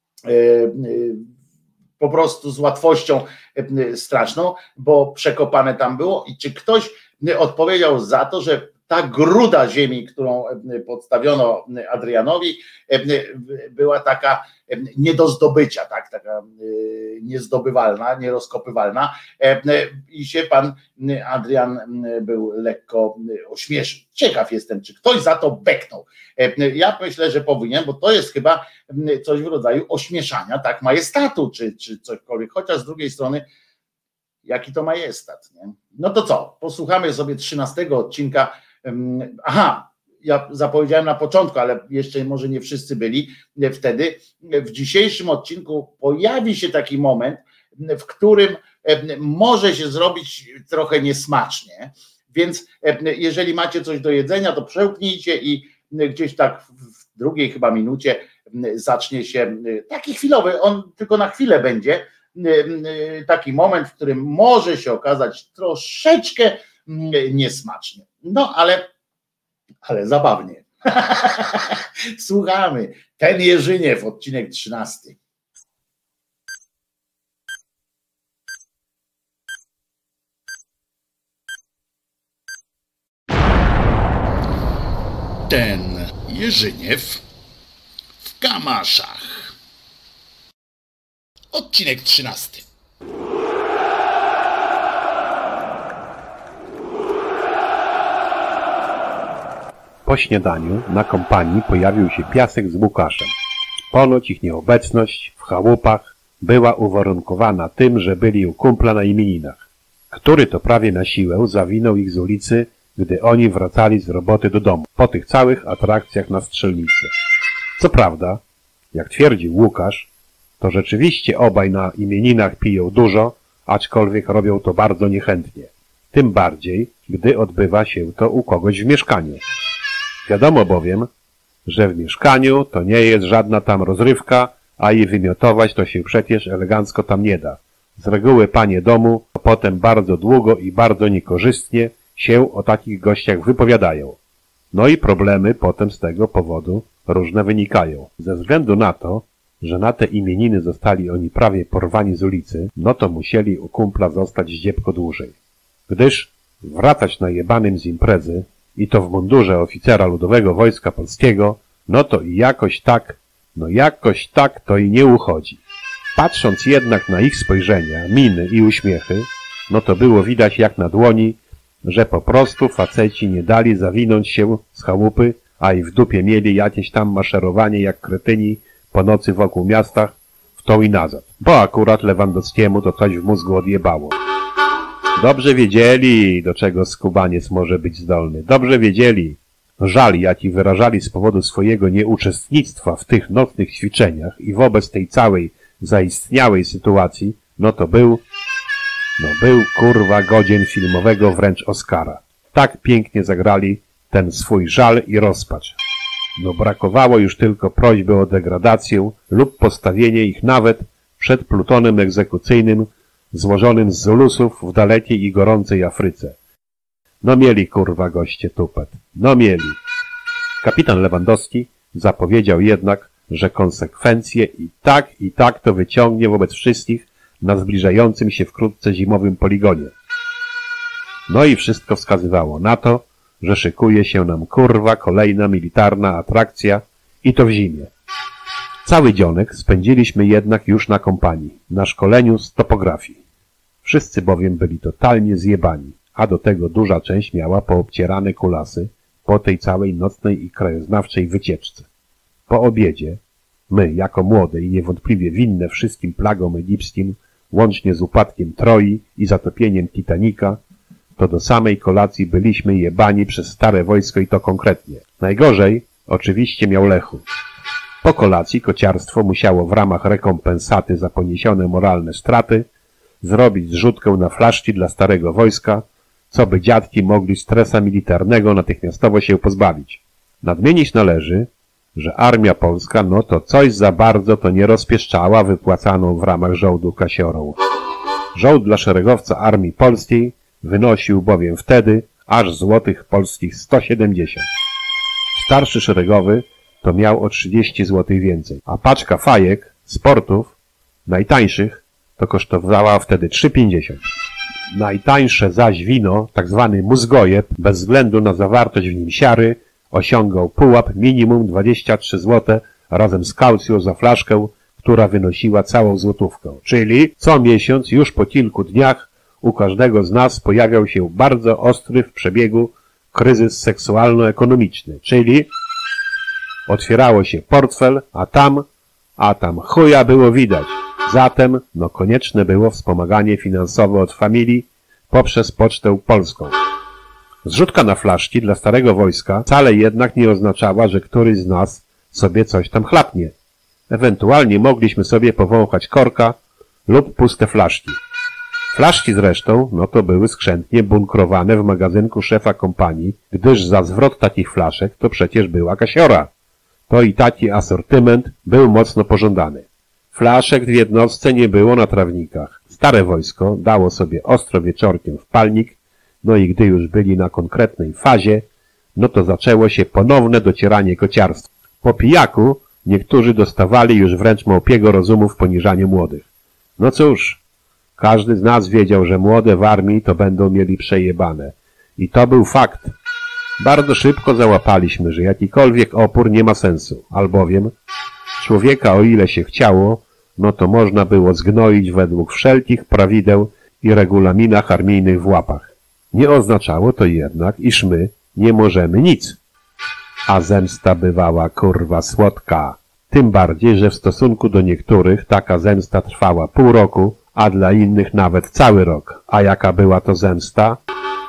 po prostu z łatwością straszną, bo przekopane tam było. I czy ktoś odpowiedział za to, że ta gruda ziemi, którą podstawiono Adrianowi, była taka nie do zdobycia, tak? Taka niezdobywalna, nierozkopywalna, i się pan Adrian był lekko ośmieszył. Ciekaw jestem, czy ktoś za to beknął. Ja myślę, że powinien, bo to jest chyba coś w rodzaju ośmieszania, tak, majestatu, czy cośkolwiek, chociaż z drugiej strony jaki to majestat, nie? No to co, posłuchamy sobie 13 odcinka. Aha, ja zapowiedziałem na początku, ale jeszcze może nie wszyscy byli wtedy. W dzisiejszym odcinku pojawi się taki moment, w którym może się zrobić trochę niesmacznie, więc jeżeli macie coś do jedzenia, to przełknijcie i gdzieś tak w drugiej chyba minucie zacznie się taki chwilowy, on tylko na chwilę będzie, taki moment, w którym może się okazać troszeczkę niesmacznie. No, ale zabawnie. Słuchamy. Ten Jerzyniew, odcinek 13. Ten Jerzyniew w Kamaszach. Odcinek 13. Po śniadaniu na kompanii pojawił się Piasek z Łukaszem. Ponoć ich nieobecność w chałupach była uwarunkowana tym, że byli u kumpla na imieninach, który to prawie na siłę zawinął ich z ulicy, gdy oni wracali z roboty do domu, po tych całych atrakcjach na strzelnicy. Co prawda, jak twierdził Łukasz, to rzeczywiście obaj na imieninach piją dużo, aczkolwiek robią to bardzo niechętnie. Tym bardziej, gdy odbywa się to u kogoś w mieszkaniu. Wiadomo bowiem, że w mieszkaniu to nie jest żadna tam rozrywka, a i wymiotować to się przecież elegancko tam nie da. Z reguły panie domu potem bardzo długo i bardzo niekorzystnie się o takich gościach wypowiadają. No i problemy potem z tego powodu różne wynikają. Ze względu na to, że na te imieniny zostali oni prawie porwani z ulicy, no to musieli u kumpla zostać zdziepko dłużej. Gdyż wracać najebanym z imprezy, i to w mundurze oficera Ludowego Wojska Polskiego, no to i jakoś tak to i nie uchodzi. Patrząc jednak na ich spojrzenia, miny i uśmiechy, no to było widać jak na dłoni, że po prostu faceci nie dali zawinąć się z chałupy, a i w dupie mieli jakieś tam maszerowanie jak kretyni po nocy wokół miastach w tą i nazad. Bo akurat Lewandowskiemu to coś w mózgu odjebało. Dobrze wiedzieli, do czego skubaniec może być zdolny. Dobrze wiedzieli. Żal, jaki wyrażali z powodu swojego nieuczestnictwa w tych nocnych ćwiczeniach i wobec tej całej zaistniałej sytuacji, no był kurwa godzien filmowego wręcz Oscara. Tak pięknie zagrali ten swój żal i rozpacz. No brakowało już tylko prośby o degradację lub postawienie ich nawet przed plutonem egzekucyjnym złożonym z Zulusów w dalekiej i gorącej Afryce. No mieli kurwa goście tupet. No mieli. Kapitan Lewandowski zapowiedział jednak, że konsekwencje i tak to wyciągnie wobec wszystkich na zbliżającym się wkrótce zimowym poligonie. No i wszystko wskazywało na to, że szykuje się nam kurwa kolejna militarna atrakcja i to w zimie. Cały dzionek spędziliśmy jednak już na kompanii, na szkoleniu z topografii. Wszyscy bowiem byli totalnie zjebani, a do tego duża część miała poobcierane kulasy po tej całej nocnej i krajoznawczej wycieczce. Po obiedzie my, jako młode i niewątpliwie winne wszystkim plagom egipskim, łącznie z upadkiem Troi i zatopieniem Titanika, to do samej kolacji byliśmy jebani przez stare wojsko i to konkretnie. Najgorzej oczywiście miał Lechu. Po kolacji kociarstwo musiało w ramach rekompensaty za poniesione moralne straty zrobić zrzutkę na flaszki dla starego wojska, co by dziadki mogli stresa militarnego natychmiastowo się pozbawić. Nadmienić należy, że armia polska no to coś za bardzo to nie rozpieszczała wypłacaną w ramach żołdu kasiorą. Żołd dla szeregowca armii polskiej wynosił bowiem wtedy aż złotych polskich 170. Starszy szeregowy to miał o 30 zł więcej, a paczka fajek, sportów, najtańszych, to kosztowała wtedy 3,50. Najtańsze zaś wino, tak zwany mózgojeb, bez względu na zawartość w nim siary, osiągał pułap minimum 23 zł razem z kaucją za flaszkę, która wynosiła całą złotówkę. Czyli co miesiąc, już po kilku dniach, u każdego z nas pojawiał się bardzo ostry w przebiegu kryzys seksualno-ekonomiczny, czyli otwierało się portfel, a tam chuja było widać. Zatem, no konieczne było wspomaganie finansowe od familii poprzez Pocztę Polską. Zrzutka na flaszki dla starego wojska wcale jednak nie oznaczała, że któryś z nas sobie coś tam chlapnie. Ewentualnie mogliśmy sobie powąchać korka lub puste flaszki. Flaszki zresztą, no to były skrzętnie bunkrowane w magazynku szefa kompanii, gdyż za zwrot takich flaszek to przecież była kasiora. To i taki asortyment był mocno pożądany. Flaszek w jednostce nie było na trawnikach. Stare wojsko dało sobie ostro wieczorkiem w palnik, no i gdy już byli na konkretnej fazie, no to zaczęło się ponowne docieranie kociarstwa. Po pijaku niektórzy dostawali już wręcz małpiego rozumu w poniżaniu młodych. No cóż, każdy z nas wiedział, że młode w armii to będą mieli przejebane. I to był fakt. Bardzo szybko załapaliśmy, że jakikolwiek opór nie ma sensu, albowiem człowieka o ile się chciało, no to można było zgnoić według wszelkich prawideł i regulaminach armijnych w łapach. Nie oznaczało to jednak, iż my nie możemy nic. A zemsta bywała kurwa słodka. Tym bardziej, że w stosunku do niektórych taka zemsta trwała pół roku, a dla innych nawet cały rok. A jaka była to zemsta?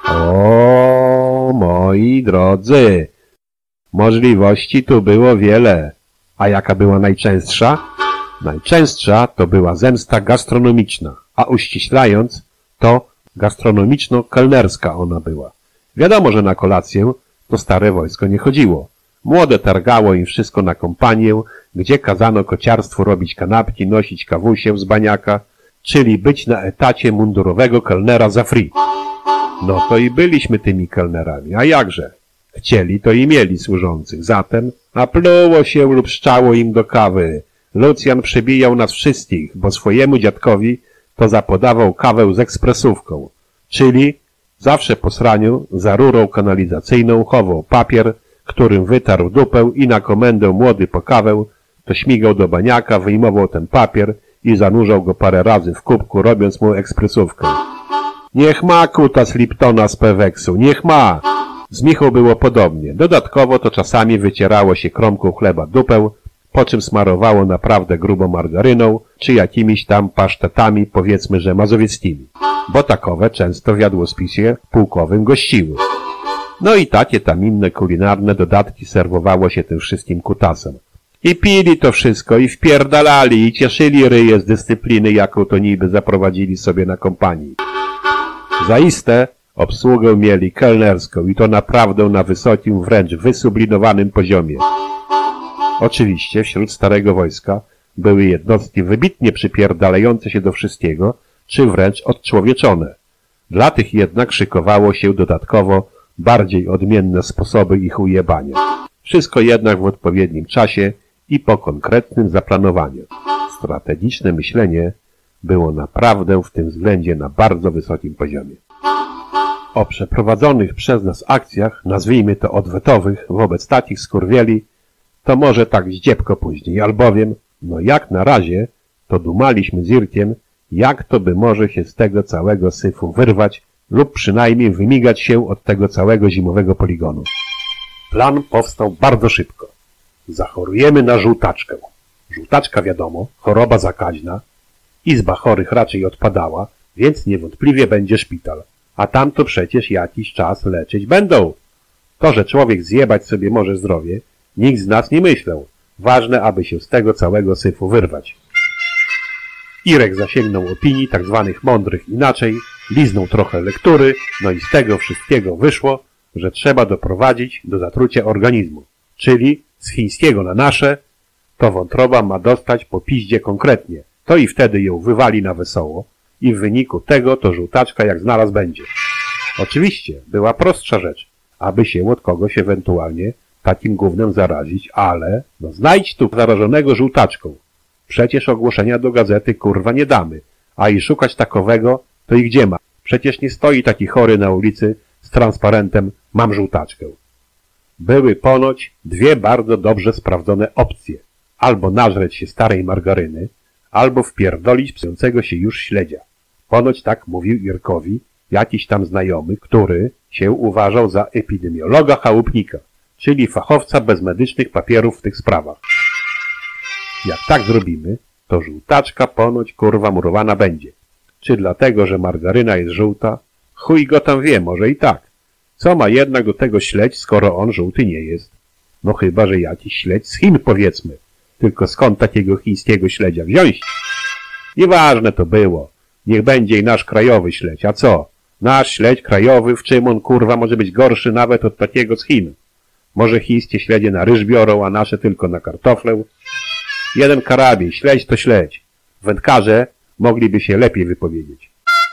O, moi drodzy, możliwości tu było wiele. A jaka była najczęstsza? Najczęstsza to była zemsta gastronomiczna, a uściślając, to gastronomiczno-kelnerska ona była. Wiadomo, że na kolację to stare wojsko nie chodziło. Młode targało im wszystko na kompanię, gdzie kazano kociarstwu robić kanapki, nosić kawusię z baniaka, czyli być na etacie mundurowego kelnera za free. No to i byliśmy tymi kelnerami, a jakże? Chcieli to i mieli służących, zatem napluło się lub szczało im do kawy. Lucjan przybijał nas wszystkich, bo swojemu dziadkowi to zapodawał kawę z ekspresówką, czyli zawsze po sraniu za rurą kanalizacyjną chował papier, którym wytarł dupę i na komendę młody po kawę, to śmigał do baniaka, wyjmował ten papier i zanurzał go parę razy w kubku, robiąc mu ekspresówkę. Niech ma kutas Liptona z Peweksu, niech ma! Z Michą było podobnie. Dodatkowo to czasami wycierało się kromką chleba dupę, po czym smarowało naprawdę grubą margaryną, czy jakimiś tam pasztetami, powiedzmy, że mazowieckimi. Bo takowe często w jadłospisie pułkowym gościły. No i takie tam inne kulinarne dodatki serwowało się tym wszystkim kutasem. I pili to wszystko, i wpierdalali, i cieszyli ryje z dyscypliny, jaką to niby zaprowadzili sobie na kompanii. Zaiste, Obsługę mieli kelnerską i to naprawdę na wysokim, wręcz wysublimowanym poziomie. Oczywiście wśród starego wojska były jednostki wybitnie przypierdalające się do wszystkiego, czy wręcz odczłowieczone. Dla tych jednak szykowało się dodatkowo bardziej odmienne sposoby ich ujebania. Wszystko jednak w odpowiednim czasie i po konkretnym zaplanowaniu. Strategiczne myślenie było naprawdę w tym względzie na bardzo wysokim poziomie. O przeprowadzonych przez nas akcjach, nazwijmy to odwetowych, wobec takich skurwieli, to może tak zdziepko później, albowiem, no jak na razie, to dumaliśmy z Irkiem, jak to by może się z tego całego syfu wyrwać lub przynajmniej wymigać się od tego całego zimowego poligonu. Plan powstał bardzo szybko. Zachorujemy na żółtaczkę. Żółtaczka wiadomo, choroba zakaźna, izba chorych raczej odpadała, więc niewątpliwie będzie szpital. A tam to przecież jakiś czas leczyć będą. To, że człowiek zjebać sobie może zdrowie, nikt z nas nie myślał. Ważne, aby się z tego całego syfu wyrwać. Irek zasięgnął opinii tak zwanych mądrych inaczej, liznął trochę lektury, no i z tego wszystkiego wyszło, że trzeba doprowadzić do zatrucia organizmu. Czyli z chińskiego na nasze, to wątroba ma dostać po piździe konkretnie. To i wtedy ją wywali na wesoło i w wyniku tego to żółtaczka jak znalazł będzie. Oczywiście była prostsza rzecz, aby się od kogoś ewentualnie takim gównem zarazić, ale no znajdź tu zarażonego żółtaczką. Przecież ogłoszenia do gazety kurwa nie damy, a i szukać takowego to i gdzie ma. Przecież nie stoi taki chory na ulicy z transparentem mam żółtaczkę. Były ponoć dwie bardzo dobrze sprawdzone opcje. Albo nażreć się starej margaryny, albo wpierdolić psującego się już śledzia. Ponoć tak mówił Irkowi jakiś tam znajomy, który się uważał za epidemiologa chałupnika, czyli fachowca bez medycznych papierów w tych sprawach. Jak tak zrobimy, to żółtaczka ponoć kurwa murowana będzie. Czy dlatego, że margaryna jest żółta? Chuj go tam wie, może i tak. Co ma jednak do tego śledź, skoro on żółty nie jest? No chyba, że jakiś śledź z Chin powiedzmy. Tylko skąd takiego chińskiego śledzia wziąć? Nieważne to było. Niech będzie i nasz krajowy śledź. A co? Nasz śledź krajowy, w czym on kurwa może być gorszy nawet od takiego z Chin? Może chińskie śledzie na ryż biorą, a nasze tylko na kartoflę? Jeden karabin, śledź to śledź. Wędkarze mogliby się lepiej wypowiedzieć.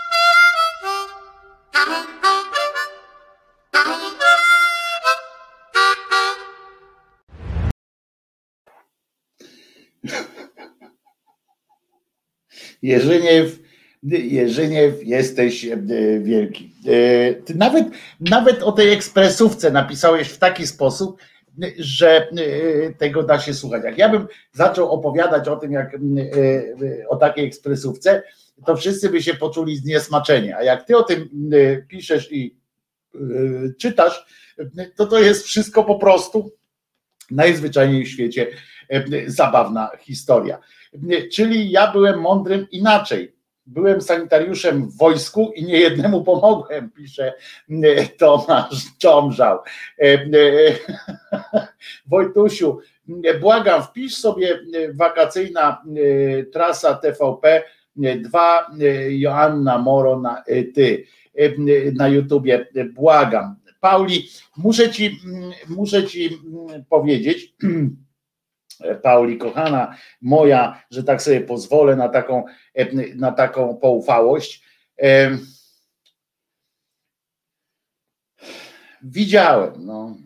Jerzyniew, jesteś wielki. Ty nawet o tej ekspresówce napisałeś w taki sposób, że tego da się słuchać. Jak ja bym zaczął opowiadać o tym, o takiej ekspresówce, to wszyscy by się poczuli zniesmaczeni. A jak ty o tym piszesz i czytasz, to jest wszystko po prostu najzwyczajniej w świecie zabawna historia. Czyli ja byłem mądrym inaczej. Byłem sanitariuszem w wojsku i niejednemu pomogłem, pisze Tomasz Czomżał. Wojtusiu, błagam, wpisz sobie wakacyjna trasa TVP 2 Joanna Moro na YouTubie. Błagam. Pauli, muszę ci powiedzieć, Pauli, kochana moja, że tak sobie pozwolę na taką poufałość. Widziałem, no.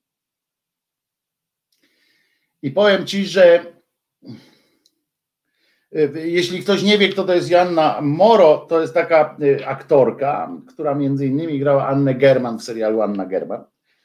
I powiem ci, że jeśli ktoś nie wie, kto to jest Joanna Moro, to jest taka aktorka, która między innymi grała Annę German w serialu Anna German,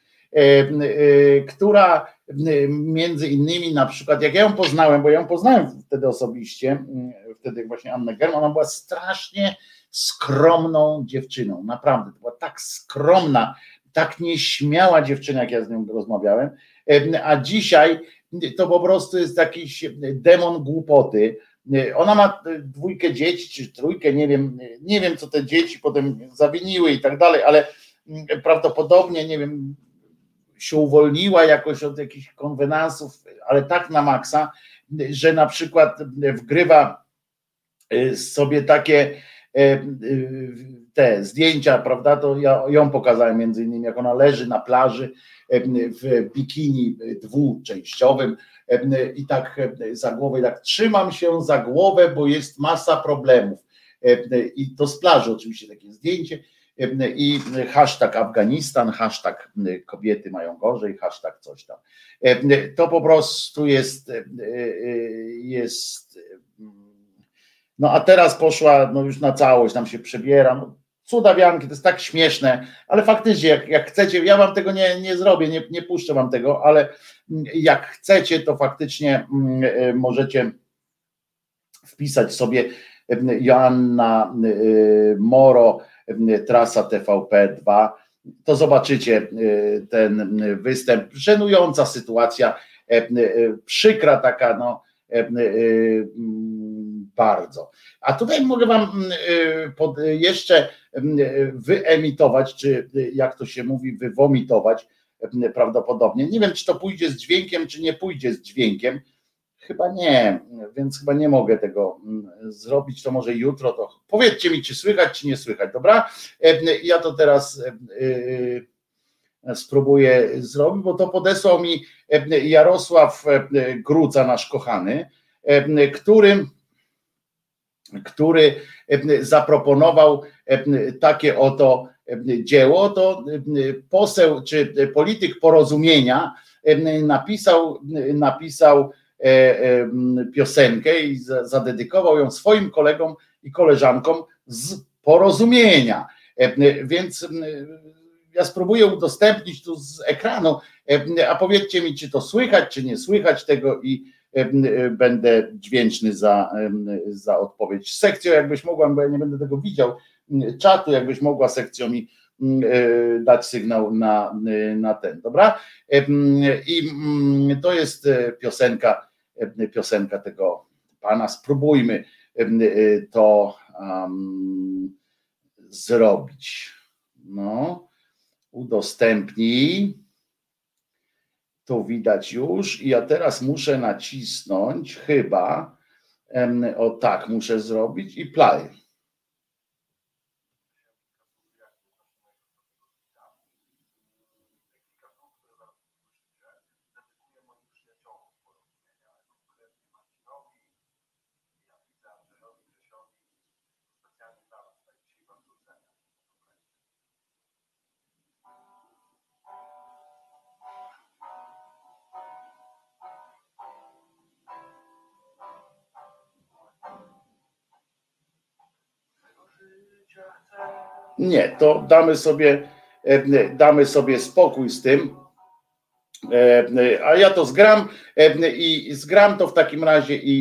która między innymi na przykład, jak ja ją poznałem, bo ja ją poznałem wtedy osobiście, wtedy właśnie Annę German, ona była strasznie skromną dziewczyną, naprawdę, to była tak skromna, tak nieśmiała dziewczyna, jak ja z nią rozmawiałem, a dzisiaj to po prostu jest jakiś demon głupoty. Ona ma 2 dzieci, czy 3, nie wiem co te dzieci potem zawiniły i tak dalej, ale prawdopodobnie, nie wiem, się uwolniła jakoś od jakichś konwenansów, ale tak na maksa, że na przykład wgrywa sobie takie te zdjęcia, prawda, to ja ją pokazałem między innymi, jak ona leży na plaży w bikini dwuczęściowym i tak za głowę, i tak trzymam się za głowę, bo jest masa problemów. I to z plaży oczywiście takie zdjęcie i hashtag Afganistan, hashtag kobiety mają gorzej, hashtag coś tam. To po prostu jest no a teraz poszła no już na całość, tam się przebiera, no, cudawianki, to jest tak śmieszne, ale faktycznie jak chcecie, ja wam tego nie zrobię, nie puszczę wam tego, ale jak chcecie, to faktycznie możecie wpisać sobie Joanna Moro, trasa TVP2, to zobaczycie ten występ, żenująca sytuacja, przykra taka, no bardzo. A tutaj mogę wam jeszcze wyemitować, czy jak to się mówi, wywomitować prawdopodobnie. Nie wiem, czy to pójdzie z dźwiękiem, czy nie pójdzie z dźwiękiem. Chyba nie, więc chyba nie mogę tego zrobić, to może jutro to powiedzcie mi, czy słychać, czy nie słychać, dobra? Ja to teraz spróbuję zrobić, bo to podesłał mi Jarosław Gruca, nasz kochany, który zaproponował takie oto dzieło. To poseł czy polityk Porozumienia napisał piosenkę i zadedykował ją swoim kolegom i koleżankom z Porozumienia. Więc ja spróbuję udostępnić tu z ekranu, a powiedzcie mi, czy to słychać, czy nie słychać tego i będę wdzięczny za odpowiedź. Sekcją, jakbyś mogła, bo ja nie będę tego widział, czatu, jakbyś mogła sekcją mi dać sygnał na ten, dobra? I to jest piosenka tego pana. Spróbujmy to zrobić. No, udostępnij. To widać już i ja teraz muszę nacisnąć chyba, o tak muszę zrobić i play. Nie, to damy sobie spokój z tym, a ja to zgram i zgram to w takim razie i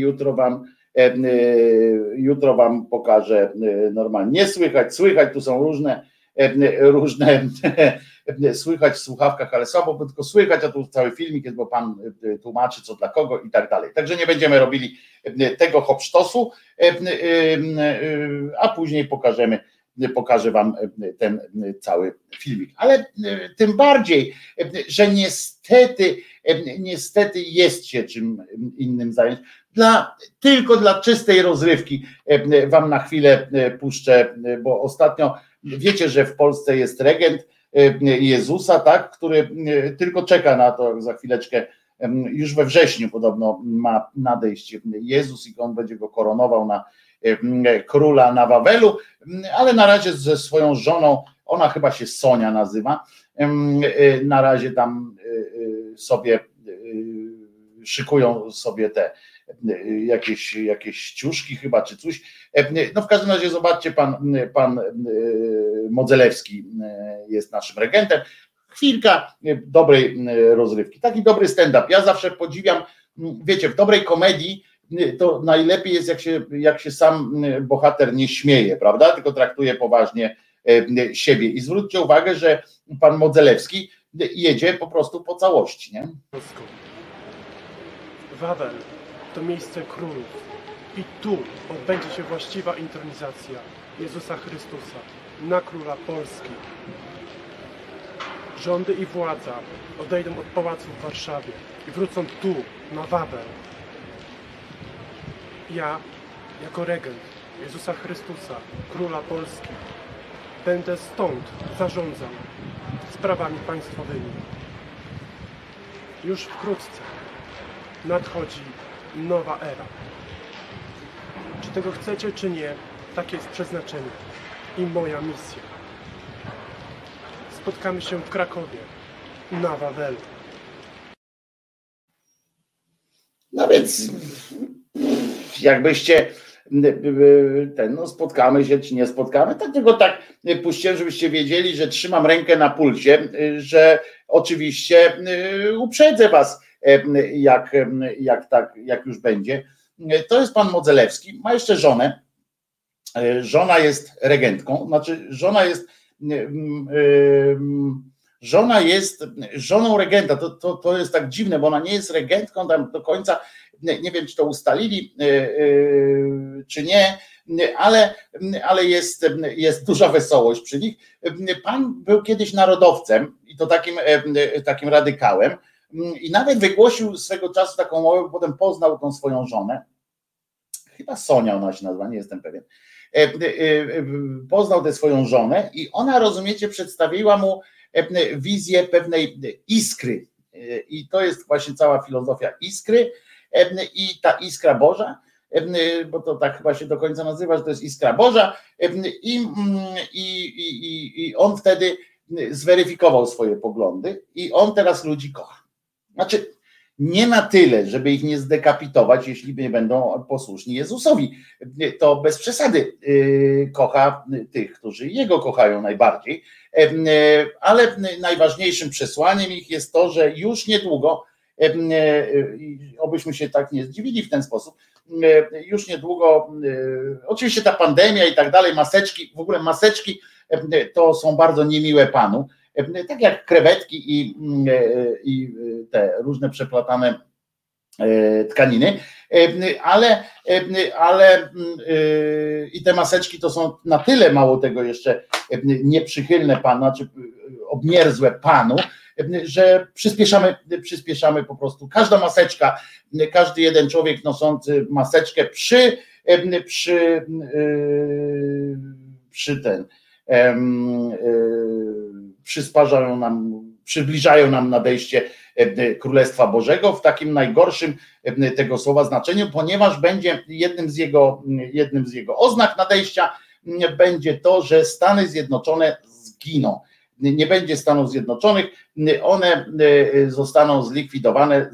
jutro wam pokażę normalnie. Nie słychać, tu są różne słychać w słuchawkach, ale słabo, bo tylko słychać, a tu cały filmik jest, bo pan tłumaczy co dla kogo i tak dalej. Także nie będziemy robili tego hopsztosu, a później pokażę wam ten cały filmik. Ale tym bardziej, że niestety jest się czym innym zająć. Tylko dla czystej rozrywki wam na chwilę puszczę, bo ostatnio wiecie, że w Polsce jest regent Jezusa, tak, który tylko czeka na to, za chwileczkę, już we wrześniu podobno ma nadejść Jezus i on będzie go koronował na króla na Wawelu, ale na razie ze swoją żoną, ona chyba się Sonia nazywa, na razie tam sobie szykują sobie te jakieś ciuszki chyba czy coś. No w każdym razie zobaczcie, pan Modzelewski jest naszym regentem. Chwilka dobrej rozrywki, taki dobry stand-up. Ja zawsze podziwiam, wiecie, w dobrej komedii to najlepiej jest, jak się sam bohater nie śmieje, prawda? Tylko traktuje poważnie siebie. I zwróćcie uwagę, że pan Modzelewski jedzie po prostu po całości, nie? Wawel to miejsce królów i tu odbędzie się właściwa intronizacja Jezusa Chrystusa na króla Polski. Rządy i władza odejdą od pałacu w Warszawie i wrócą tu, na Wawel. Ja, jako regent, Jezusa Chrystusa, Króla Polski, będę stąd zarządzał sprawami państwowymi. Już wkrótce nadchodzi nowa era. Czy tego chcecie, czy nie, takie jest przeznaczenie i moja misja. Spotkamy się w Krakowie, na Wawelu. No więc jakbyście spotkamy się, czy nie spotkamy, tylko tak puściłem, żebyście wiedzieli, że trzymam rękę na pulsie, że oczywiście uprzedzę was, jak już będzie. To jest pan Modzelewski, ma jeszcze żonę. Żona jest regentką, znaczy żona jest żoną regenta. To jest tak dziwne, bo ona nie jest regentką tam do końca. Nie wiem, czy to ustalili, czy nie, ale jest duża wesołość przy nich. Pan był kiedyś narodowcem i to takim radykałem i nawet wygłosił swego czasu taką mowę, potem poznał tą swoją żonę. Chyba Sonia ona się nazywa, nie jestem pewien. Poznał tę swoją żonę i ona, rozumiecie, przedstawiła mu wizję pewnej iskry. I to jest właśnie cała filozofia iskry i ta iskra Boża, bo to tak chyba się do końca nazywa, że to jest iskra Boża i on wtedy zweryfikował swoje poglądy i on teraz ludzi kocha. Znaczy nie na tyle, żeby ich nie zdekapitować, jeśli nie będą posłuszni Jezusowi. To bez przesady kocha tych, którzy Jego kochają najbardziej, ale najważniejszym przesłaniem ich jest to, że już niedługo, obyśmy się tak nie zdziwili w ten sposób, już niedługo, oczywiście ta pandemia i tak dalej, maseczki, w ogóle maseczki to są bardzo niemiłe Panu, tak jak krewetki i te różne przeplatane tkaniny, ale i te maseczki to są na tyle, mało tego jeszcze, nieprzychylne Panu, znaczy obmierzłe Panu, że przyspieszamy po prostu. Każda maseczka, każdy jeden człowiek noszący maseczkę przybliżają nam nadejście Królestwa Bożego w takim najgorszym tego słowa znaczeniu, ponieważ będzie jednym z jego oznak nadejścia będzie to, że Stany Zjednoczone zginą. Nie będzie Stanów Zjednoczonych, one zostaną zlikwidowane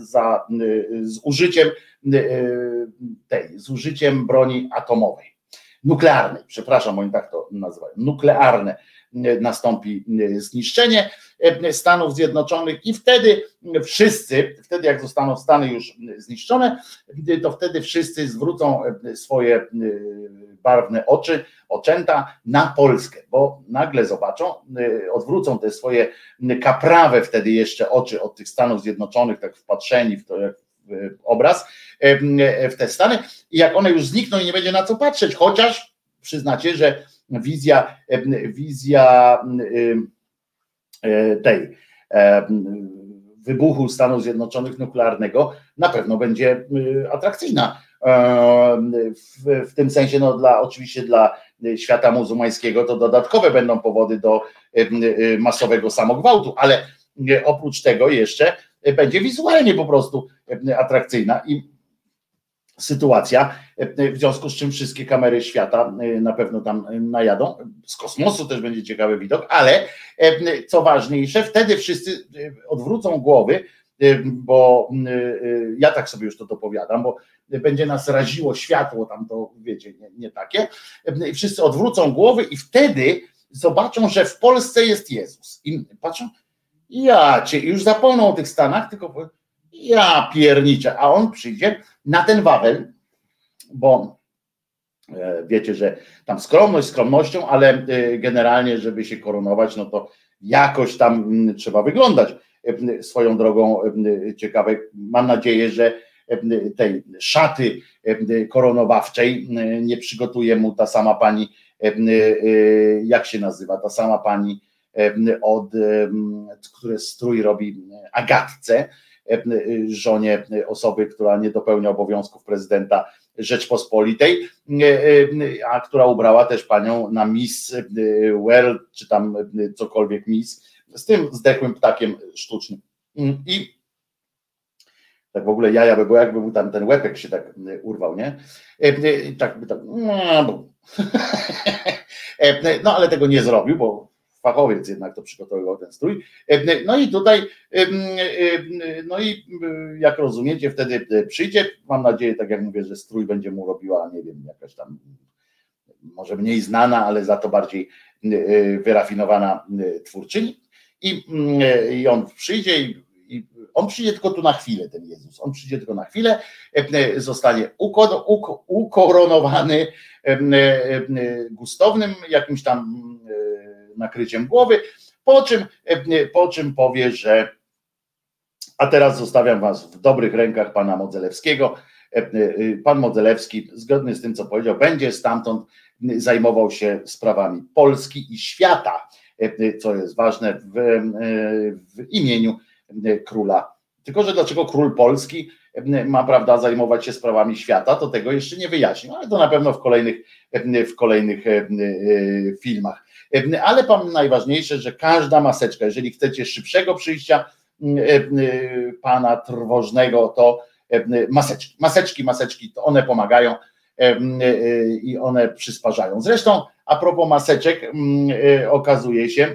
z użyciem broni atomowej. Nuklearnej, przepraszam, oni tak to nazywają, nuklearne nastąpi zniszczenie Stanów Zjednoczonych i wtedy jak zostaną Stany już zniszczone, to wtedy wszyscy zwrócą swoje barwne oczęta na Polskę, bo nagle zobaczą, odwrócą te swoje kaprawe wtedy jeszcze oczy od tych Stanów Zjednoczonych, tak wpatrzeni w to jak obraz, w te Stany i jak one już znikną i nie będzie na co patrzeć, chociaż przyznacie, że wizja tej wybuchu Stanów Zjednoczonych nuklearnego na pewno będzie atrakcyjna. W tym sensie, oczywiście dla świata muzułmańskiego to dodatkowe będą powody do masowego samogwałtu, ale oprócz tego jeszcze będzie wizualnie po prostu atrakcyjna i sytuacja, w związku z czym wszystkie kamery świata na pewno tam najadą. Z kosmosu też będzie ciekawy widok, ale co ważniejsze, wtedy wszyscy odwrócą głowy, bo ja tak sobie już to dopowiadam, bo będzie nas raziło światło, tam to wiecie, nie takie. Wszyscy odwrócą głowy i wtedy zobaczą, że w Polsce jest Jezus. I patrzą, już zapomną o tych Stanach, tylko ja pierniczę, a on przyjdzie na ten Wawel, bo wiecie, że tam skromność skromnością, ale generalnie, żeby się koronować, no to jakoś tam trzeba wyglądać swoją drogą ciekawe. Mam nadzieję, że tej szaty koronowawczej nie przygotuje mu ta sama pani, jak się nazywa, ta sama pani, która strój robi Agatce, żonie osoby, która nie dopełnia obowiązków prezydenta Rzeczpospolitej, a która ubrała też panią na Miss World, czy tam cokolwiek Miss, z tym zdechłym ptakiem sztucznym. I tak w ogóle jaja by było, jakby mu tam ten łepek się tak urwał, nie? Tak by tak. No ale tego nie zrobił, bo fachowiec jednak to przygotowywał ten strój. No i tutaj, no i jak rozumiecie, wtedy przyjdzie, mam nadzieję, tak jak mówię, że strój będzie mu robiła, nie wiem, jakaś tam może mniej znana, ale za to bardziej wyrafinowana twórczyni. I on przyjdzie i on przyjdzie tylko tu na chwilę, ten Jezus. On przyjdzie tylko na chwilę, zostanie ukoronowany gustownym jakimś tam nakryciem głowy, po czym powie, że a teraz zostawiam was w dobrych rękach pana Modzelewskiego. Pan Modzelewski, zgodnie z tym, co powiedział, będzie stamtąd zajmował się sprawami Polski i świata, co jest ważne w imieniu króla. Tylko że dlaczego król Polski ma, prawda, zajmować się sprawami świata, to tego jeszcze nie wyjaśnił, ale to na pewno w kolejnych filmach. Ale najważniejsze, że każda maseczka, jeżeli chcecie szybszego przyjścia pana trwożnego, to maseczki, to one pomagają i one przysparzają. Zresztą a propos maseczek, okazuje się,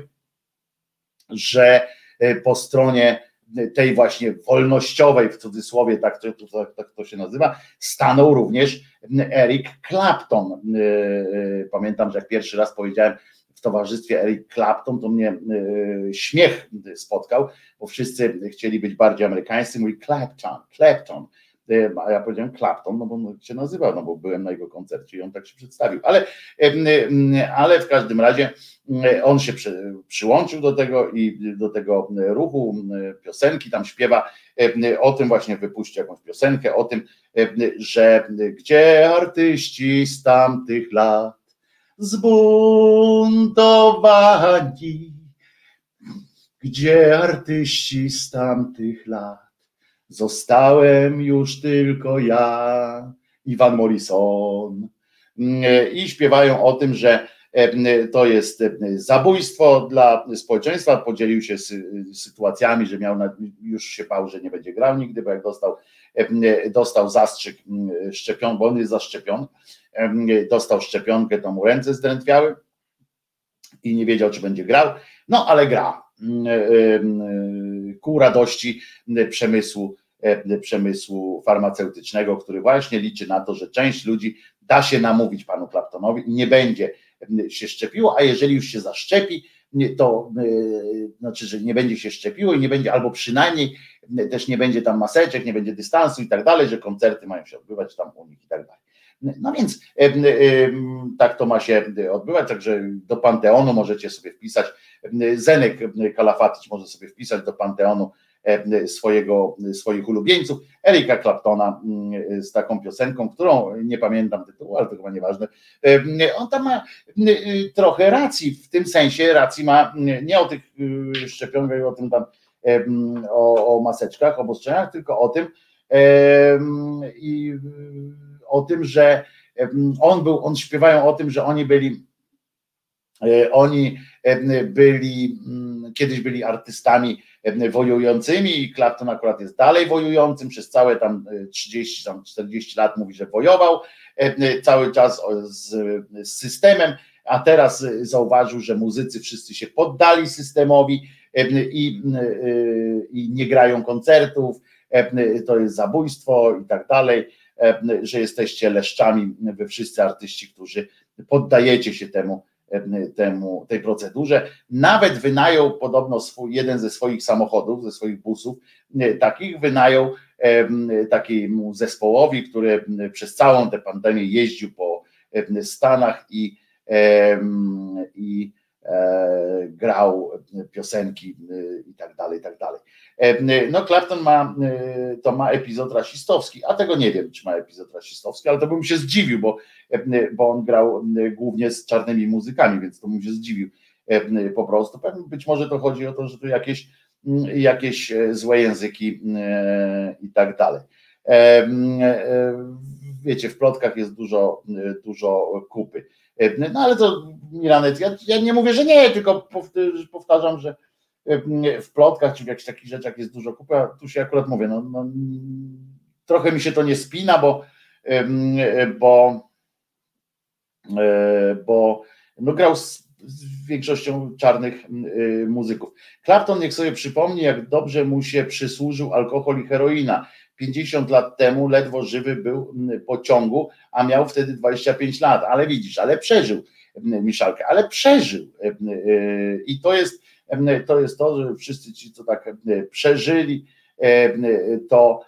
że po stronie tej właśnie wolnościowej, w cudzysłowie, tak to się nazywa, stanął również Eric Clapton. Pamiętam, że jak pierwszy raz powiedziałem w towarzystwie Eric Clapton, to mnie śmiech spotkał, bo wszyscy chcieli być bardziej amerykańscy, mówi Clapton. A ja powiedziałem Clapton, no bo się nazywał, no bo byłem na jego koncercie i on tak się przedstawił. Ale w każdym razie on się przyłączył do tego i do tego ruchu, piosenki tam śpiewa o tym, właśnie wypuścił jakąś piosenkę o tym, że gdzie artyści z tamtych lat zbuntowani, gdzie artyści z tamtych lat zostałem już tylko ja, Iwan Morrison. I śpiewają o tym, że to jest zabójstwo dla społeczeństwa. Podzielił się sytuacjami, że już się bał, że nie będzie grał nigdy, bo jak dostał zastrzyk szczepion, bo on jest zaszczepiony, dostał szczepionkę, to mu ręce zdrętwiały i nie wiedział, czy będzie grał, no ale gra. Ku radości przemysłu farmaceutycznego, który właśnie liczy na to, że część ludzi da się namówić panu Claptonowi i nie będzie się szczepiło, a jeżeli już się zaszczepi, to znaczy, że nie będzie się szczepiło i nie będzie, albo przynajmniej też nie będzie tam maseczek, nie będzie dystansu i tak dalej, że koncerty mają się odbywać tam u nich i tak dalej. No więc tak to ma się odbywać, także do Panteonu możecie sobie wpisać, Zenek Kalafatycz może sobie wpisać do Panteonu swoich ulubieńców, Erika Claptona z taką piosenką, którą nie pamiętam tytułu, ale to chyba nieważne. On tam ma trochę racji, w tym sensie racji ma nie o tych szczepionkach, o tym tam o maseczkach, obostrzeniach, tylko o tym że śpiewają o tym, że kiedyś byli artystami wojującymi i Clapton akurat jest dalej wojującym, przez całe tam 30, tam 40 lat mówi, że wojował cały czas z systemem, a teraz zauważył, że muzycy wszyscy się poddali systemowi i nie grają koncertów, to jest zabójstwo i tak dalej, że jesteście leszczami, wy wszyscy artyści, którzy poddajecie się tej procedurze. Nawet wynajął podobno jeden ze swoich samochodów, ze swoich busów, takich wynajął takiemu zespołowi, który przez całą tę pandemię jeździł po Stanach i grał piosenki i tak dalej, i tak dalej. No Clapton ma epizod rasistowski, a tego nie wiem, czy ma epizod rasistowski, ale to bym się zdziwił, bo on grał głównie z czarnymi muzykami, więc to bym się zdziwił po prostu. Być może to chodzi o to, że tu jakieś złe języki i tak dalej. wiecie, w plotkach jest dużo kupy. No ale to Milanet, ja nie mówię, że nie, tylko powtarzam, że w plotkach czy w jakichś takich rzeczach jest dużo kupy, a tu się akurat mówię, no trochę mi się to nie spina, bo no grał z większością czarnych muzyków. Clapton niech sobie przypomni, jak dobrze mu się przysłużył alkohol i heroina. 50 lat temu ledwo żywy był po ciągu, a miał wtedy 25 lat. Ale widzisz, ale przeżył, Miszalkę, ale przeżył. I to jest to, że wszyscy ci, co tak przeżyli, to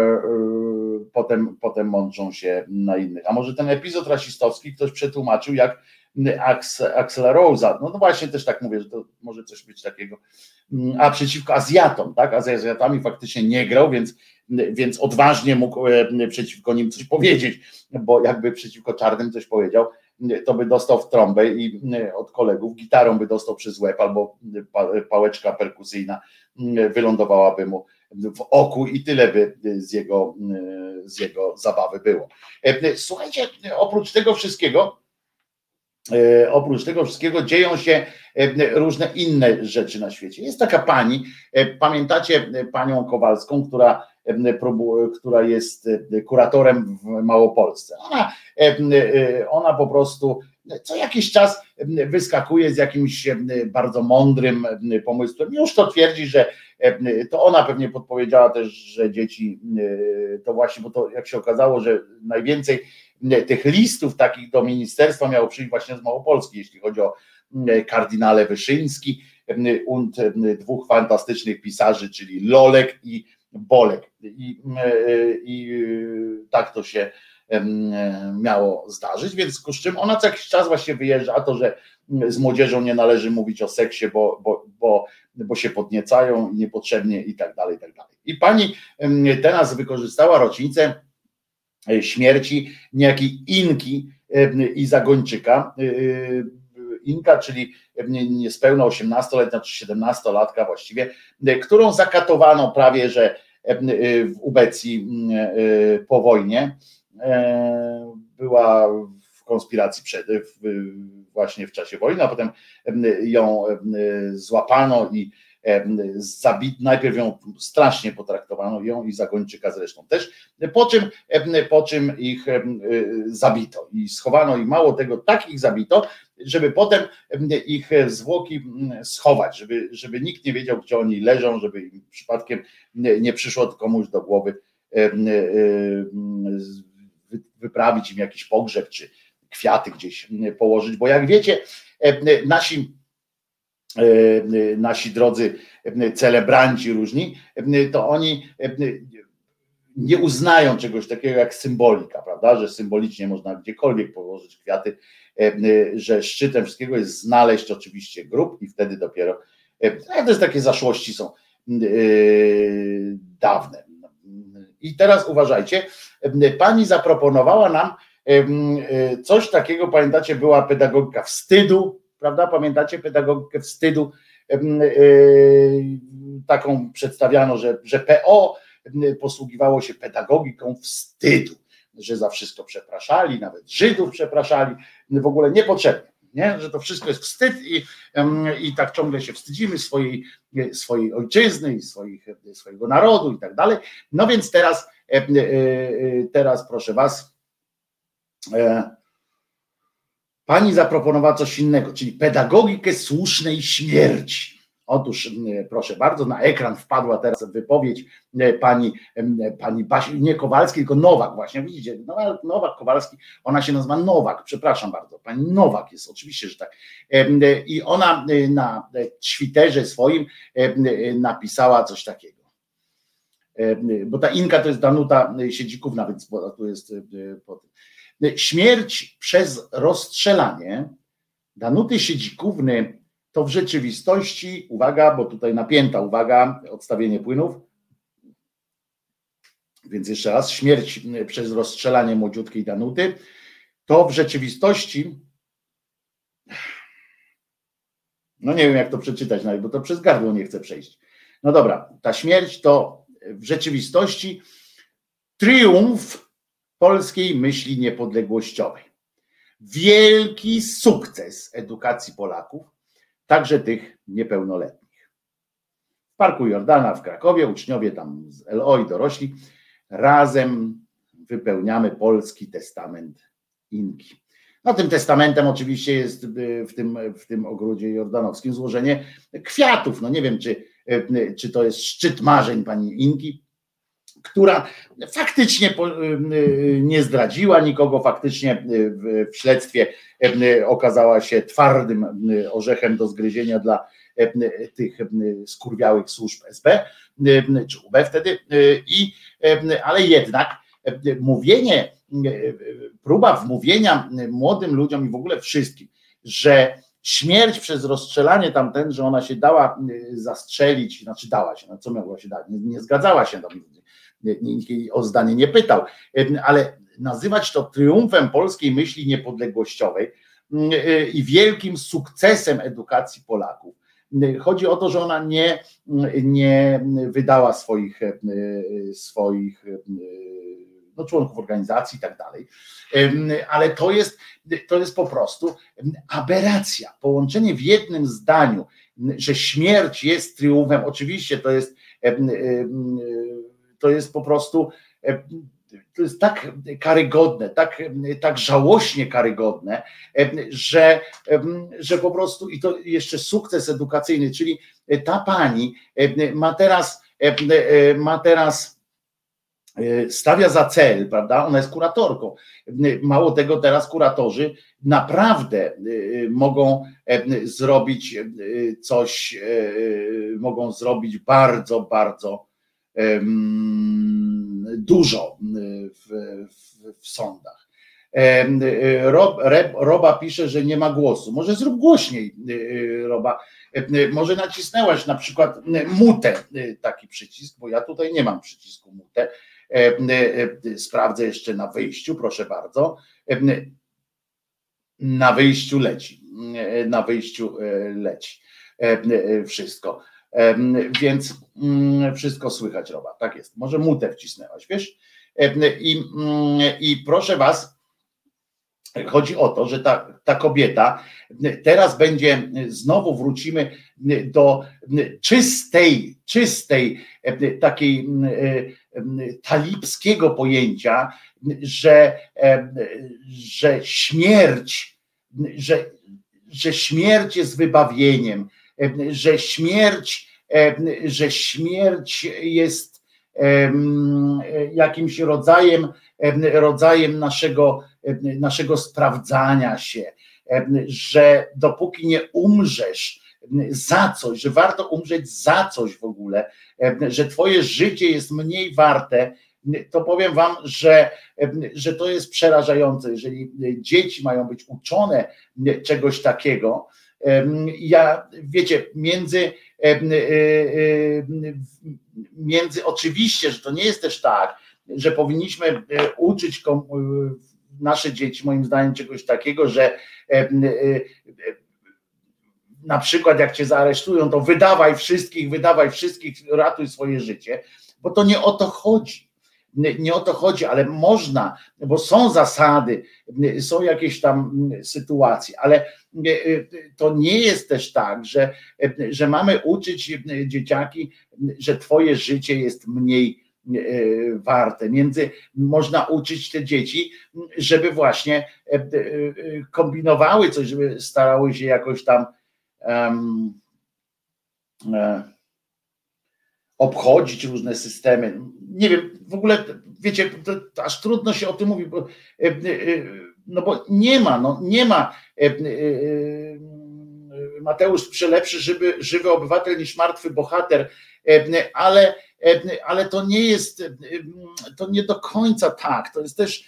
potem mądrzą się na innych. A może ten epizod rasistowski ktoś przetłumaczył jak Axl Rose'a. No właśnie też tak mówię, że to może coś być takiego. A przeciwko Azjatom, tak? A z Azjatami faktycznie nie grał, więc odważnie mógł przeciwko nim coś powiedzieć, bo jakby przeciwko czarnym coś powiedział, to by dostał w trąbę i od kolegów, gitarą by dostał przez łeb, albo pałeczka perkusyjna wylądowałaby mu w oku i tyle by z jego zabawy było. Słuchajcie, oprócz tego wszystkiego dzieją się różne inne rzeczy na świecie. Jest taka pani, pamiętacie panią Kowalską, która jest kuratorem w Małopolsce. Ona po prostu co jakiś czas wyskakuje z jakimś bardzo mądrym pomysłem. Już to twierdzi, że to ona pewnie podpowiedziała też, że dzieci to właśnie, bo to jak się okazało, że najwięcej tych listów takich do ministerstwa miało przyjść właśnie z Małopolski, jeśli chodzi o kardynale Wyszyński und dwóch fantastycznych pisarzy, czyli Lolek i Bolek. I tak to się miało zdarzyć, więc z czym ona co jakiś czas właśnie wyjeżdża, a to, że z młodzieżą nie należy mówić o seksie, bo się podniecają niepotrzebnie i tak dalej, i tak dalej. I pani teraz wykorzystała rocznicę śmierci niejakiej Inki i Zagończyka. Inka, czyli niespełna 18-letnia czy 17-latka właściwie, którą zakatowano prawie że w Ubecji po wojnie. Była w konspiracji właśnie w czasie wojny, a potem ją złapano i najpierw ją strasznie potraktowano, ją i Zagończyka zresztą też, po czym ich zabito i schowano, i mało tego, tak ich zabito, żeby potem ich zwłoki schować, żeby nikt nie wiedział, gdzie oni leżą, żeby im przypadkiem nie przyszło komuś do głowy wyprawić im jakiś pogrzeb, czy kwiaty gdzieś położyć, bo jak wiecie, nasi drodzy celebranci różni, to oni nie uznają czegoś takiego jak symbolika, prawda, że symbolicznie można gdziekolwiek położyć kwiaty, że szczytem wszystkiego jest znaleźć oczywiście grób i wtedy dopiero, to jest takie zaszłości są dawne. I teraz uważajcie, pani zaproponowała nam coś takiego, pamiętacie, była pedagogika wstydu, prawda? Pamiętacie pedagogikę wstydu? Taką przedstawiano, że PO posługiwało się pedagogiką wstydu, że za wszystko przepraszali, nawet Żydów przepraszali, w ogóle niepotrzebnie, nie? Że to wszystko jest wstyd i tak ciągle się wstydzimy swojej ojczyzny i swojego narodu i tak dalej. No więc teraz proszę was, pani zaproponowała coś innego, czyli pedagogikę słusznej śmierci. Otóż proszę bardzo, na ekran wpadła teraz wypowiedź pani Basi, nie Kowalskiej, tylko Nowak właśnie, widzicie, Nowak Kowalski, ona się nazywa Nowak, przepraszam bardzo, pani Nowak jest, oczywiście, że tak. I ona na Twitterze swoim napisała coś takiego. Bo ta Inka to jest Danuta Siedzikówna, więc tu jest po tym. Śmierć przez rozstrzelanie Danuty Siedzikówny to w rzeczywistości, uwaga, bo tutaj napięta, uwaga, odstawienie płynów, więc jeszcze raz, śmierć przez rozstrzelanie młodziutkiej Danuty, to w rzeczywistości, no nie wiem jak to przeczytać nawet, bo to przez gardło nie chcę przejść. No dobra, ta śmierć to w rzeczywistości triumf polskiej myśli niepodległościowej. Wielki sukces edukacji Polaków, także tych niepełnoletnich. W Parku Jordana w Krakowie uczniowie tam z LO i dorośli razem wypełniamy polski testament Inki. No tym testamentem oczywiście jest w tym ogrodzie jordanowskim złożenie kwiatów. No nie wiem, czy to jest szczyt marzeń pani Inki, która faktycznie nie zdradziła nikogo, faktycznie w śledztwie okazała się twardym orzechem do zgryzienia dla tych skurwiałych służb SB, czy UB wtedy, ale jednak próba wmówienia młodym ludziom i w ogóle wszystkim, że śmierć przez rozstrzelanie tamten, że ona się dała zastrzelić, znaczy dała się, no co miała się dać, nie zgadzała się, nikt jej o zdanie nie pytał, ale nazywać to triumfem polskiej myśli niepodległościowej i wielkim sukcesem edukacji Polaków. Chodzi o to, że ona nie wydała swoich członków organizacji i tak dalej, ale to jest po prostu aberracja. Połączenie w jednym zdaniu, że śmierć jest triumfem, oczywiście to jest po prostu, to jest tak karygodne, tak żałośnie karygodne, że po prostu, i to jeszcze sukces edukacyjny, czyli ta pani ma teraz stawia za cel, prawda? Ona jest kuratorką. Mało tego, teraz kuratorzy naprawdę mogą zrobić coś, mogą zrobić bardzo, bardzo dużo w sądach. Roba pisze, że nie ma głosu. Może zrób głośniej, Roba. Może nacisnęłaś na przykład mutę, taki przycisk, bo ja tutaj nie mam przycisku mutę. Sprawdzę jeszcze na wyjściu, proszę bardzo. Na wyjściu leci. Na wyjściu leci. Wszystko. Więc wszystko słychać, Roba. Tak jest. Może mutę wcisnęłaś, wiesz? I proszę was, chodzi o to, że ta kobieta teraz będzie, znowu wrócimy do czystej takiej talibskiego pojęcia, że śmierć jest wybawieniem, że śmierć jest jakimś rodzajem naszego sprawdzania się, że dopóki nie umrzesz za coś, że warto umrzeć za coś w ogóle, że twoje życie jest mniej warte, to powiem wam, że to jest przerażające. Jeżeli dzieci mają być uczone czegoś takiego, wiecie, między oczywiście, że to nie jest też tak, że powinniśmy uczyć nasze dzieci, moim zdaniem, czegoś takiego, że na przykład jak cię zaaresztują, to wydawaj wszystkich, ratuj swoje życie, bo to nie o to chodzi. Nie o to chodzi, ale można, bo są zasady, są jakieś tam sytuacje, ale to nie jest też tak, że mamy uczyć dzieciaki, że twoje życie jest mniej warte. Można uczyć te dzieci, żeby właśnie kombinowały coś, żeby starały się jakoś tam obchodzić różne systemy. Nie wiem, w ogóle, wiecie, to aż trudno się o tym mówi, bo nie ma Mateusz pisze, lepszy żywy obywatel niż martwy bohater, ale to nie jest, to nie do końca tak, to jest też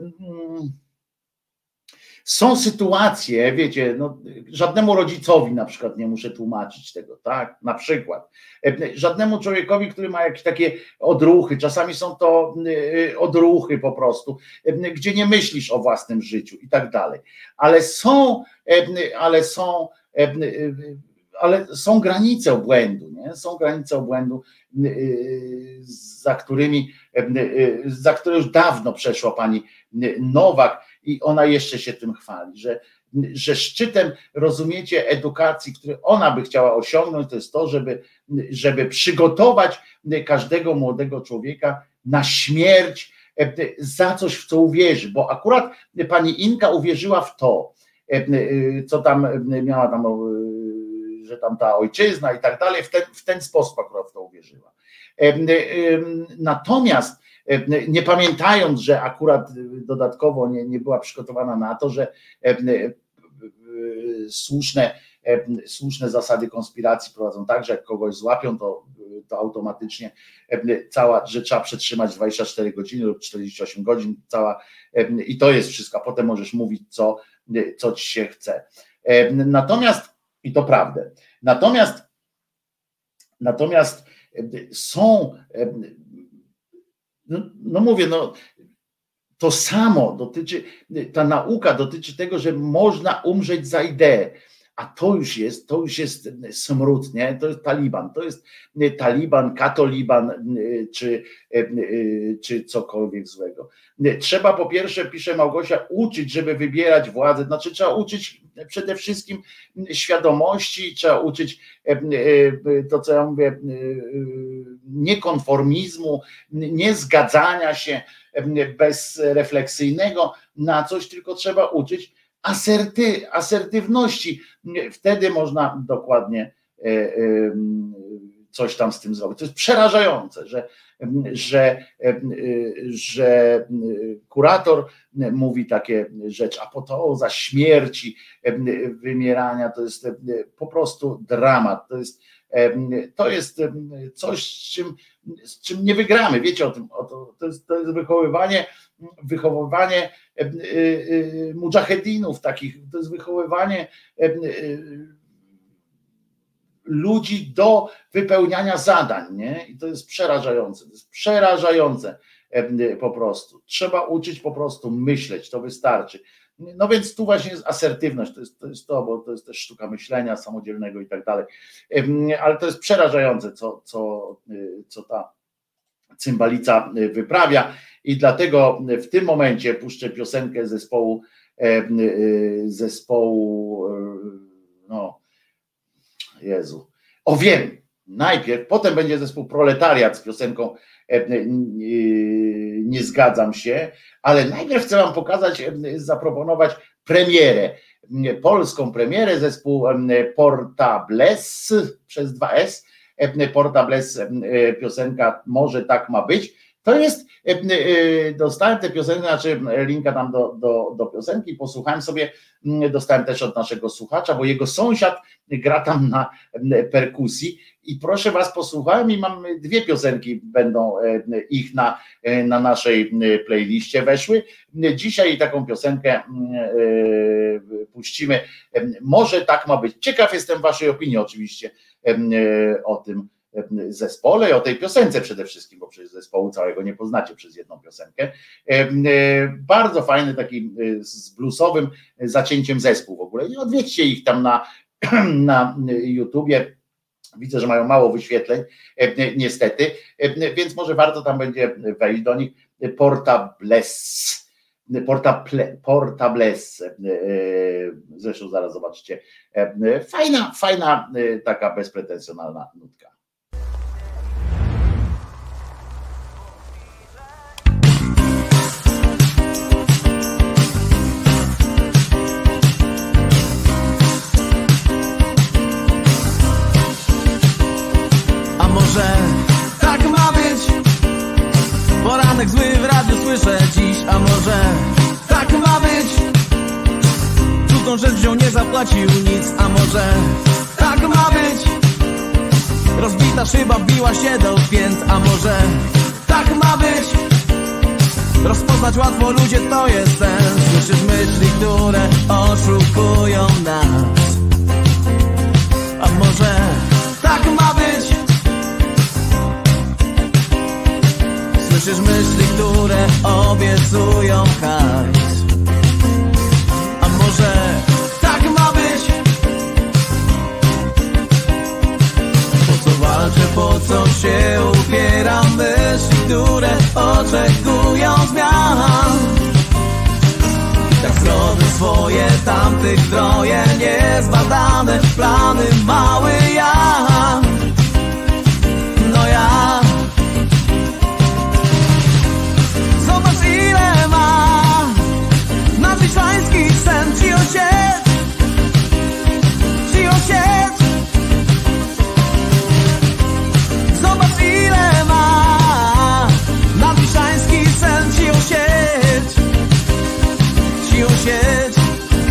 są sytuacje, wiecie, żadnemu rodzicowi na przykład nie muszę tłumaczyć tego, tak, na przykład, żadnemu człowiekowi, który ma jakieś takie odruchy, czasami są to odruchy po prostu, gdzie nie myślisz o własnym życiu i tak dalej, ale są granice obłędu, nie? Są granice obłędu, za które już dawno przeszła pani Nowak i ona jeszcze się tym chwali, że szczytem, rozumiecie, edukacji, który ona by chciała osiągnąć, to jest to, żeby przygotować każdego młodego człowieka na śmierć za coś, w co uwierzy, bo akurat pani Inka uwierzyła w to, co tam miała tam, że tam ta ojczyzna i tak dalej, w ten sposób akurat w to uwierzyła. Natomiast nie pamiętając, że akurat dodatkowo nie była przygotowana na to, że słuszne zasady konspiracji prowadzą tak, że jak kogoś złapią, to automatycznie że trzeba przetrzymać 24 godziny lub 48 godzin i to jest wszystko, a potem możesz mówić, co ci się chce. Natomiast, i to prawda, natomiast są, to samo dotyczy, ta nauka dotyczy tego, że można umrzeć za ideę, a to już jest smród, nie? To jest Taliban, katoliban, czy cokolwiek złego. Trzeba po pierwsze, pisze Małgosia, uczyć, żeby wybierać władzę, znaczy trzeba uczyć przede wszystkim świadomości, trzeba uczyć to, co ja mówię, niekonformizmu, nie zgadzania się bezrefleksyjnego na coś, tylko trzeba uczyć asertywności. Wtedy można dokładnie coś tam z tym zrobić. To jest przerażające, że kurator mówi takie rzeczy, a po to za śmierci, wymierania, to jest po prostu dramat. To jest coś, z czym nie wygramy. Wiecie o tym, to jest wychowywanie mudżahedinów takich, to jest wychowywanie ludzi do wypełniania zadań, nie? I to jest przerażające po prostu. Trzeba uczyć po prostu myśleć, to wystarczy. No więc tu właśnie jest asertywność, to, bo to jest też sztuka myślenia samodzielnego i tak dalej, ale to jest przerażające, co ta cymbalica wyprawia i dlatego w tym momencie puszczę piosenkę zespołu no Jezu, wiem, najpierw, potem będzie zespół Proletariat z piosenką Nie zgadzam się, ale najpierw chcę wam zaproponować premierę, polską premierę, zespół Portables przez 2S, Portables, piosenka Może tak ma być. To jest, dostałem tę piosenkę, znaczy linka tam do piosenki, posłuchałem sobie, dostałem też od naszego słuchacza, bo jego sąsiad gra tam na perkusji i proszę was, posłuchałem i mam dwie piosenki, będą ich na naszej playliście weszły. Dzisiaj taką piosenkę puścimy, Może tak ma być. Ciekaw jestem waszej opinii oczywiście o tym zespole i o tej piosence przede wszystkim, bo przecież zespołu całego nie poznacie przez jedną piosenkę. Bardzo fajny, taki z bluesowym zacięciem zespół w ogóle i odwiedźcie ich tam na YouTubie. Widzę, że mają mało wyświetleń niestety, więc może warto tam będzie wejść do nich. Portables, zresztą zaraz zobaczycie, fajna taka bezpretensjonalna nutka. A może tak ma być? Poranek zły w radiu słyszę dziś. A może tak ma być? Cudną rzecz wziął, nie zapłacił nic. A może tak ma być? Rozbita szyba wbiła się do pięt. A może tak ma być? Rozpoznać łatwo ludzie, to jest sens. Słyszysz myśli, które oszukują nas. A może tak ma być? Słyszysz myśli, które obiecują hajs. A może tak ma być? co się upieram, myśli, które oczekują zmian. Tak zrobię swoje, tamtych troje niezbadane plany, mały ja. No ja. Zobacz ile ma nadwiszański sen ci osiedl, ci osiedl. Zobacz ile ma nadwiszański sen ci osiedl, ci osiedl.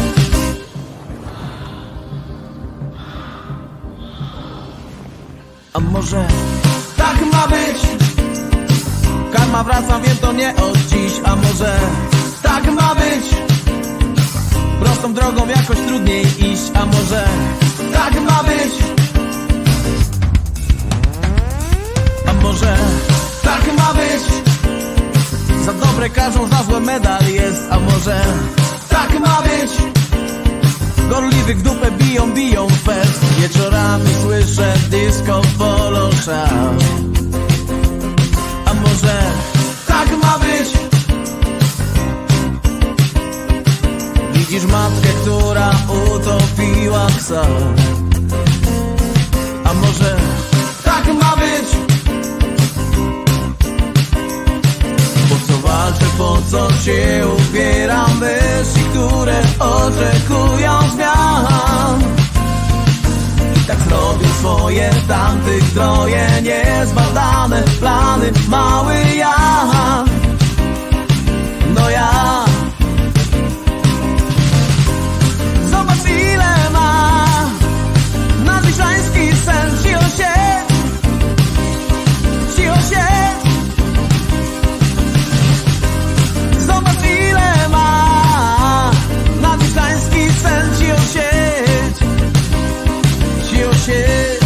A może tak ma być? Karma wraca, wiem to nie od dziś. A może tak ma być? Prostą drogą jakoś trudniej iść. A może tak ma być? A może tak ma być? Za dobre każą, za złe medal jest. A może tak ma być? Gorliwych w dupę biją w fest. Wieczorami słyszę disco polo shout. A może tak ma być? Widzisz matkę, która utopiła psa. A może tak ma być? Po co walczę, po co się upieram, myśli, które oczekują zmian. I tak zrobię swoje, tamtych troje niezbadane plany, mały ja. No ja. Zobacz ile ma nadwiszański sen ci osiedl, ci osiedl. Zobacz ile ma nadwiszański sen ci osiedl, ci osiedl.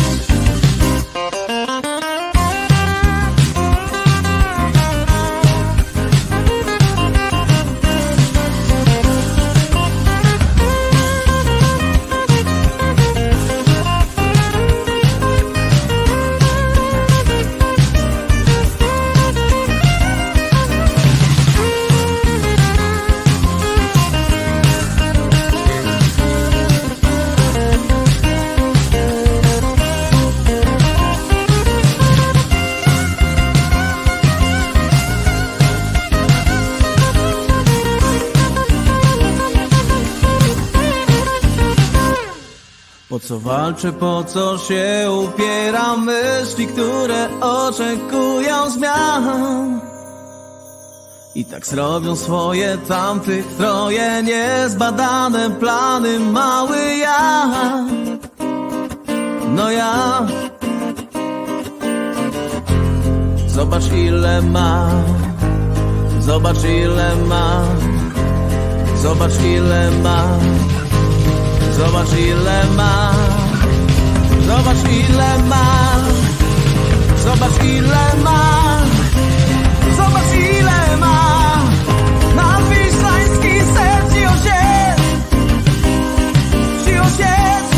Po co walczę, po co się upieram, myśli, które oczekują zmian. I tak zrobią swoje, tamtych troje niezbadane plany, mały ja. No ja. Zobacz ile ma, zobacz ile ma, zobacz ile ma. Zobacz ile ma, zobacz ile ma, zobacz ile ma, zobacz ile ma nadwiszański sen ci osiedl, ci osiedl.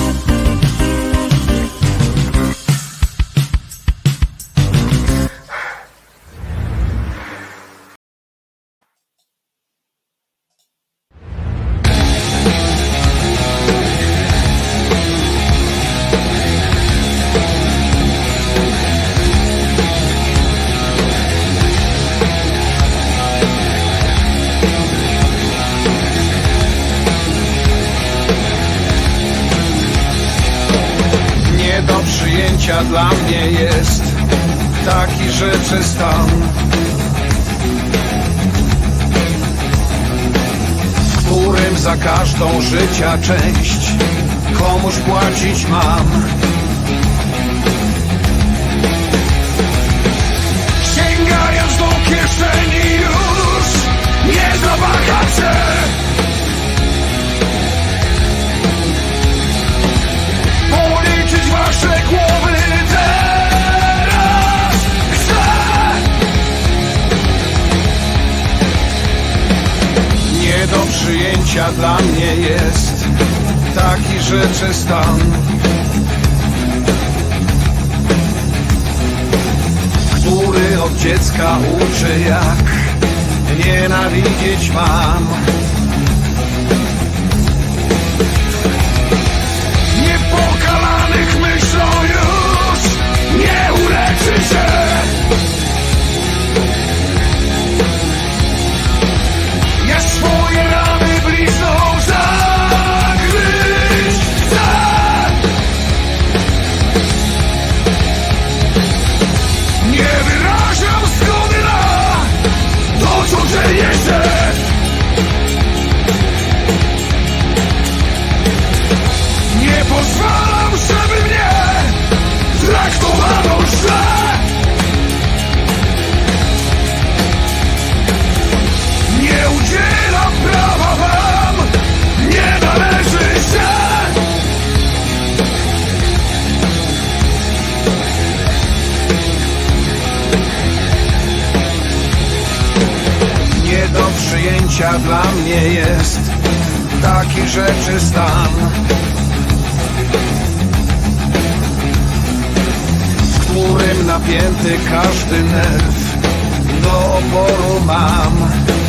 Dla mnie jest taki rzeczy stan, w którym za każdą życia część komuś płacić mam. Sięgając do kieszeni już nie zawahacę. Policzyć wasze głowy teraz chcę. Nie do przyjęcia dla mnie jest taki rzeczy stan, który od dziecka uczy, jak nienawidzieć mam. Niepokalanych myślą już nie uleczy się. Ja swoje rany blizną zagryźć chcę. Nie wyrażam zgody na to, co dzieje się. Nie pozwalam, żeby mnie traktowano źle. Nie udzielam prawa wam, nie należy się. Nie do przyjęcia dla mnie jest taki rzeczy stan, w którym napięty każdy nerw do oporu mam.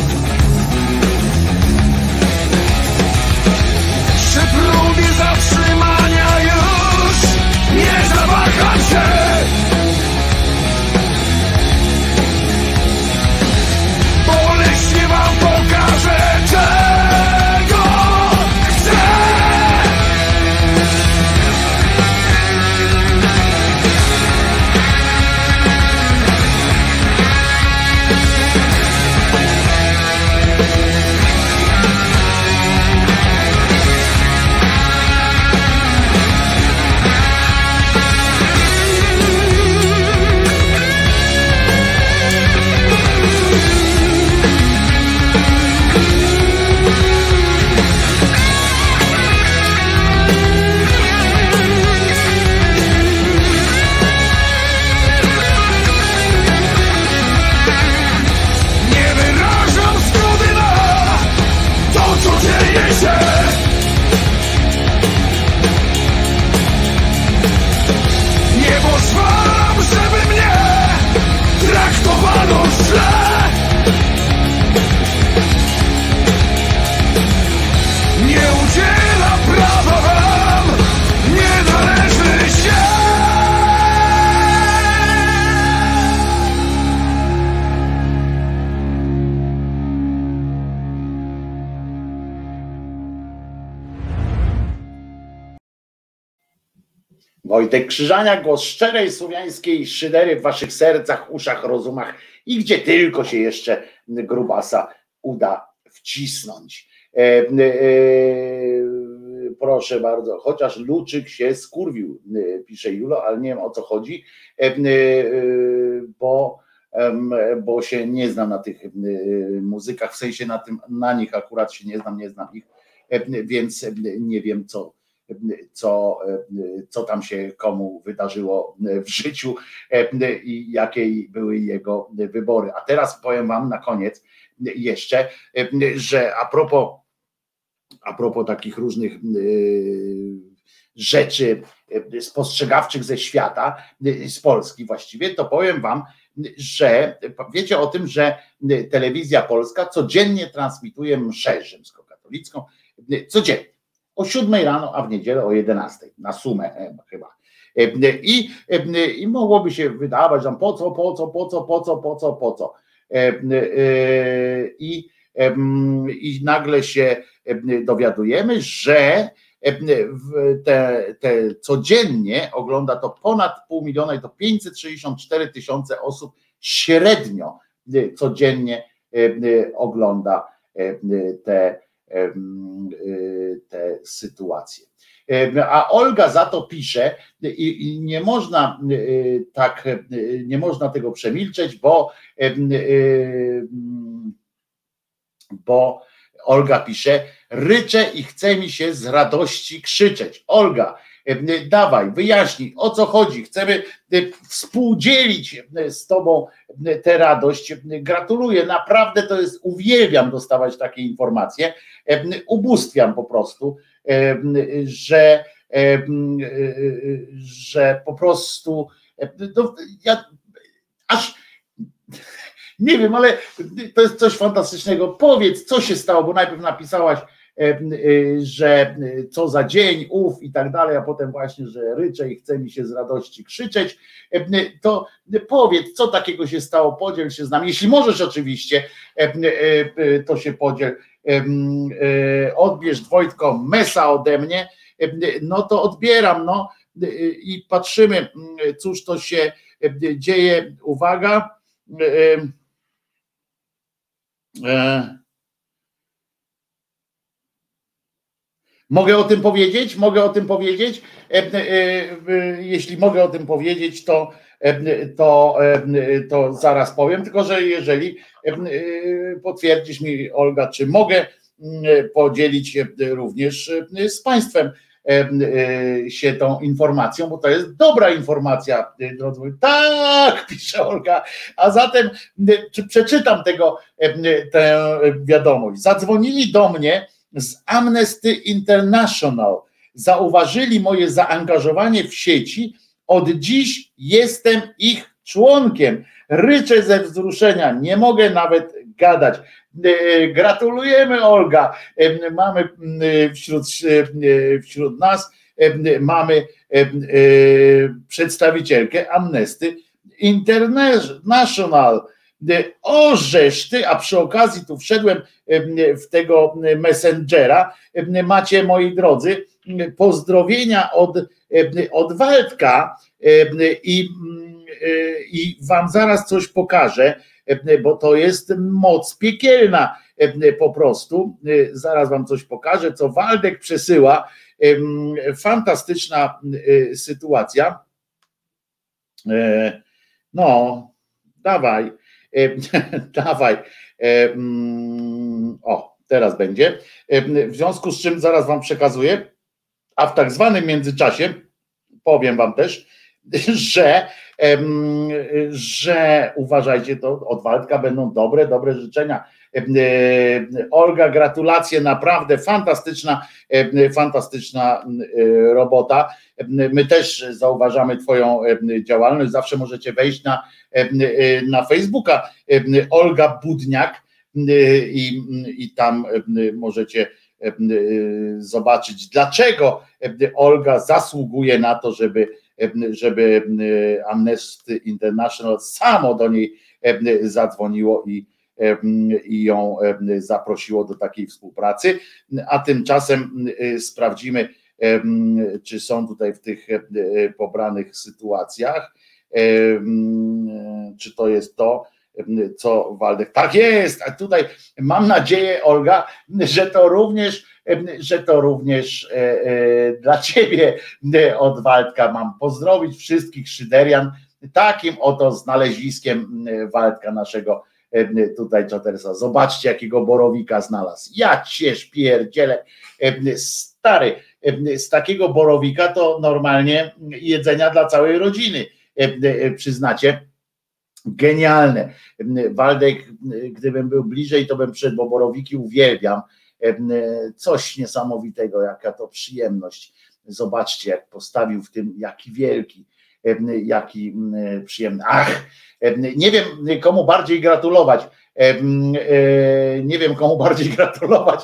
Przy próbie zatrzymania już nie zawaham się. Boleśnie wam pokażę, czego chcę. Nie wyrażam zgody na to, co dzieje się. Nie pozwalam, żeby mnie traktowano źle. Nie udzielam prawa wam, nie należy się. Wojtek Krzyżania, głos szczerej słowiańskiej szydery w waszych sercach, uszach, rozumach i gdzie tylko się jeszcze grubasa uda wcisnąć. Proszę bardzo, chociaż Luczyk się skurwił, pisze Julo, ale nie wiem, o co chodzi, bo się nie znam na tych muzykach, w sensie na nich akurat się nie znam ich, więc nie wiem, co tam się komu wydarzyło w życiu i jakie były jego wybory. A teraz powiem wam na koniec jeszcze, że a propos takich różnych rzeczy spostrzegawczych ze świata, z Polski właściwie, to powiem wam, że wiecie o tym, że Telewizja Polska codziennie transmituje mszę rzymskokatolicką, codziennie. O 7 rano, a w niedzielę o 11, na sumę chyba. I mogłoby się wydawać, że po co. I nagle się dowiadujemy, że te codziennie ogląda to ponad 500 000 i to 564 000 osób średnio codziennie ogląda te sytuacje. A Olga za to pisze i nie można tego przemilczeć, bo Olga pisze: ryczę i chce mi się z radości krzyczeć. Olga, dawaj, wyjaśnij, o co chodzi. Chcemy współdzielić z tobą tę radość. Gratuluję, naprawdę to jest, uwielbiam dostawać takie informacje. Ubóstwiam po prostu, że po prostu aż nie wiem, ale to jest coś fantastycznego. Powiedz, co się stało, bo najpierw napisałaś, że co za dzień, i tak dalej, a potem właśnie, że ryczę i chce mi się z radości krzyczeć. To powiedz, co takiego się stało, podziel się z nami. Jeśli możesz oczywiście, to się podziel. Odbierz, Wojtko, mesa ode mnie, no to odbieram, no i patrzymy, cóż to się dzieje. Uwaga. Mogę o tym powiedzieć? Mogę o tym powiedzieć? Jeśli mogę o tym powiedzieć, to zaraz powiem, tylko że jeżeli potwierdzisz mi, Olga, czy mogę podzielić się również z Państwem się tą informacją, bo to jest dobra informacja, drodzy moi. Tak, pisze Olga, a zatem przeczytam tę wiadomość. Zadzwonili do mnie z Amnesty International. Zauważyli moje zaangażowanie w sieci. Od dziś jestem ich członkiem. Ryczę ze wzruszenia. Nie mogę nawet gadać. Gratulujemy, Olga. Mamy wśród nas mamy przedstawicielkę Amnesty International. Orzesz ty, a przy okazji tu wszedłem w tego Messengera. Macie, moi drodzy, pozdrowienia od Waldka i wam zaraz coś pokażę, bo to jest moc piekielna po prostu. Zaraz wam coś pokażę, co Waldek przesyła. Fantastyczna sytuacja. No, dawaj. Dawaj. O, teraz będzie. W związku z czym zaraz wam przekazuję, a w tak zwanym międzyczasie powiem wam też, że uważajcie, to od Waldka będą dobre życzenia. Olga, gratulacje, naprawdę fantastyczna robota. My też zauważamy twoją działalność, zawsze możecie wejść na Facebooka Olga Budniak i tam możecie zobaczyć, dlaczego Olga zasługuje na to, żeby Amnesty International samo do niej zadzwoniło i ją zaprosiło do takiej współpracy, a tymczasem sprawdzimy, czy są tutaj w tych pobranych sytuacjach, czy to jest to, co Waldek. Tak jest, a tutaj mam nadzieję, Olga, że to również dla ciebie od Waldka mam pozdrowić wszystkich szyderian takim oto znaleziskiem Waldka, naszego tutaj Czatersa. Zobaczcie, jakiego borowika znalazł. Ja cię pierdzielę, stary, z takiego borowika to normalnie jedzenia dla całej rodziny, przyznacie. Genialne. Waldek, gdybym był bliżej, to bym przyszedł, bo borowiki uwielbiam. Coś niesamowitego, jaka to przyjemność. Zobaczcie, jak postawił w tym, jaki wielki, jaki przyjemny. Ach, nie wiem, komu bardziej gratulować. Nie wiem, komu bardziej gratulować.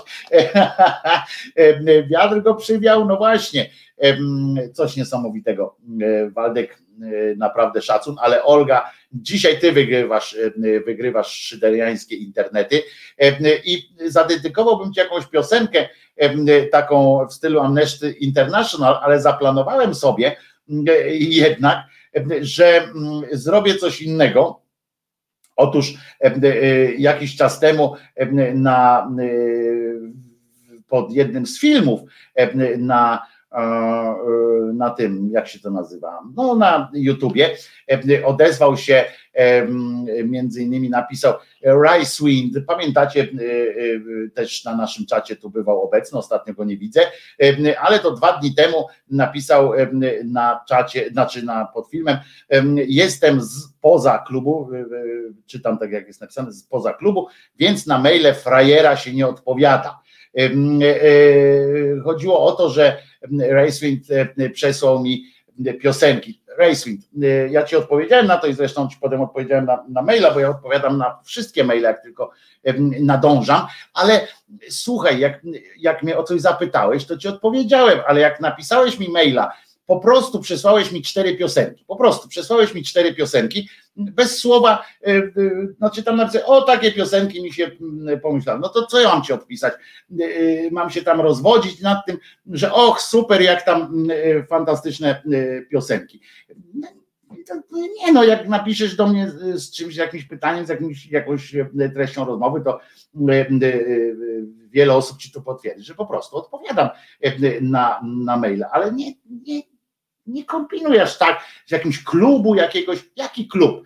Wiatr go przywiał, no właśnie. Coś niesamowitego. Waldek, naprawdę szacun, ale Olga, dzisiaj ty wygrywasz szyderiańskie internety i zadedykowałbym ci jakąś piosenkę taką w stylu Amnesty International, ale zaplanowałem sobie jednak, że zrobię coś innego. Otóż jakiś czas temu pod jednym z filmów na tym, jak się to nazywa, no na YouTubie, odezwał się, między innymi napisał Rice Wind, pamiętacie, też na naszym czacie tu bywał obecny, ostatnio go nie widzę, ale to 2 dni temu napisał na czacie, znaczy pod filmem, jestem spoza klubu, czytam tak jak jest napisane, spoza klubu, więc na maile frajera się nie odpowiada. Chodziło o to, że Racewind przesłał mi piosenki. Racewind, ja ci odpowiedziałem na to i zresztą ci potem odpowiedziałem na maila, bo ja odpowiadam na wszystkie maile, jak tylko nadążam, ale słuchaj, jak mnie o coś zapytałeś, to ci odpowiedziałem, ale jak napisałeś mi maila, po prostu przesłałeś mi 4 piosenki, bez słowa, znaczy tam napisać, o takie piosenki mi się pomyślałem, no to co ja mam ci odpisać, mam się tam rozwodzić nad tym, że och super, jak tam fantastyczne piosenki. Nie no, jak napiszesz do mnie z czymś, jakimś pytaniem, z jakąś treścią rozmowy, to wiele osób ci to potwierdzi, że po prostu odpowiadam na maila, ale nie kombinujesz tak z jakimś klubu jakiegoś, jaki klub?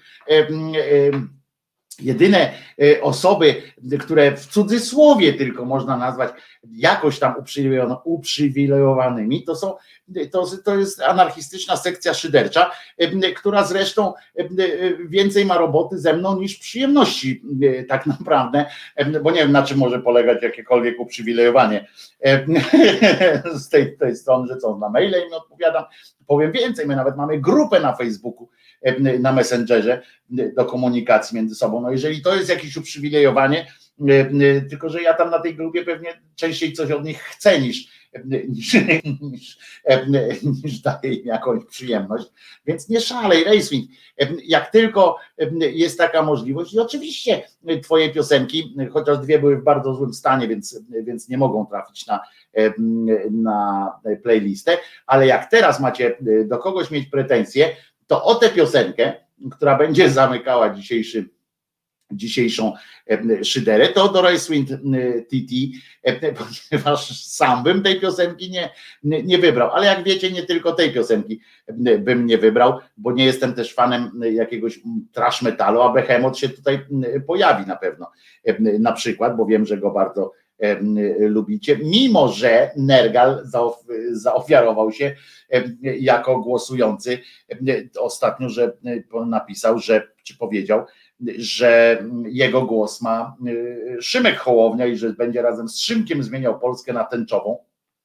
Jedyne osoby, które w cudzysłowie tylko można nazwać jakoś tam uprzywilejowanymi, to jest anarchistyczna sekcja szydercza, która zresztą więcej ma roboty ze mną niż przyjemności tak naprawdę, bo nie wiem, na czym może polegać jakiekolwiek uprzywilejowanie z tej strony, że co, na maile im odpowiadam. Powiem więcej, my nawet mamy grupę na Facebooku, na Messengerze do komunikacji między sobą. No jeżeli to jest jakieś uprzywilejowanie, tylko że ja tam na tej grupie pewnie częściej coś od nich chcę niż daje im jakąś przyjemność, więc nie szalej, Racewind. Jak tylko jest taka możliwość, i oczywiście twoje piosenki, chociaż 2 były w bardzo złym stanie, więc nie mogą trafić na playlistę, ale jak teraz macie do kogoś mieć pretensje, to o tę piosenkę, która będzie zamykała dzisiejszą szyderę, to do Racewind TT, ponieważ sam bym tej piosenki nie wybrał, ale jak wiecie, nie tylko tej piosenki bym nie wybrał, bo nie jestem też fanem jakiegoś trash metalu, a Behemoth się tutaj pojawi na pewno, na przykład, bo wiem, że go bardzo lubicie, mimo że Nergal zaofiarował się jako głosujący ostatnio, że napisał, czy powiedział, że jego głos ma Szymek Hołownia i że będzie razem z Szymkiem zmieniał Polskę na tęczową.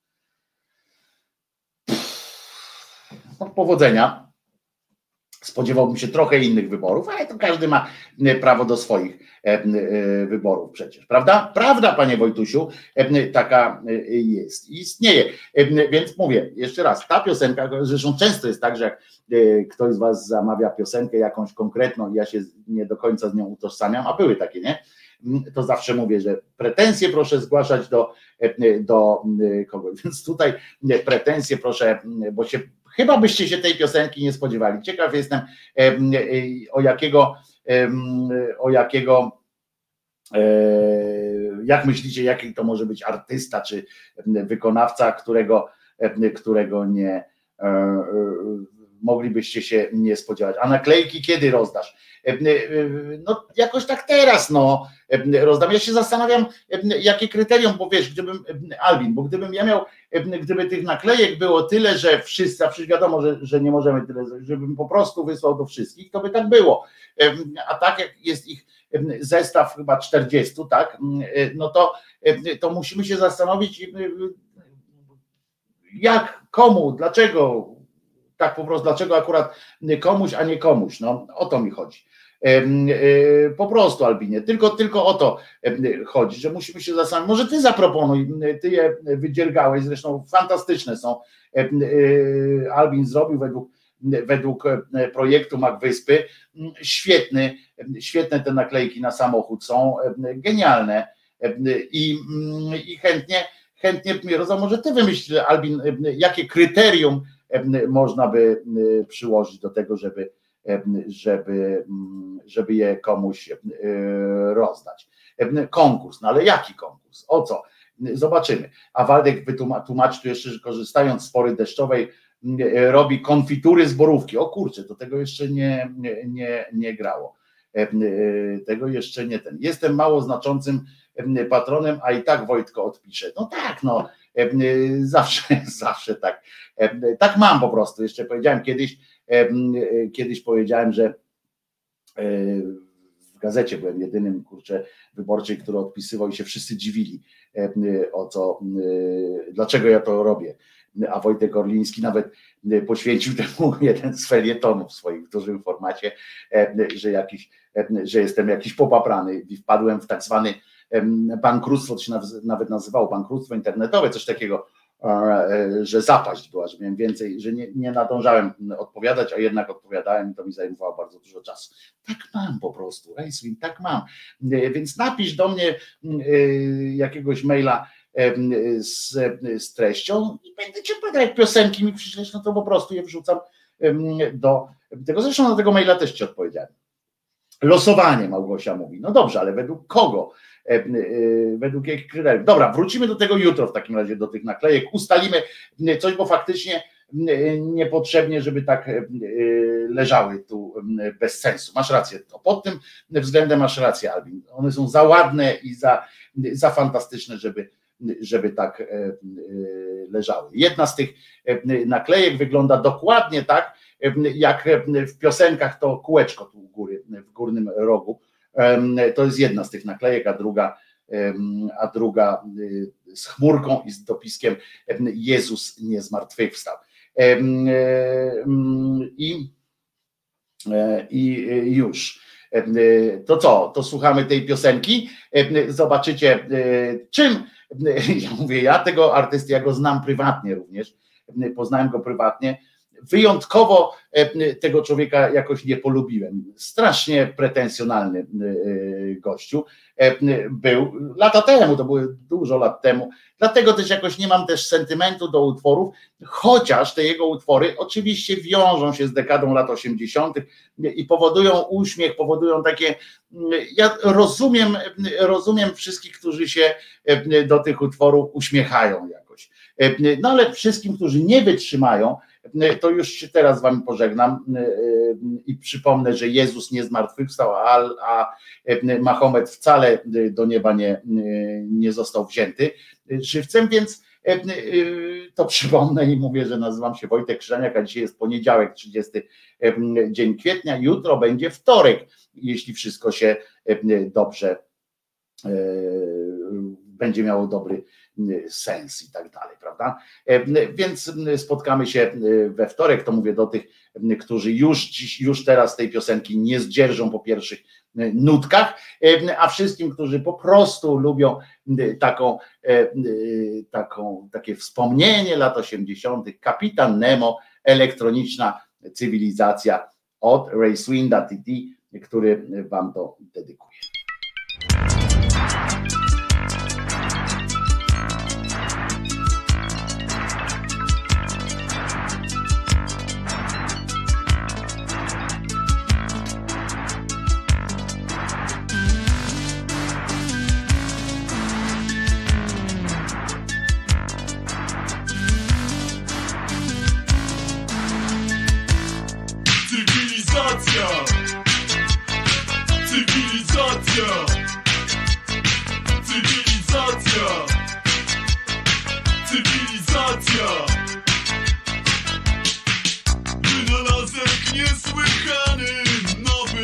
No, powodzenia. Spodziewałbym się trochę innych wyborów, ale to każdy ma prawo do swoich wyborów przecież, prawda? Prawda, panie Wojtusiu, taka jest i istnieje. Więc mówię jeszcze raz, ta piosenka, zresztą często jest tak, że jak ktoś z was zamawia piosenkę jakąś konkretną i ja się nie do końca z nią utożsamiam, a były takie, nie? To zawsze mówię, że pretensje proszę zgłaszać do kogoś, więc tutaj pretensje proszę, bo chyba byście się tej piosenki nie spodziewali. Ciekaw jestem, jak myślicie, jaki to może być artysta czy wykonawca, którego nie moglibyście się nie spodziewać. A naklejki kiedy rozdasz? No jakoś tak teraz rozdam. Ja się zastanawiam, jakie kryterium, bo wiesz, gdybym ja miał, gdyby tych naklejek było tyle, że wszyscy, a przecież wiadomo, że nie możemy tyle, żebym po prostu wysłał do wszystkich, to by tak było. A tak jak jest ich zestaw chyba 40, tak, no to musimy się zastanowić, jak, komu, dlaczego, tak po prostu, dlaczego akurat komuś, a nie komuś, no o to mi chodzi. Po prostu, Albinie, tylko o to chodzi, że musimy się zastanowić, może ty zaproponuj, ty je wydziergałeś, zresztą fantastyczne są, Albin zrobił według projektu MacWyspy, świetne te naklejki na samochód są, genialne i chętnie mnie rozdam, może ty wymyśl, Albin, jakie kryterium można by przyłożyć do tego, żeby je komuś rozdać. Konkurs, no ale jaki konkurs? O co? Zobaczymy. A Waldek tłumaczy tu jeszcze, że korzystając z pory deszczowej robi konfitury z borówki. O kurczę, to tego jeszcze nie grało. Tego jeszcze nie ten. Jestem mało znaczącym patronem, a i tak Wojtko odpisze. No tak, no zawsze tak. Tak mam po prostu. Jeszcze powiedziałem kiedyś powiedziałem, że w gazecie byłem jedynym, wyborczej, który odpisywał i się wszyscy dziwili, dlaczego ja to robię. a Wojtek Orliński nawet poświęcił temu jeden z felietonów w swoim dużym formacie, że jestem jakiś popaprany i wpadłem w tak zwany bankructwo, to się nawet nazywało bankructwo internetowe, coś takiego, że zapaść była, że miałem więcej, że nie nadążałem odpowiadać, a jednak odpowiadałem i to mi zajmowało bardzo dużo czasu. Tak mam po prostu, Rejswin, tak mam. Więc napisz do mnie jakiegoś maila z treścią i będę cię pytał, jak piosenki mi przyślesz, no to po prostu je wrzucam do tego. Zresztą na tego maila też ci odpowiedziałem. Losowanie, Małgosia mówi. No dobrze, ale według kogo? Według jakich kryteriów? Dobra, wrócimy do tego jutro w takim razie, do tych naklejek. Ustalimy coś, bo faktycznie niepotrzebnie, żeby tak leżały tu bez sensu. Masz rację. Pod tym względem masz rację, Albin. One są za ładne i za fantastyczne, żeby tak leżały. Jedna z tych naklejek wygląda dokładnie tak, jak w piosenkach to kółeczko tu u góry, w górnym rogu. To jest jedna z tych naklejek, a druga z chmurką i z dopiskiem Jezus nie zmartwychwstał. I już. To co? To słuchamy tej piosenki. Zobaczycie, czym, ja tego artysty, ja go znam prywatnie również, poznałem go prywatnie. Wyjątkowo tego człowieka jakoś nie polubiłem. Strasznie pretensjonalny gościu był lata temu, to były dużo lat temu. Dlatego też jakoś nie mam też sentymentu do utworów, chociaż te jego utwory oczywiście wiążą się z dekadą lat 80. i powodują uśmiech, powodują takie. Ja rozumiem wszystkich, którzy się do tych utworów uśmiechają jakoś. No ale wszystkim, którzy nie wytrzymają, to już się teraz z wami pożegnam i przypomnę, że Jezus nie zmartwychwstał, a Mahomet wcale do nieba nie został wzięty żywcem, więc to przypomnę i mówię, że nazywam się Wojtek Krzyżaniak, a dzisiaj jest poniedziałek, 30 dzień kwietnia, jutro będzie wtorek, jeśli wszystko się dobrze będzie miało dobry sens i tak dalej, prawda? Więc spotkamy się we wtorek, to mówię do tych, którzy już teraz tej piosenki nie zdzierżą po pierwszych nutkach, a wszystkim, którzy po prostu lubią takie wspomnienie lat 80. Kapitan Nemo, elektroniczna cywilizacja od Ray Swinda TT, który wam to dedykuje. Wynalazek niesłychany, nowy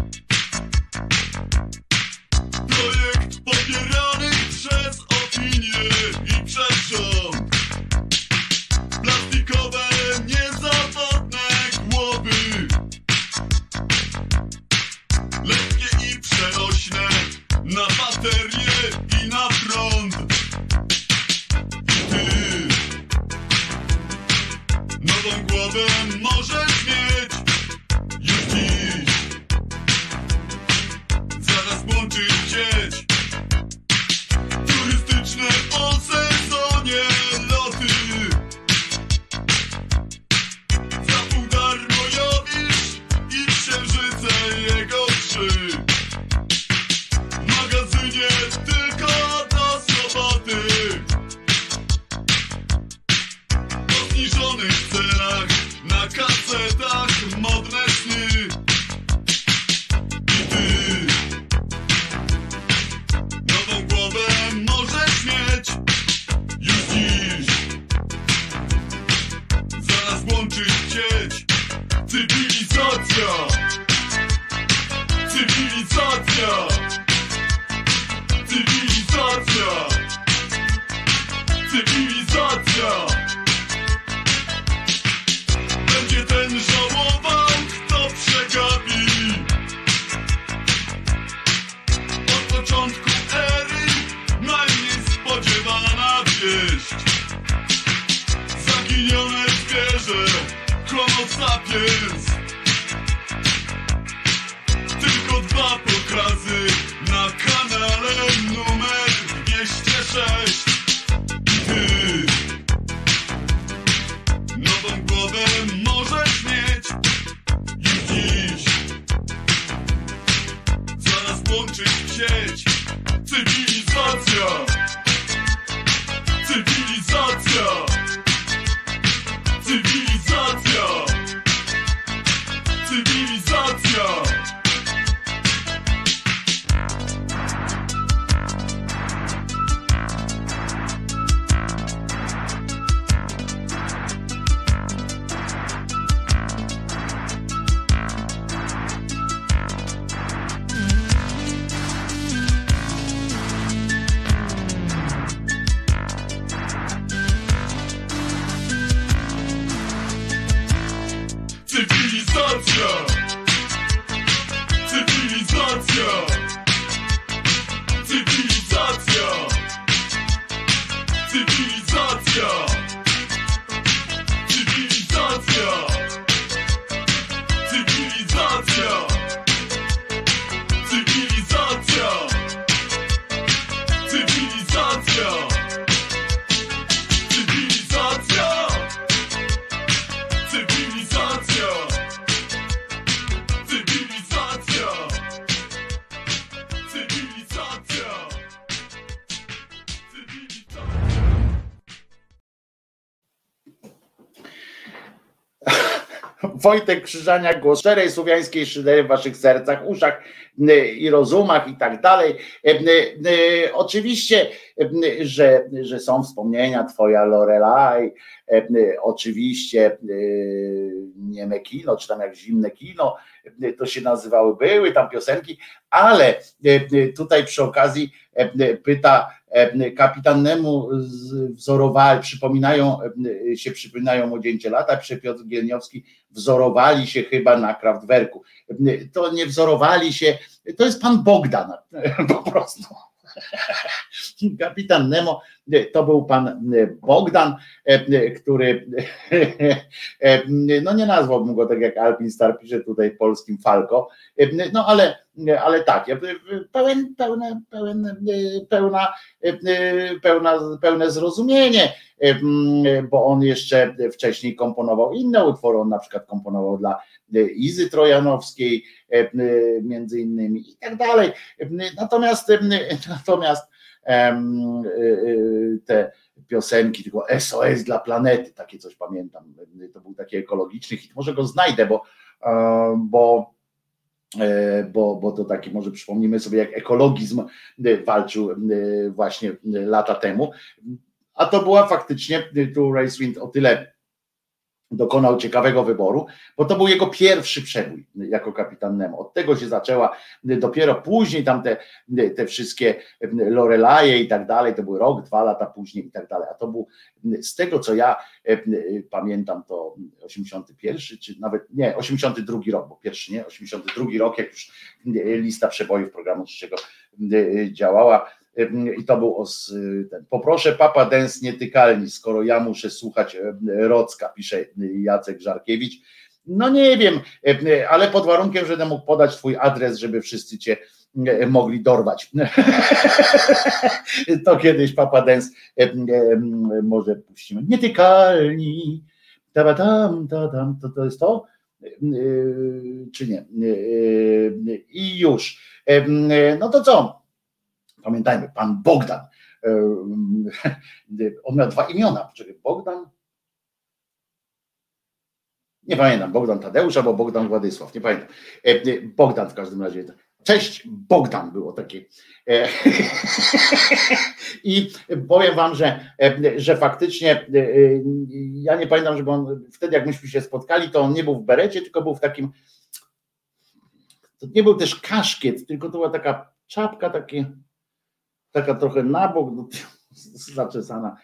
projekt popierany przez opinię i przez rząd. Plastikowe, niezawodne głowy, lekkie i przenośne, na baterie i na prąd. I ty nową głowę możesz mieć już dziś. Zaraz włączyć sieć. Turystyczne po sezonie loty. Za pół darmo Jowisz i Księżyce jego trzy. W magazynie sapiens. Tylko 2 pokazy na kanale numer 206. Ty nową głowę możesz mieć już dziś. Zaraz włączyć w sieć. Cywilizacja. Cywilizacja. Cywilizacja. Cywilizacja. Cywilizacja. Cywilizacja. Cywilizacja. Cywilizacja. Cywilizacja. Cywilizacja. Cywilizacja. Cywilizacja. Cywilizacja. Cywilizacja. Cywilizacja. Cywilizacja. Wojtek Krzyżaniak, głos szczerej słowiańskiej szydery w waszych sercach, uszach i rozumach i tak dalej. Oczywiście, że są wspomnienia, twoja Lorelai, oczywiście nieme kino, czy tam jak zimne kino, to się nazywały, były tam piosenki, ale tutaj przy okazji pyta kapitannemu wzorowali, przypominają młodzieńcze lata, Piotr Gielniowski, wzorowali się chyba na Kraftwerku. To nie wzorowali się, to jest pan Bogdan po prostu. Kapitan Nemo to był pan Bogdan, który no nie nazwałbym go tak jak Alpin Star pisze tutaj polskim Falco, no ale tak, pełne zrozumienie, bo on jeszcze wcześniej komponował inne utwory, on na przykład komponował dla Izy Trojanowskiej między innymi i tak dalej. Natomiast te piosenki, tylko SOS dla planety, takie coś pamiętam, to był taki ekologiczny hit, może go znajdę, bo to taki, może przypomnimy sobie, jak ekologizm walczył właśnie lata temu, a to była faktycznie, tu Ray Swind o tyle dokonał ciekawego wyboru, bo to był jego pierwszy przebój jako kapitan Nemo. Od tego się zaczęła, dopiero później tam te wszystkie Lorelaje i tak dalej, to był rok, 2 lata później i tak dalej, a to był, z tego co ja pamiętam, to 81, czy nawet nie, 82 rok, bo pierwszy nie, 82 rok, jak już lista przebojów programu trzeciego działała. I to był poproszę Papa Dance Nietykalni, skoro ja muszę słuchać Rocka, pisze Jacek Żarkiewicz. No nie wiem, ale pod warunkiem, że będę mógł podać twój adres, żeby wszyscy cię mogli dorwać. To kiedyś Papa Dance może puścimy. Nietykalni, to jest to? Czy nie? I już. No to co? Pamiętajmy, pan Bogdan, on miał 2 imiona, Bogdan, nie pamiętam, Bogdan Tadeusz albo Bogdan Władysław, nie pamiętam, Bogdan w każdym razie, cześć Bogdan było takie. I powiem wam, że faktycznie ja nie pamiętam, żeby on, wtedy jak myśmy się spotkali, to on nie był w berecie, tylko był w takim, to nie był też kaszkiet, tylko to była taka czapka, taka trochę na bok, zaczesana,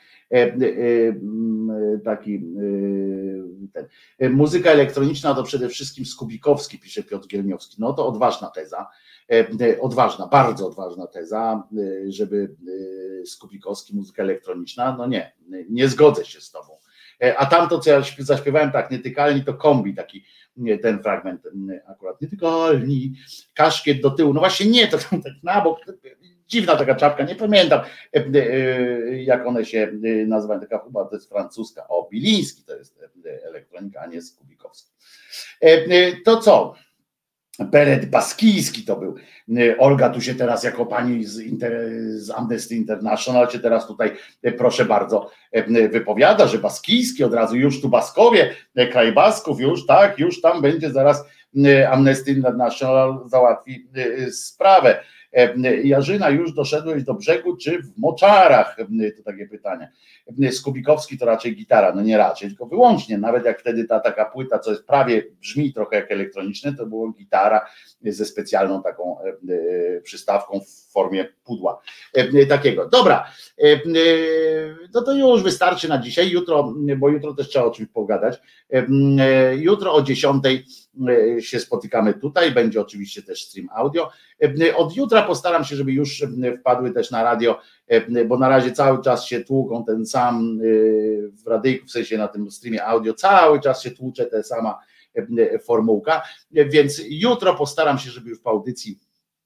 taki muzyka elektroniczna to przede wszystkim Skubikowski, pisze Piotr Gielniowski. No to odważna teza, bardzo odważna teza, żeby Skubikowski muzyka elektroniczna, no nie zgodzę się z tobą. A tamto, co ja zaśpiewałem, tak, nietykalni, to kombi, taki ten fragment akurat, nietykalni, kaszkiet do tyłu, no właśnie nie, to tak na bok, dziwna taka czapka, nie pamiętam jak one się nazywają, taka chyba to jest francuska, o Biliński to jest elektronika, a nie Skubikowski. To co? Beret baskijski to był. Olga tu się teraz jako pani z Amnesty International się teraz tutaj proszę bardzo wypowiada, że baskijski od razu już tu Baskowie, kraj Basków już tak, już tam będzie zaraz Amnesty International załatwi sprawę. Jarzyna, już doszedłeś do brzegu, czy w moczarach? To takie pytanie. Skubikowski to raczej gitara, no nie raczej, tylko wyłącznie, nawet jak wtedy ta taka płyta, co jest prawie, brzmi trochę jak elektroniczne, to było gitara ze specjalną taką przystawką w formie pudła takiego. Dobra, no to już wystarczy na dzisiaj, jutro, bo jutro też trzeba o czymś pogadać. Jutro o 10:00 się spotykamy tutaj, będzie oczywiście też stream audio. Od jutra postaram się, żeby już wpadły też na radio, bo na razie cały czas się tłuką ten sam w radyjku, w sensie na tym streamie audio, cały czas się tłucze ta sama formułka, więc jutro postaram się, żeby już po audycji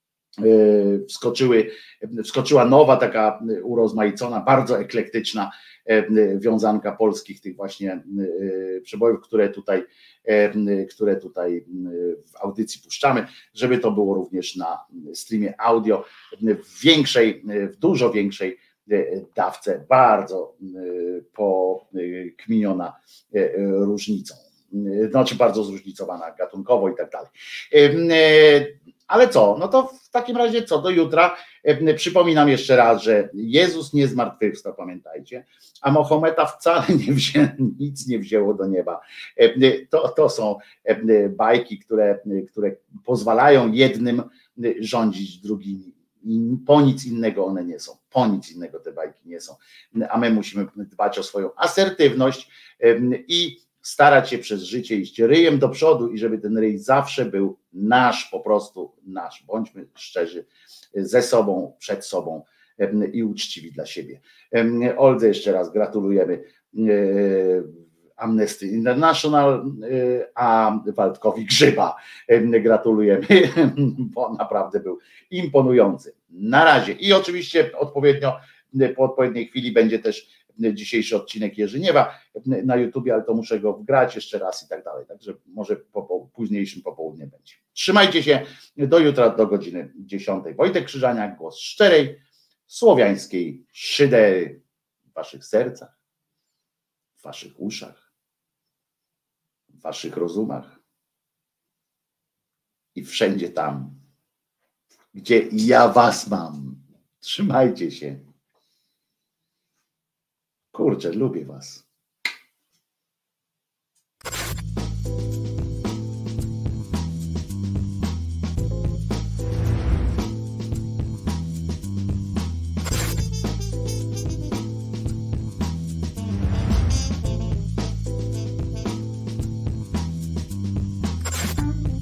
wskoczyła nowa, taka urozmaicona, bardzo eklektyczna wiązanka polskich tych właśnie przebojów, które tutaj w audycji puszczamy, żeby to było również na streamie audio w dużo większej dawce, bardzo pokminiona różnicą, znaczy bardzo zróżnicowana gatunkowo i tak dalej. Ale co? No to w takim razie co? Do jutra. Przypominam jeszcze raz, że Jezus nie zmartwychwstał, pamiętajcie, a Mahometa wcale nic nie wzięło do nieba. To są bajki, które pozwalają jednym rządzić drugimi. I po nic innego one nie są. Po nic innego te bajki nie są. A my musimy dbać o swoją asertywność i starać się przez życie iść ryjem do przodu i żeby ten ryj zawsze był nasz, po prostu nasz. Bądźmy szczerzy ze sobą, przed sobą i uczciwi dla siebie. Oldze jeszcze raz gratulujemy Amnesty International, a Waldkowi Grzyba gratulujemy, bo naprawdę był imponujący. Na razie i oczywiście po odpowiedniej chwili będzie też dzisiejszy odcinek Jerzyniewa na YouTubie, ale to muszę go wgrać jeszcze raz i tak dalej, także może po późniejszym popołudnie będzie. Trzymajcie się, do jutra do godziny 10:00. Wojtek Krzyżaniak, głos szczerej, słowiańskiej szydery w waszych sercach, w waszych uszach, w waszych rozumach i wszędzie tam, gdzie ja was mam. Trzymajcie się. Kurczę, lubię was.